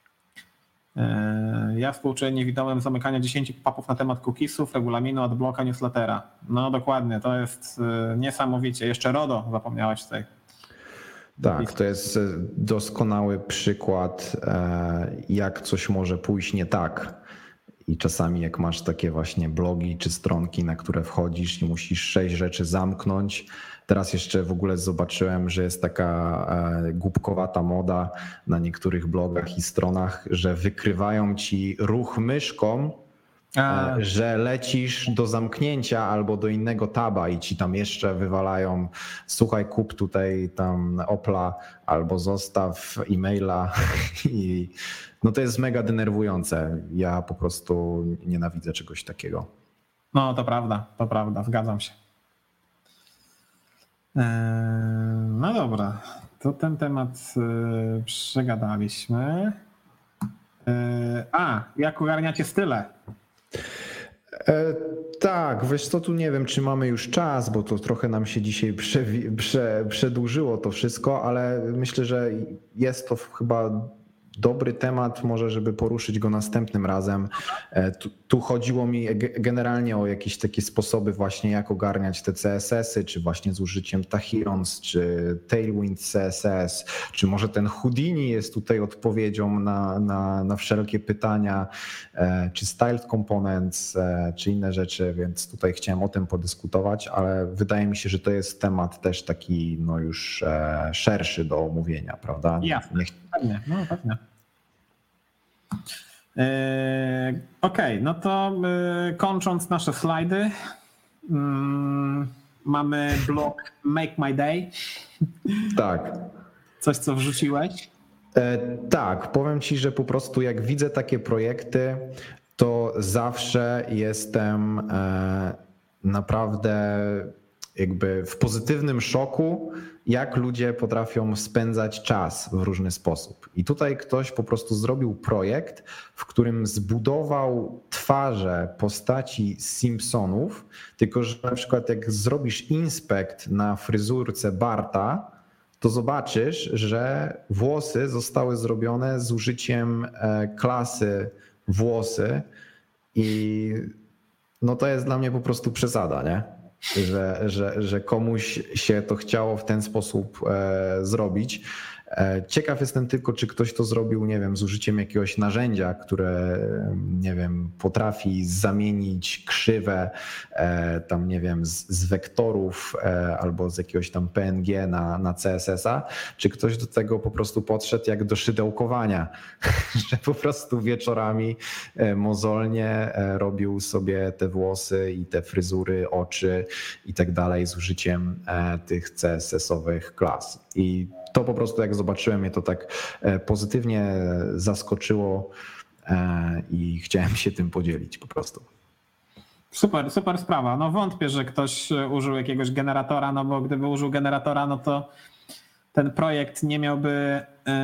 Ja współczuję niewidomym zamykania 10 pop-upów na temat cookiesów, regulaminu, adblocka, newslettera. No dokładnie, to jest niesamowicie. Jeszcze RODO zapomniałeś tutaj. Tak, to jest doskonały przykład, jak coś może pójść nie tak. I czasami jak masz takie właśnie blogi czy stronki, na które wchodzisz i musisz 6 rzeczy zamknąć. Teraz jeszcze w ogóle zobaczyłem, że jest taka głupkowata moda na niektórych blogach i stronach, że wykrywają ci ruch myszką, że lecisz do zamknięcia albo do innego taba i ci tam jeszcze wywalają: słuchaj, kup tutaj tam Opla albo zostaw e-maila. I no to jest mega denerwujące. Ja po prostu nienawidzę czegoś takiego. No to prawda, zgadzam się. No dobra, to ten temat przegadaliśmy. Jak ogarniacie style? Tak, wiesz co, tu nie wiem, czy mamy już czas, bo to trochę nam się dzisiaj przedłużyło to wszystko, ale myślę, że jest to chyba dobry temat, może żeby poruszyć go następnym razem. Tu chodziło mi generalnie o jakieś takie sposoby właśnie, jak ogarniać te CSS-y, czy właśnie z użyciem Tachyons, czy Tailwind CSS, czy może ten Houdini jest tutaj odpowiedzią na wszelkie pytania, czy Styled Components, czy inne rzeczy, więc tutaj chciałem o tym podyskutować, ale wydaje mi się, że to jest temat też taki no już szerszy do omówienia, prawda? Jasne, pewnie. Okej, no to kończąc nasze slajdy, mamy blog Make My Day. Tak. Coś, co wrzuciłeś? Tak, powiem ci, że po prostu jak widzę takie projekty, to zawsze jestem naprawdę jakby w pozytywnym szoku, jak ludzie potrafią spędzać czas w różny sposób. I tutaj ktoś po prostu zrobił projekt, w którym zbudował twarze postaci z Simpsonów, tylko że na przykład jak zrobisz inspekt na fryzurce Barta, to zobaczysz, że włosy zostały zrobione z użyciem klasy włosy i no to jest dla mnie po prostu przesada, nie? Że komuś się to chciało w ten sposób zrobić. Ciekaw jestem tylko, czy ktoś to zrobił, nie wiem, z użyciem jakiegoś narzędzia, które, nie wiem, potrafi zamienić krzywę tam, nie wiem, z wektorów albo z jakiegoś tam PNG na CSS-a, czy ktoś do tego po prostu podszedł jak do szydełkowania, że po prostu wieczorami mozolnie robił sobie te włosy i te fryzury, oczy i tak dalej z użyciem tych CSS-owych klas. I to po prostu jak zobaczyłem, mnie to tak pozytywnie zaskoczyło i chciałem się tym podzielić po prostu. Super sprawa. No wątpię, że ktoś użył jakiegoś generatora, no bo gdyby użył generatora, no to ten projekt nie miałby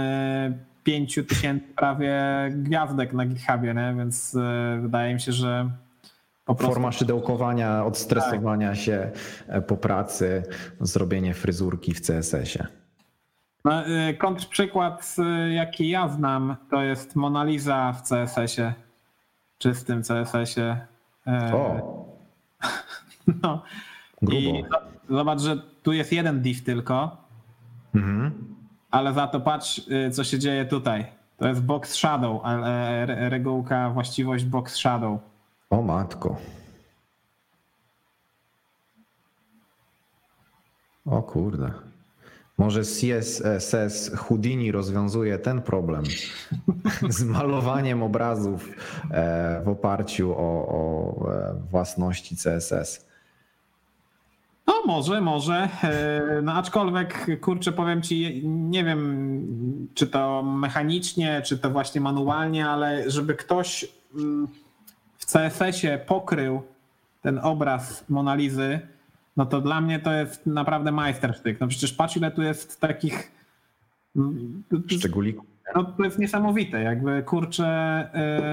5000 prawie gwiazdek na GitHubie, nie? Więc wydaje mi się, że po prostu... Forma szydełkowania, odstresowania się po pracy, zrobienie fryzurki w CSS-ie. No, kontrprzykład, jaki ja znam, to jest Mona Lisa w CSS-ie, czystym CSS-ie. O! No. Grubo. I zobacz, że tu jest jeden div tylko, ale za to patrz, co się dzieje tutaj. To jest box shadow, regułka, właściwość box shadow. O matko. O kurde. Może CSS Houdini rozwiązuje ten problem z malowaniem obrazów w oparciu o własności CSS. No Może. No aczkolwiek, kurczę, powiem ci, nie wiem, czy to mechanicznie, czy to właśnie manualnie, ale żeby ktoś w CSS-ie pokrył ten obraz Monalizy, no to dla mnie to jest naprawdę majstersztyk. No przecież patrz, ile tu jest takich szczególików. No to jest niesamowite, jakby kurczę,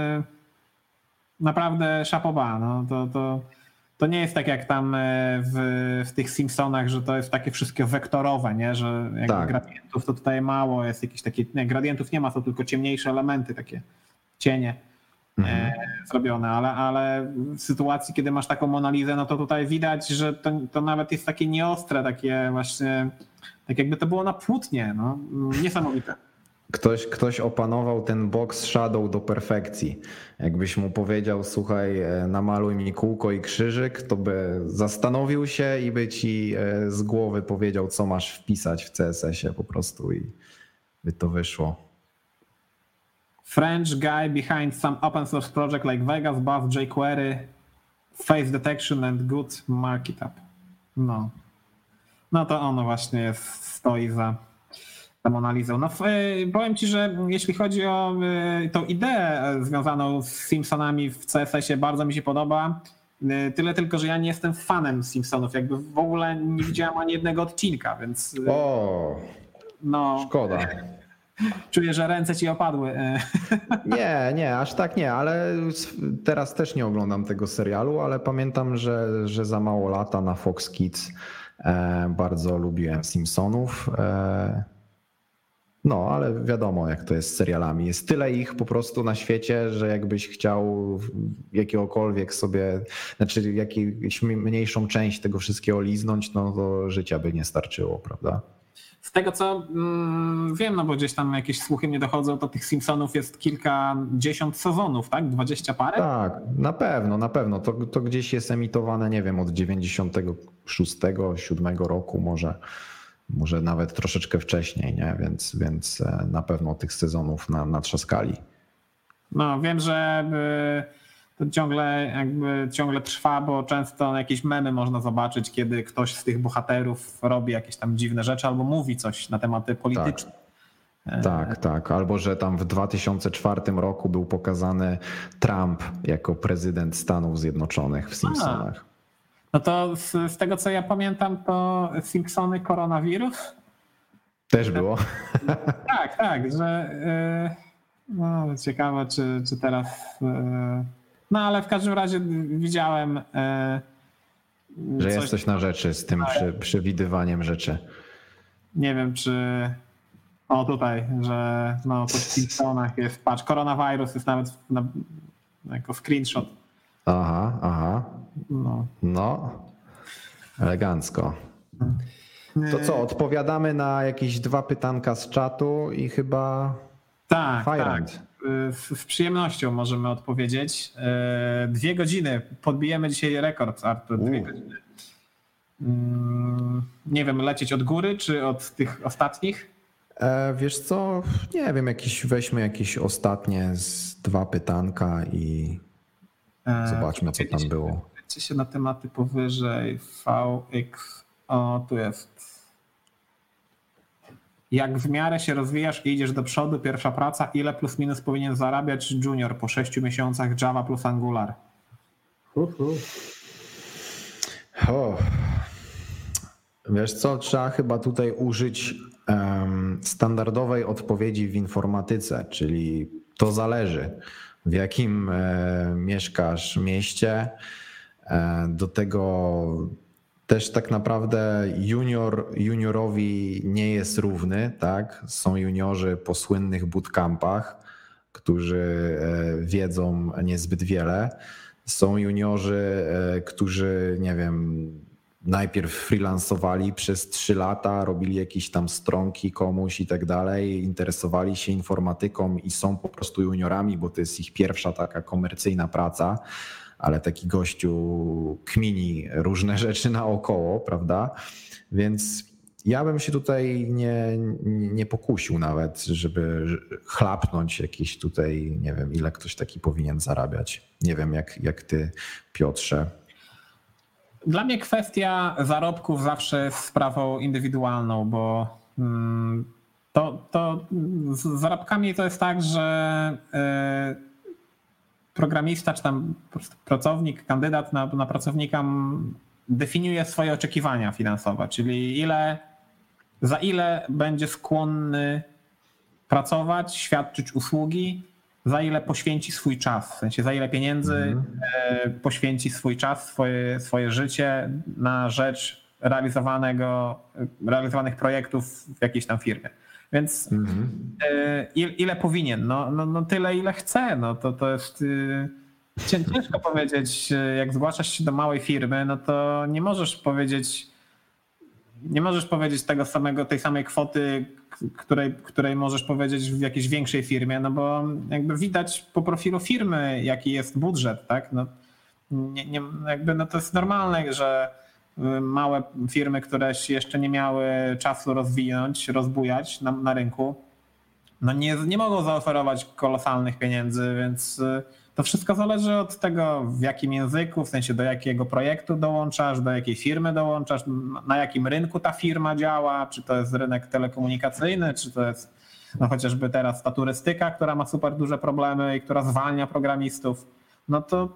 naprawdę chapeau bas, no to nie jest tak jak tam w tych Simpsonach, że to jest takie wszystkie wektorowe, nie? Że jakby Tak. gradientów to tutaj mało, jest jakieś takie, nie, gradientów nie ma, są tylko ciemniejsze elementy, takie cienie zrobione, ale w sytuacji, kiedy masz taką Monalizę, no to tutaj widać, że to nawet jest takie nieostre, takie właśnie, tak jakby to było na płótnie, no niesamowite. Ktoś opanował ten box shadow do perfekcji. Jakbyś mu powiedział, słuchaj, namaluj mi kółko i krzyżyk, to by zastanowił się i by ci z głowy powiedział, co masz wpisać w CSS-ie po prostu i by to wyszło. French guy behind some open source project like Vegas, Buff, jQuery, face detection and good markup. No to ono właśnie stoi za Monalizą. No powiem ci, że jeśli chodzi o tą ideę związaną z Simpsonami w CSS-ie, bardzo mi się podoba. Tyle tylko, że ja nie jestem fanem Simpsonów. Jakby w ogóle nie widziałem ani jednego odcinka, więc szkoda. Czuję, że ręce ci opadły. Nie, aż tak nie, ale teraz też nie oglądam tego serialu, ale pamiętam, że za mało lata na Fox Kids bardzo lubiłem Simpsonów. No, ale wiadomo, jak to jest z serialami. Jest tyle ich po prostu na świecie, że jakbyś chciał jakiegokolwiek sobie, znaczy jakąś mniejszą część tego wszystkiego liznąć, no to życia by nie starczyło, prawda? Z tego co wiem, no bo gdzieś tam jakieś słuchy mnie dochodzą, to tych Simpsonów jest kilkadziesiąt sezonów, tak? 20 parę? Tak, na pewno. To gdzieś jest emitowane, nie wiem, od 96, 7 roku może nawet troszeczkę wcześniej, nie? Więc na pewno tych sezonów natrzaskali. No wiem, że to ciągle trwa, bo często jakieś memy można zobaczyć, kiedy ktoś z tych bohaterów robi jakieś tam dziwne rzeczy albo mówi coś na tematy polityczne. Tak. Albo że tam w 2004 roku był pokazany Trump jako prezydent Stanów Zjednoczonych w Simpsonach. No to z tego co ja pamiętam, to Simpsony koronawirus. Też było. Tak, że no, ciekawe czy teraz... No ale w każdym razie widziałem... Że jest coś na rzeczy z tym przewidywaniem rzeczy. Nie wiem czy... O tutaj, że no to w Simpsonach jest, patrz, koronawirus jest nawet jako screenshot. Aha. No, elegancko. To co, odpowiadamy na jakieś 2 pytanka z czatu i chyba tak. Fajrant. Z przyjemnością możemy odpowiedzieć. 2 godziny. Podbijemy dzisiaj rekord, Artur. 2 godziny. Nie wiem, lecieć od góry czy od tych ostatnich? Wiesz co, nie wiem, weźmy jakieś ostatnie z 2 pytanka i zobaczmy, co tam było. Wiecie się na tematy powyżej VX. O, tu jest. Jak w miarę się rozwijasz i idziesz do przodu, pierwsza praca, ile plus minus powinien zarabiać junior po 6 miesiącach Java plus Angular? Wiesz co, trzeba chyba tutaj użyć standardowej odpowiedzi w informatyce, czyli to zależy, w jakim mieszkasz mieście. Do tego też tak naprawdę juniorowi nie jest równy, tak? Są juniorzy po słynnych bootcampach, którzy wiedzą niezbyt wiele. Są juniorzy, którzy, nie wiem, najpierw freelansowali przez 3 lata, robili jakieś tam stronki komuś i tak dalej, interesowali się informatyką i są po prostu juniorami, bo to jest ich pierwsza taka komercyjna praca, ale taki gościu kmini różne rzeczy naokoło, prawda? Więc ja bym się tutaj nie pokusił nawet, żeby chlapnąć jakieś tutaj, nie wiem, ile ktoś taki powinien zarabiać. Nie wiem, jak ty, Piotrze. Dla mnie kwestia zarobków zawsze jest sprawą indywidualną, bo to z zarobkami to jest tak, że programista czy tam pracownik, kandydat na pracownika definiuje swoje oczekiwania finansowe, czyli za ile będzie skłonny pracować, świadczyć usługi, za ile poświęci swój czas, w sensie za ile pieniędzy poświęci swój czas, swoje życie na rzecz realizowanych projektów w jakiejś tam firmie. Więc ile powinien? No tyle, ile chce. No to jest ciężko powiedzieć, jak zgłaszasz się do małej firmy, no to nie możesz powiedzieć tej samej kwoty, której możesz powiedzieć w jakiejś większej firmie, no bo jakby widać po profilu firmy, jaki jest budżet, tak? No, to jest normalne, że małe firmy, które jeszcze nie miały czasu rozbujać na rynku, no nie mogą zaoferować kolosalnych pieniędzy, więc to wszystko zależy od tego, w jakim języku, w sensie do jakiego projektu dołączasz, do jakiej firmy dołączasz, na jakim rynku ta firma działa, czy to jest rynek telekomunikacyjny, czy to jest chociażby teraz ta turystyka, która ma super duże problemy i która zwalnia programistów. No to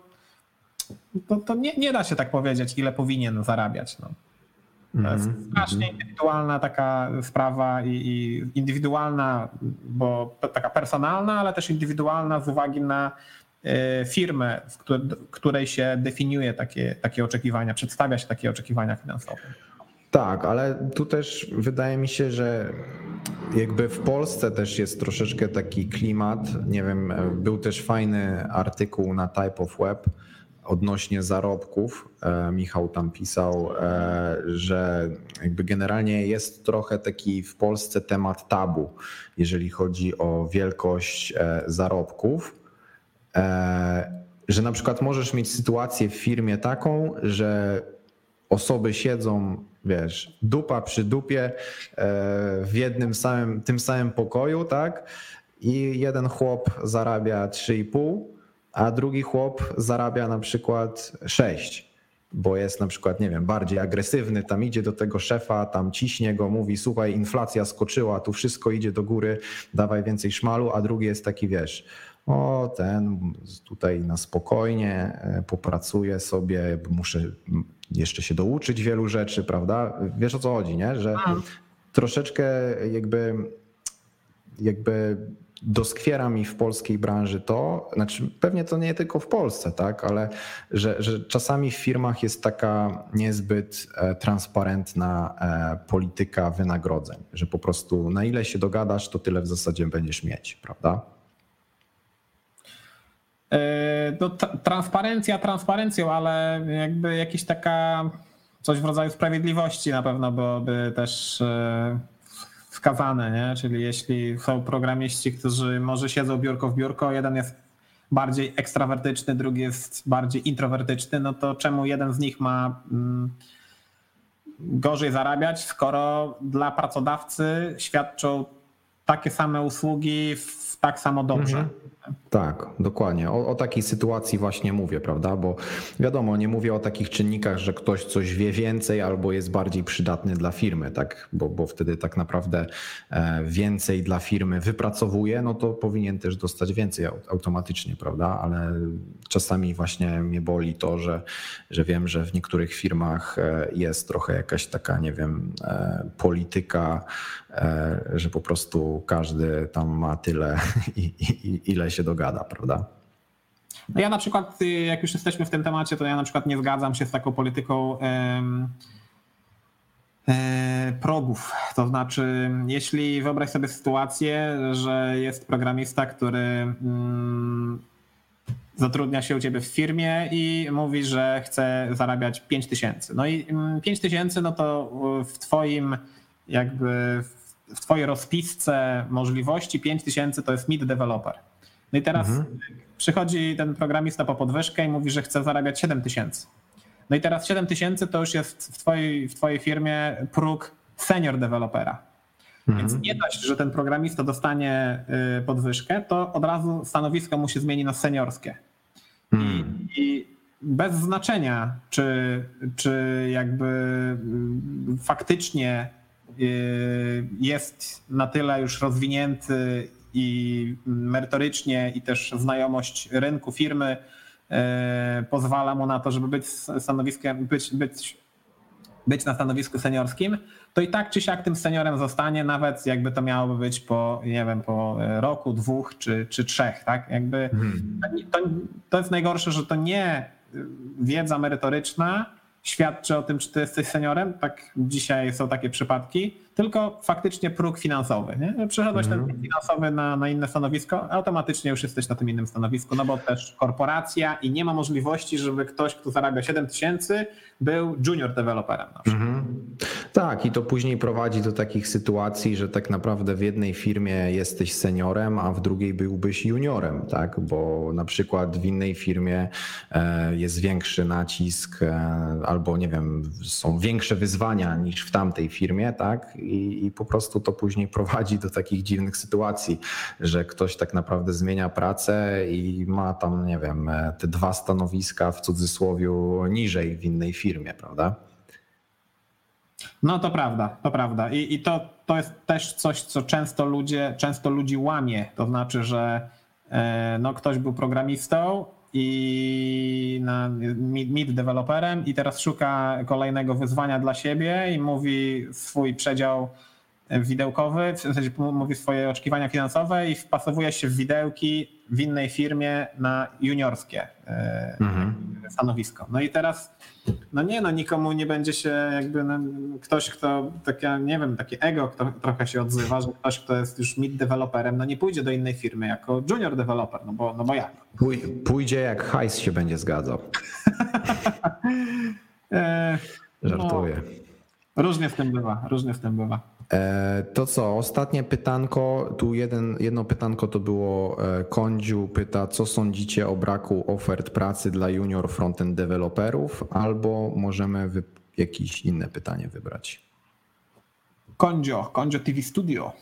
nie da się tak powiedzieć, ile powinien zarabiać. No. To jest strasznie indywidualna taka sprawa i indywidualna, bo taka personalna, ale też indywidualna z uwagi na firmę, w której się definiuje takie oczekiwania, przedstawia się takie oczekiwania finansowe. Tak, ale tu też wydaje mi się, że jakby w Polsce też jest troszeczkę taki klimat, nie wiem, był też fajny artykuł na Type of Web odnośnie zarobków. Michał tam pisał, że jakby generalnie jest trochę taki w Polsce temat tabu, jeżeli chodzi o wielkość zarobków, że na przykład możesz mieć sytuację w firmie taką, że osoby siedzą, wiesz, dupa przy dupie w tym samym pokoju, tak? I jeden chłop zarabia 3,5, a drugi chłop zarabia na przykład 6, bo jest na przykład, nie wiem, bardziej agresywny, tam idzie do tego szefa, tam ciśnie go, mówi, słuchaj, inflacja skoczyła, tu wszystko idzie do góry, dawaj więcej szmalu, a drugi jest taki, wiesz, ten tutaj na spokojnie popracuje sobie, muszę jeszcze się douczyć wielu rzeczy, prawda? Wiesz, o co chodzi, nie? Że troszeczkę jakby doskwiera mi w polskiej branży to, znaczy pewnie to nie tylko w Polsce, tak, ale że czasami w firmach jest taka niezbyt transparentna polityka wynagrodzeń, że po prostu na ile się dogadasz, to tyle w zasadzie będziesz mieć, prawda? No, transparencja transparencją, ale jakby jakieś taka coś w rodzaju sprawiedliwości na pewno byłoby też wskazane, nie? Czyli jeśli są programiści, którzy może siedzą biurko w biurko, jeden jest bardziej ekstrawertyczny, drugi jest bardziej introwertyczny, no to czemu jeden z nich ma gorzej zarabiać, skoro dla pracodawcy świadczą takie same usługi tak samo dobrze. Tak, dokładnie. O takiej sytuacji właśnie mówię, prawda? Bo wiadomo, nie mówię o takich czynnikach, że ktoś coś wie więcej albo jest bardziej przydatny dla firmy, tak? Bo wtedy tak naprawdę więcej dla firmy wypracowuje, no to powinien też dostać więcej automatycznie, prawda? Ale czasami właśnie mnie boli to, że wiem, że w niektórych firmach jest trochę jakaś taka, nie wiem, polityka, że po prostu każdy tam ma tyle ile się dogada, prawda? No ja na przykład, jak już jesteśmy w tym temacie, to ja na przykład nie zgadzam się z taką polityką progów. To znaczy, jeśli wyobraź sobie sytuację, że jest programista, który zatrudnia się u ciebie w firmie i mówi, że chce zarabiać 5,000. No i 5,000, no to w twojej rozpisce możliwości 5,000 to jest mid developer. No i teraz przychodzi ten programista po podwyżkę i mówi, że chce zarabiać 7,000. No i teraz 7,000 to już jest w twojej firmie próg senior dewelopera. Więc nie dość, że ten programista dostanie podwyżkę, to od razu stanowisko mu się zmieni na seniorskie. I bez znaczenia, czy jakby faktycznie jest na tyle już rozwinięty i merytorycznie i też znajomość rynku firmy pozwala mu na to, żeby być na stanowisku seniorskim, to i tak czy siak tym seniorem zostanie, nawet jakby to miałoby być po, nie wiem, po roku, 2 czy 3, tak? Jakby to jest najgorsze, że to nie wiedza merytoryczna świadczy o tym, czy ty jesteś seniorem, tak dzisiaj są takie przypadki, tylko faktycznie próg finansowy. Nie? Przeszedłeś ten próg finansowy na inne stanowisko, automatycznie już jesteś na tym innym stanowisku, no bo też korporacja i nie ma możliwości, żeby ktoś, kto zarabia 7 000, był junior deweloperem na przykład. Tak, i to później prowadzi do takich sytuacji, że tak naprawdę w jednej firmie jesteś seniorem, a w drugiej byłbyś juniorem, tak? Bo na przykład w innej firmie jest większy nacisk albo nie wiem, są większe wyzwania niż w tamtej firmie, tak? I po prostu to później prowadzi do takich dziwnych sytuacji, że ktoś tak naprawdę zmienia pracę i ma tam, nie wiem, te 2 stanowiska w cudzysłowiu niżej w innej firmie, prawda? No to prawda. I to jest też coś, co często ludzi łamie. To znaczy, że no ktoś był programistą i mid deweloperem i teraz szuka kolejnego wyzwania dla siebie i mówi swój przedział widełkowy, w sensie mówi swoje oczekiwania finansowe i wpasowuje się w widełki w innej firmie na juniorskie stanowisko. No i teraz nikomu nie będzie się jakby ktoś, kto takie ego kto trochę się odzywa, że ktoś, kto jest już mid deweloperem, nie pójdzie do innej firmy jako junior developer, no bo jak? Pójdzie jak hajs się będzie zgadzał. Żartuję. Różnie z tym bywa. To co, ostatnie pytanko, tu jedno pytanko to było, Kondziu pyta, co sądzicie o braku ofert pracy dla junior frontend deweloperów, albo możemy jakieś inne pytanie wybrać. Kondzio TV Studio.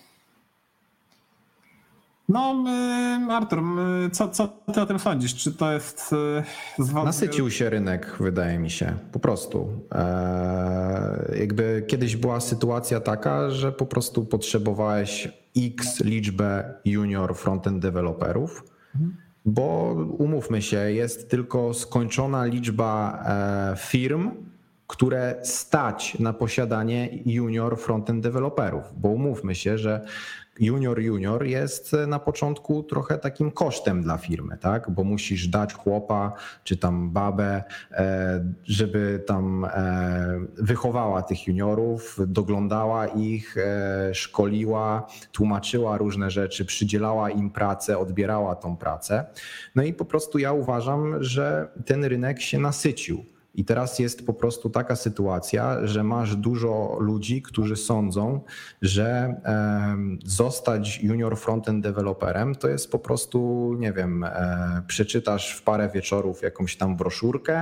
No Artur, co ty o tym sądzisz? Czy to jest... Nasycił się rynek, wydaje mi się, po prostu. Jakby kiedyś była sytuacja taka, że po prostu potrzebowałeś X liczbę junior frontend deweloperów, bo umówmy się, jest tylko skończona liczba firm, które stać na posiadanie junior frontend deweloperów, bo umówmy się, że junior jest na początku trochę takim kosztem dla firmy, tak? Bo musisz dać chłopa czy tam babę, żeby tam wychowała tych juniorów, doglądała ich, szkoliła, tłumaczyła różne rzeczy, przydzielała im pracę, odbierała tą pracę. No i po prostu ja uważam, że ten rynek się nasycił. I teraz jest po prostu taka sytuacja, że masz dużo ludzi, którzy sądzą, że zostać junior frontend deweloperem to jest po prostu, nie wiem, przeczytasz w parę wieczorów jakąś tam broszurkę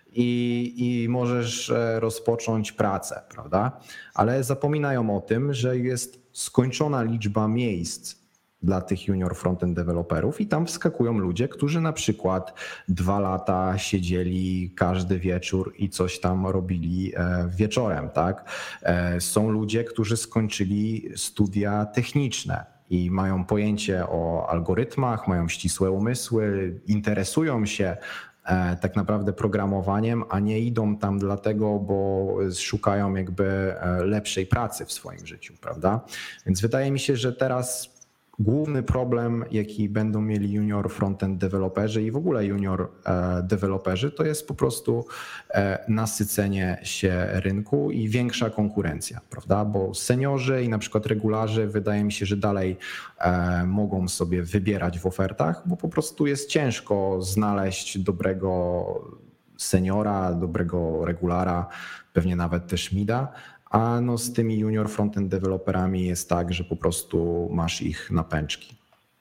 i możesz rozpocząć pracę, prawda? Ale zapominają o tym, że jest skończona liczba miejsc dla tych junior frontend deweloperów i tam wskakują ludzie, którzy na przykład 2 lata siedzieli każdy wieczór i coś tam robili wieczorem, tak? Są ludzie, którzy skończyli studia techniczne i mają pojęcie o algorytmach, mają ścisłe umysły, interesują się tak naprawdę programowaniem, a nie idą tam dlatego, bo szukają jakby lepszej pracy w swoim życiu, prawda? Więc wydaje mi się, że teraz główny problem, jaki będą mieli junior frontend deweloperzy i w ogóle junior deweloperzy, to jest po prostu nasycenie się rynku i większa konkurencja, prawda? Bo seniorzy i na przykład regularze wydaje mi się, że dalej mogą sobie wybierać w ofertach, bo po prostu jest ciężko znaleźć dobrego seniora, dobrego regulara, pewnie nawet też mida. A no z tymi junior frontend deweloperami jest tak, że po prostu masz ich na pęczki.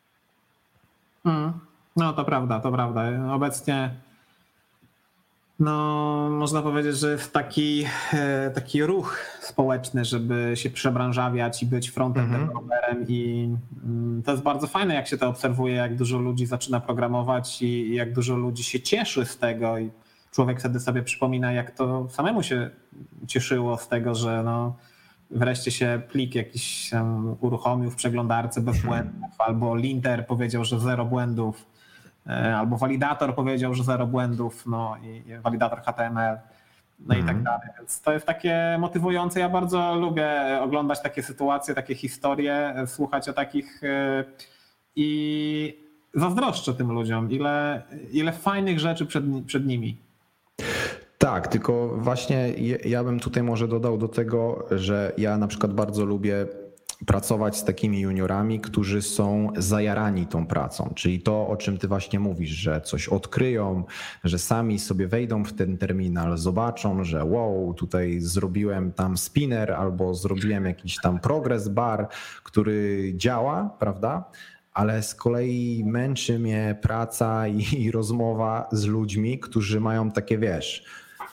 No to prawda. Obecnie no można powiedzieć, że jest taki ruch społeczny, żeby się przebranżawiać i być frontend deweloperem i to jest bardzo fajne, jak się to obserwuje, jak dużo ludzi zaczyna programować i jak dużo ludzi się cieszy z tego i człowiek wtedy sobie przypomina, jak to samemu się cieszyło z tego, że no wreszcie się plik jakiś uruchomił w przeglądarce bez błędów, albo linter powiedział, że 0 błędów, albo walidator powiedział, że 0 błędów, no i walidator HTML, no i tak dalej. Więc to jest takie motywujące. Ja bardzo lubię oglądać takie sytuacje, takie historie, słuchać o takich i zazdroszczę tym ludziom, ile fajnych rzeczy przed nimi. Tak, tylko właśnie ja bym tutaj może dodał do tego, że ja na przykład bardzo lubię pracować z takimi juniorami, którzy są zajarani tą pracą, czyli to, o czym ty właśnie mówisz, że coś odkryją, że sami sobie wejdą w ten terminal, zobaczą, że wow, tutaj zrobiłem tam spinner albo zrobiłem jakiś tam progress bar, który działa, prawda? Ale z kolei męczy mnie praca i rozmowa z ludźmi, którzy mają takie, wiesz,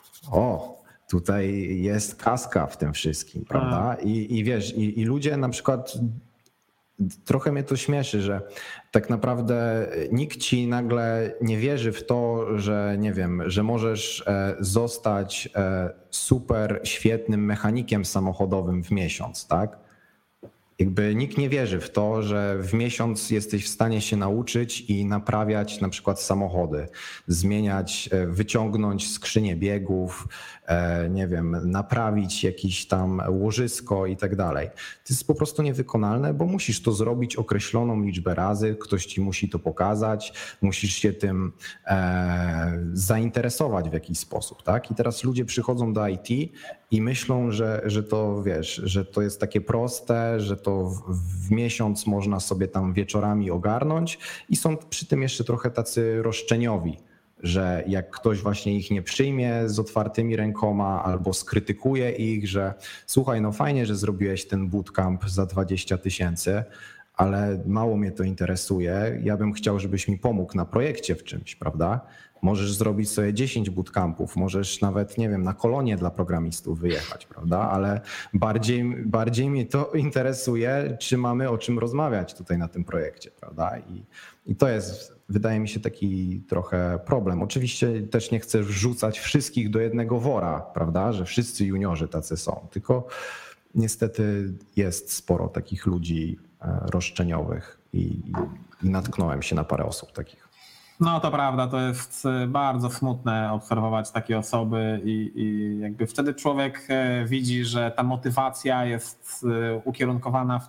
tutaj jest kaska w tym wszystkim, prawda? I wiesz, i ludzie na przykład, trochę mnie to śmieszy, że tak naprawdę nikt ci nagle nie wierzy w to, że nie wiem, że możesz zostać super świetnym mechanikiem samochodowym w miesiąc, tak? Jakby nikt nie wierzy w to, że w miesiąc jesteś w stanie się nauczyć i naprawiać na przykład samochody, zmieniać, wyciągnąć skrzynię biegów, nie wiem, naprawić jakieś tam łożysko i tak dalej. To jest po prostu niewykonalne, bo musisz to zrobić określoną liczbę razy, ktoś ci musi to pokazać, musisz się tym zainteresować w jakiś sposób, tak? I teraz ludzie przychodzą do IT i myślą, że to wiesz, że to jest takie proste, że to w miesiąc można sobie tam wieczorami ogarnąć i są przy tym jeszcze trochę tacy roszczeniowi, że jak ktoś właśnie ich nie przyjmie z otwartymi rękoma albo skrytykuje ich, że słuchaj, no fajnie, że zrobiłeś ten bootcamp za 20 000, ale mało mnie to interesuje, ja bym chciał, żebyś mi pomógł na projekcie w czymś, prawda? Możesz zrobić sobie 10 bootcampów, możesz nawet, nie wiem, na kolonie dla programistów wyjechać, prawda? Ale bardziej mnie to interesuje, czy mamy o czym rozmawiać tutaj na tym projekcie, prawda? I to jest, wydaje mi się, taki trochę problem. Oczywiście też nie chcę wrzucać wszystkich do jednego wora, prawda? Że wszyscy juniorzy tacy są, tylko niestety jest sporo takich ludzi roszczeniowych i natknąłem się na parę osób takich. No to prawda, to jest bardzo smutne obserwować takie osoby i jakby wtedy człowiek widzi, że ta motywacja jest ukierunkowana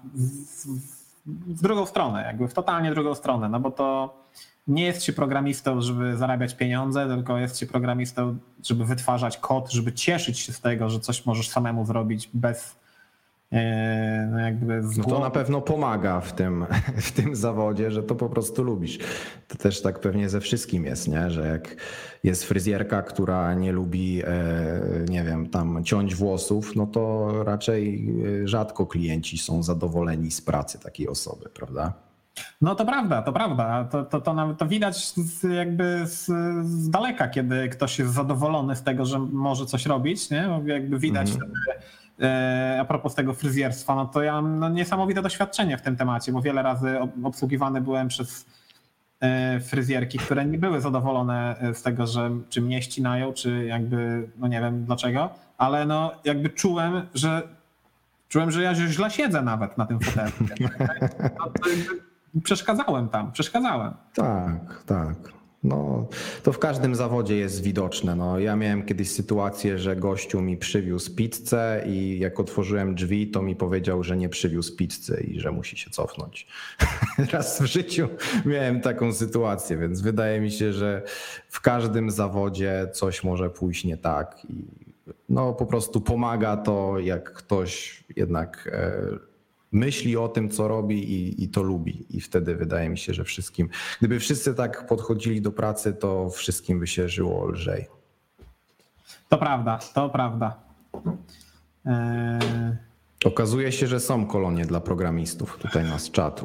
w drugą stronę, jakby w totalnie drugą stronę, no bo to nie jest się programistą, żeby zarabiać pieniądze, tylko jest się programistą, żeby wytwarzać kod, żeby cieszyć się z tego, że coś możesz samemu zrobić bez jakby no to na pewno pomaga w tym zawodzie, że to po prostu lubisz. To też tak pewnie ze wszystkim jest, nie? Że jak jest fryzjerka, która nie lubi, nie wiem, tam ciąć włosów, no to raczej rzadko klienci są zadowoleni z pracy takiej osoby, prawda? No to prawda, to prawda. To widać jakby z daleka, kiedy ktoś jest zadowolony z tego, że może coś robić, nie? Jakby widać a propos tego fryzjerstwa, no to ja mam niesamowite doświadczenie w tym temacie, bo wiele razy obsługiwany byłem przez fryzjerki, które nie były zadowolone z tego, że czy mnie ścinają, czy jakby, no nie wiem dlaczego, ale no jakby czułem, że ja źle siedzę nawet na tym fotelu. Przeszkadzałem. Tak. No, to w każdym zawodzie jest widoczne. No, ja miałem kiedyś sytuację, że gościu mi przywiózł pizzę i jak otworzyłem drzwi, to mi powiedział, że nie przywiózł pizzy i że musi się cofnąć. Raz w życiu miałem taką sytuację, więc wydaje mi się, że w każdym zawodzie coś może pójść nie tak i no, po prostu pomaga to, jak ktoś jednak myśli o tym, co robi i to lubi. I wtedy wydaje mi się, że wszystkim, gdyby wszyscy tak podchodzili do pracy, to wszystkim by się żyło lżej. To prawda. Okazuje się, że są kolonie dla programistów. Tutaj nas czat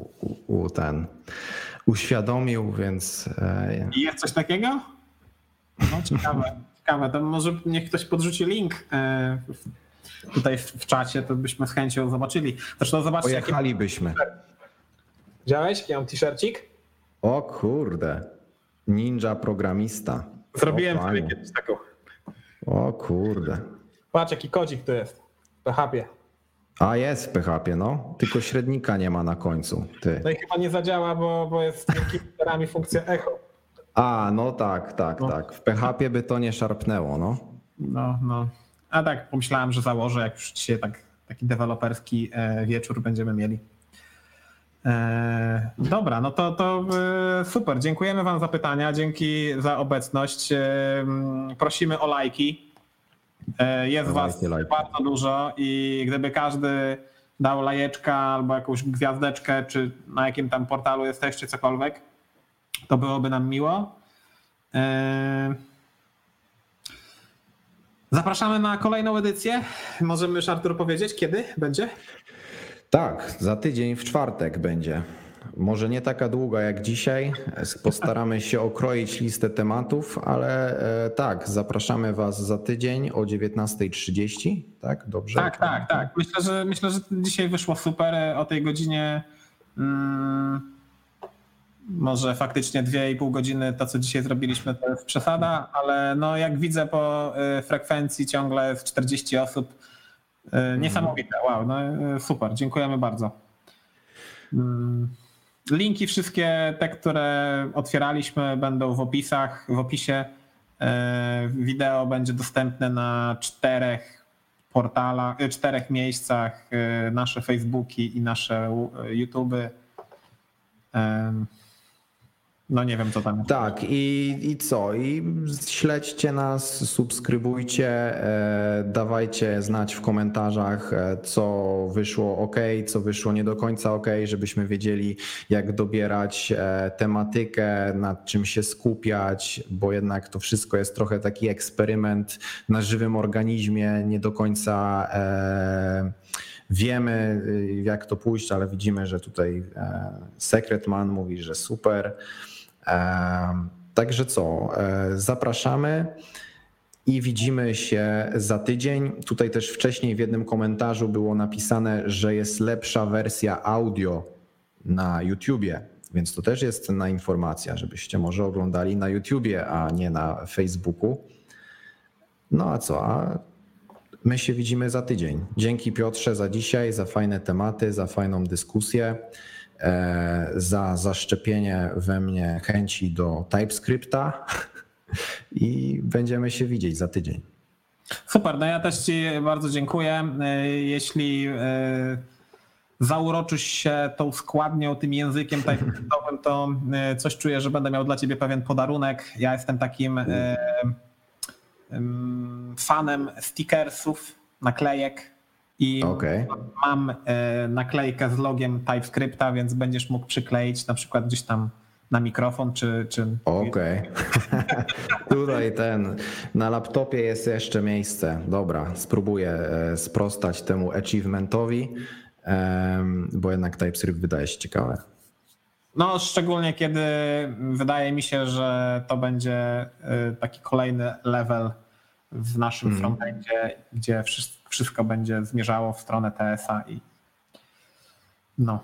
uświadomił, więc... I jest coś takiego? No ciekawe. To może niech ktoś podrzuci link tutaj w czacie, to byśmy z chęcią zobaczyli. Zresztą zobaczcie. Pojechalibyśmy. Widziałeś? Jaki mam t-shircik? O kurde. Ninja programista. Zrobiłem O, sobie panie. kiedyś taką. O kurde. Patrz, jaki kodzik tu jest w PHP. A jest w PHP, no. Tylko średnika nie ma na końcu. Ty. No i chyba nie zadziała, bo jest wielkimi literami funkcja echo. A, no tak. W PHP by to nie szarpnęło, no. No. A tak pomyślałem, że założę, jak już dzisiaj taki deweloperski wieczór będziemy mieli. Dobra, no to super. Dziękujemy wam za pytania, dzięki za obecność. Prosimy o lajki. Jest was bardzo dużo i gdyby każdy dał lajeczka albo jakąś gwiazdeczkę, czy na jakim tam portalu jesteście, cokolwiek, to byłoby nam miło. Zapraszamy na kolejną edycję. Możemy już, Artur, powiedzieć, kiedy będzie? Tak, za tydzień w czwartek będzie. Może nie taka długa jak dzisiaj. Postaramy się okroić listę tematów, ale tak, zapraszamy Was za tydzień o 19:30. Tak, dobrze? Tak. Myślę, że dzisiaj wyszło super o tej godzinie. Może faktycznie 2,5 godziny to, co dzisiaj zrobiliśmy, to jest przesada, ale no jak widzę po frekwencji ciągle jest 40 osób. Niesamowite, wow, no super, dziękujemy bardzo. Linki wszystkie te, które otwieraliśmy, będą w opisie. Wideo będzie dostępne na 4 portalach, 4 miejscach, nasze Facebooki i nasze YouTube'y. No nie wiem, co tam jest. Tak, i co? I śledźcie nas, subskrybujcie, dawajcie znać w komentarzach, co wyszło ok, co wyszło nie do końca ok, żebyśmy wiedzieli, jak dobierać tematykę, nad czym się skupiać, bo jednak to wszystko jest trochę taki eksperyment na żywym organizmie, nie do końca wiemy, jak to pójść, ale widzimy, że tutaj Secret Man mówi, że super. Także co, zapraszamy i widzimy się za tydzień. Tutaj też wcześniej w jednym komentarzu było napisane, że jest lepsza wersja audio na YouTubie, więc to też jest cenna informacja, żebyście może oglądali na YouTubie, a nie na Facebooku. No a co, a my się widzimy za tydzień. Dzięki, Piotrze, za dzisiaj, za fajne tematy, za fajną dyskusję, za zaszczepienie we mnie chęci do TypeScripta i będziemy się widzieć za tydzień. Super, no ja też Ci bardzo dziękuję. Jeśli zauroczysz się tą składnią, tym językiem TypeScriptowym, to coś czuję, że będę miał dla Ciebie pewien podarunek. Ja jestem takim fanem stickersów, naklejek i mam naklejkę z logiem TypeScripta, więc będziesz mógł przykleić na przykład gdzieś tam na mikrofon czy... Okej. Tutaj na laptopie jest jeszcze miejsce. Dobra, spróbuję sprostać temu achievementowi, bo jednak TypeScript wydaje się ciekawe. No, szczególnie kiedy wydaje mi się, że to będzie taki kolejny level w naszym frontendzie, gdzie wszystko będzie zmierzało w stronę TS-a i no.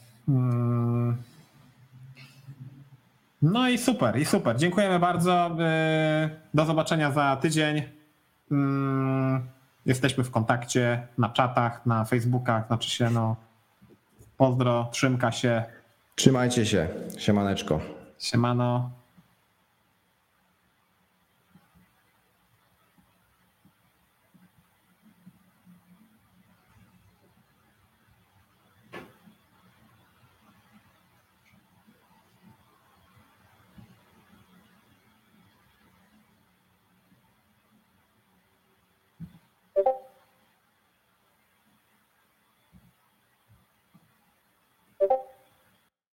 No i super. Dziękujemy bardzo. Do zobaczenia za tydzień. Jesteśmy w kontakcie na czatach, na Facebookach, znaczy się no. Pozdro, trzymka się. Trzymajcie się. Siemaneczko. Siemano.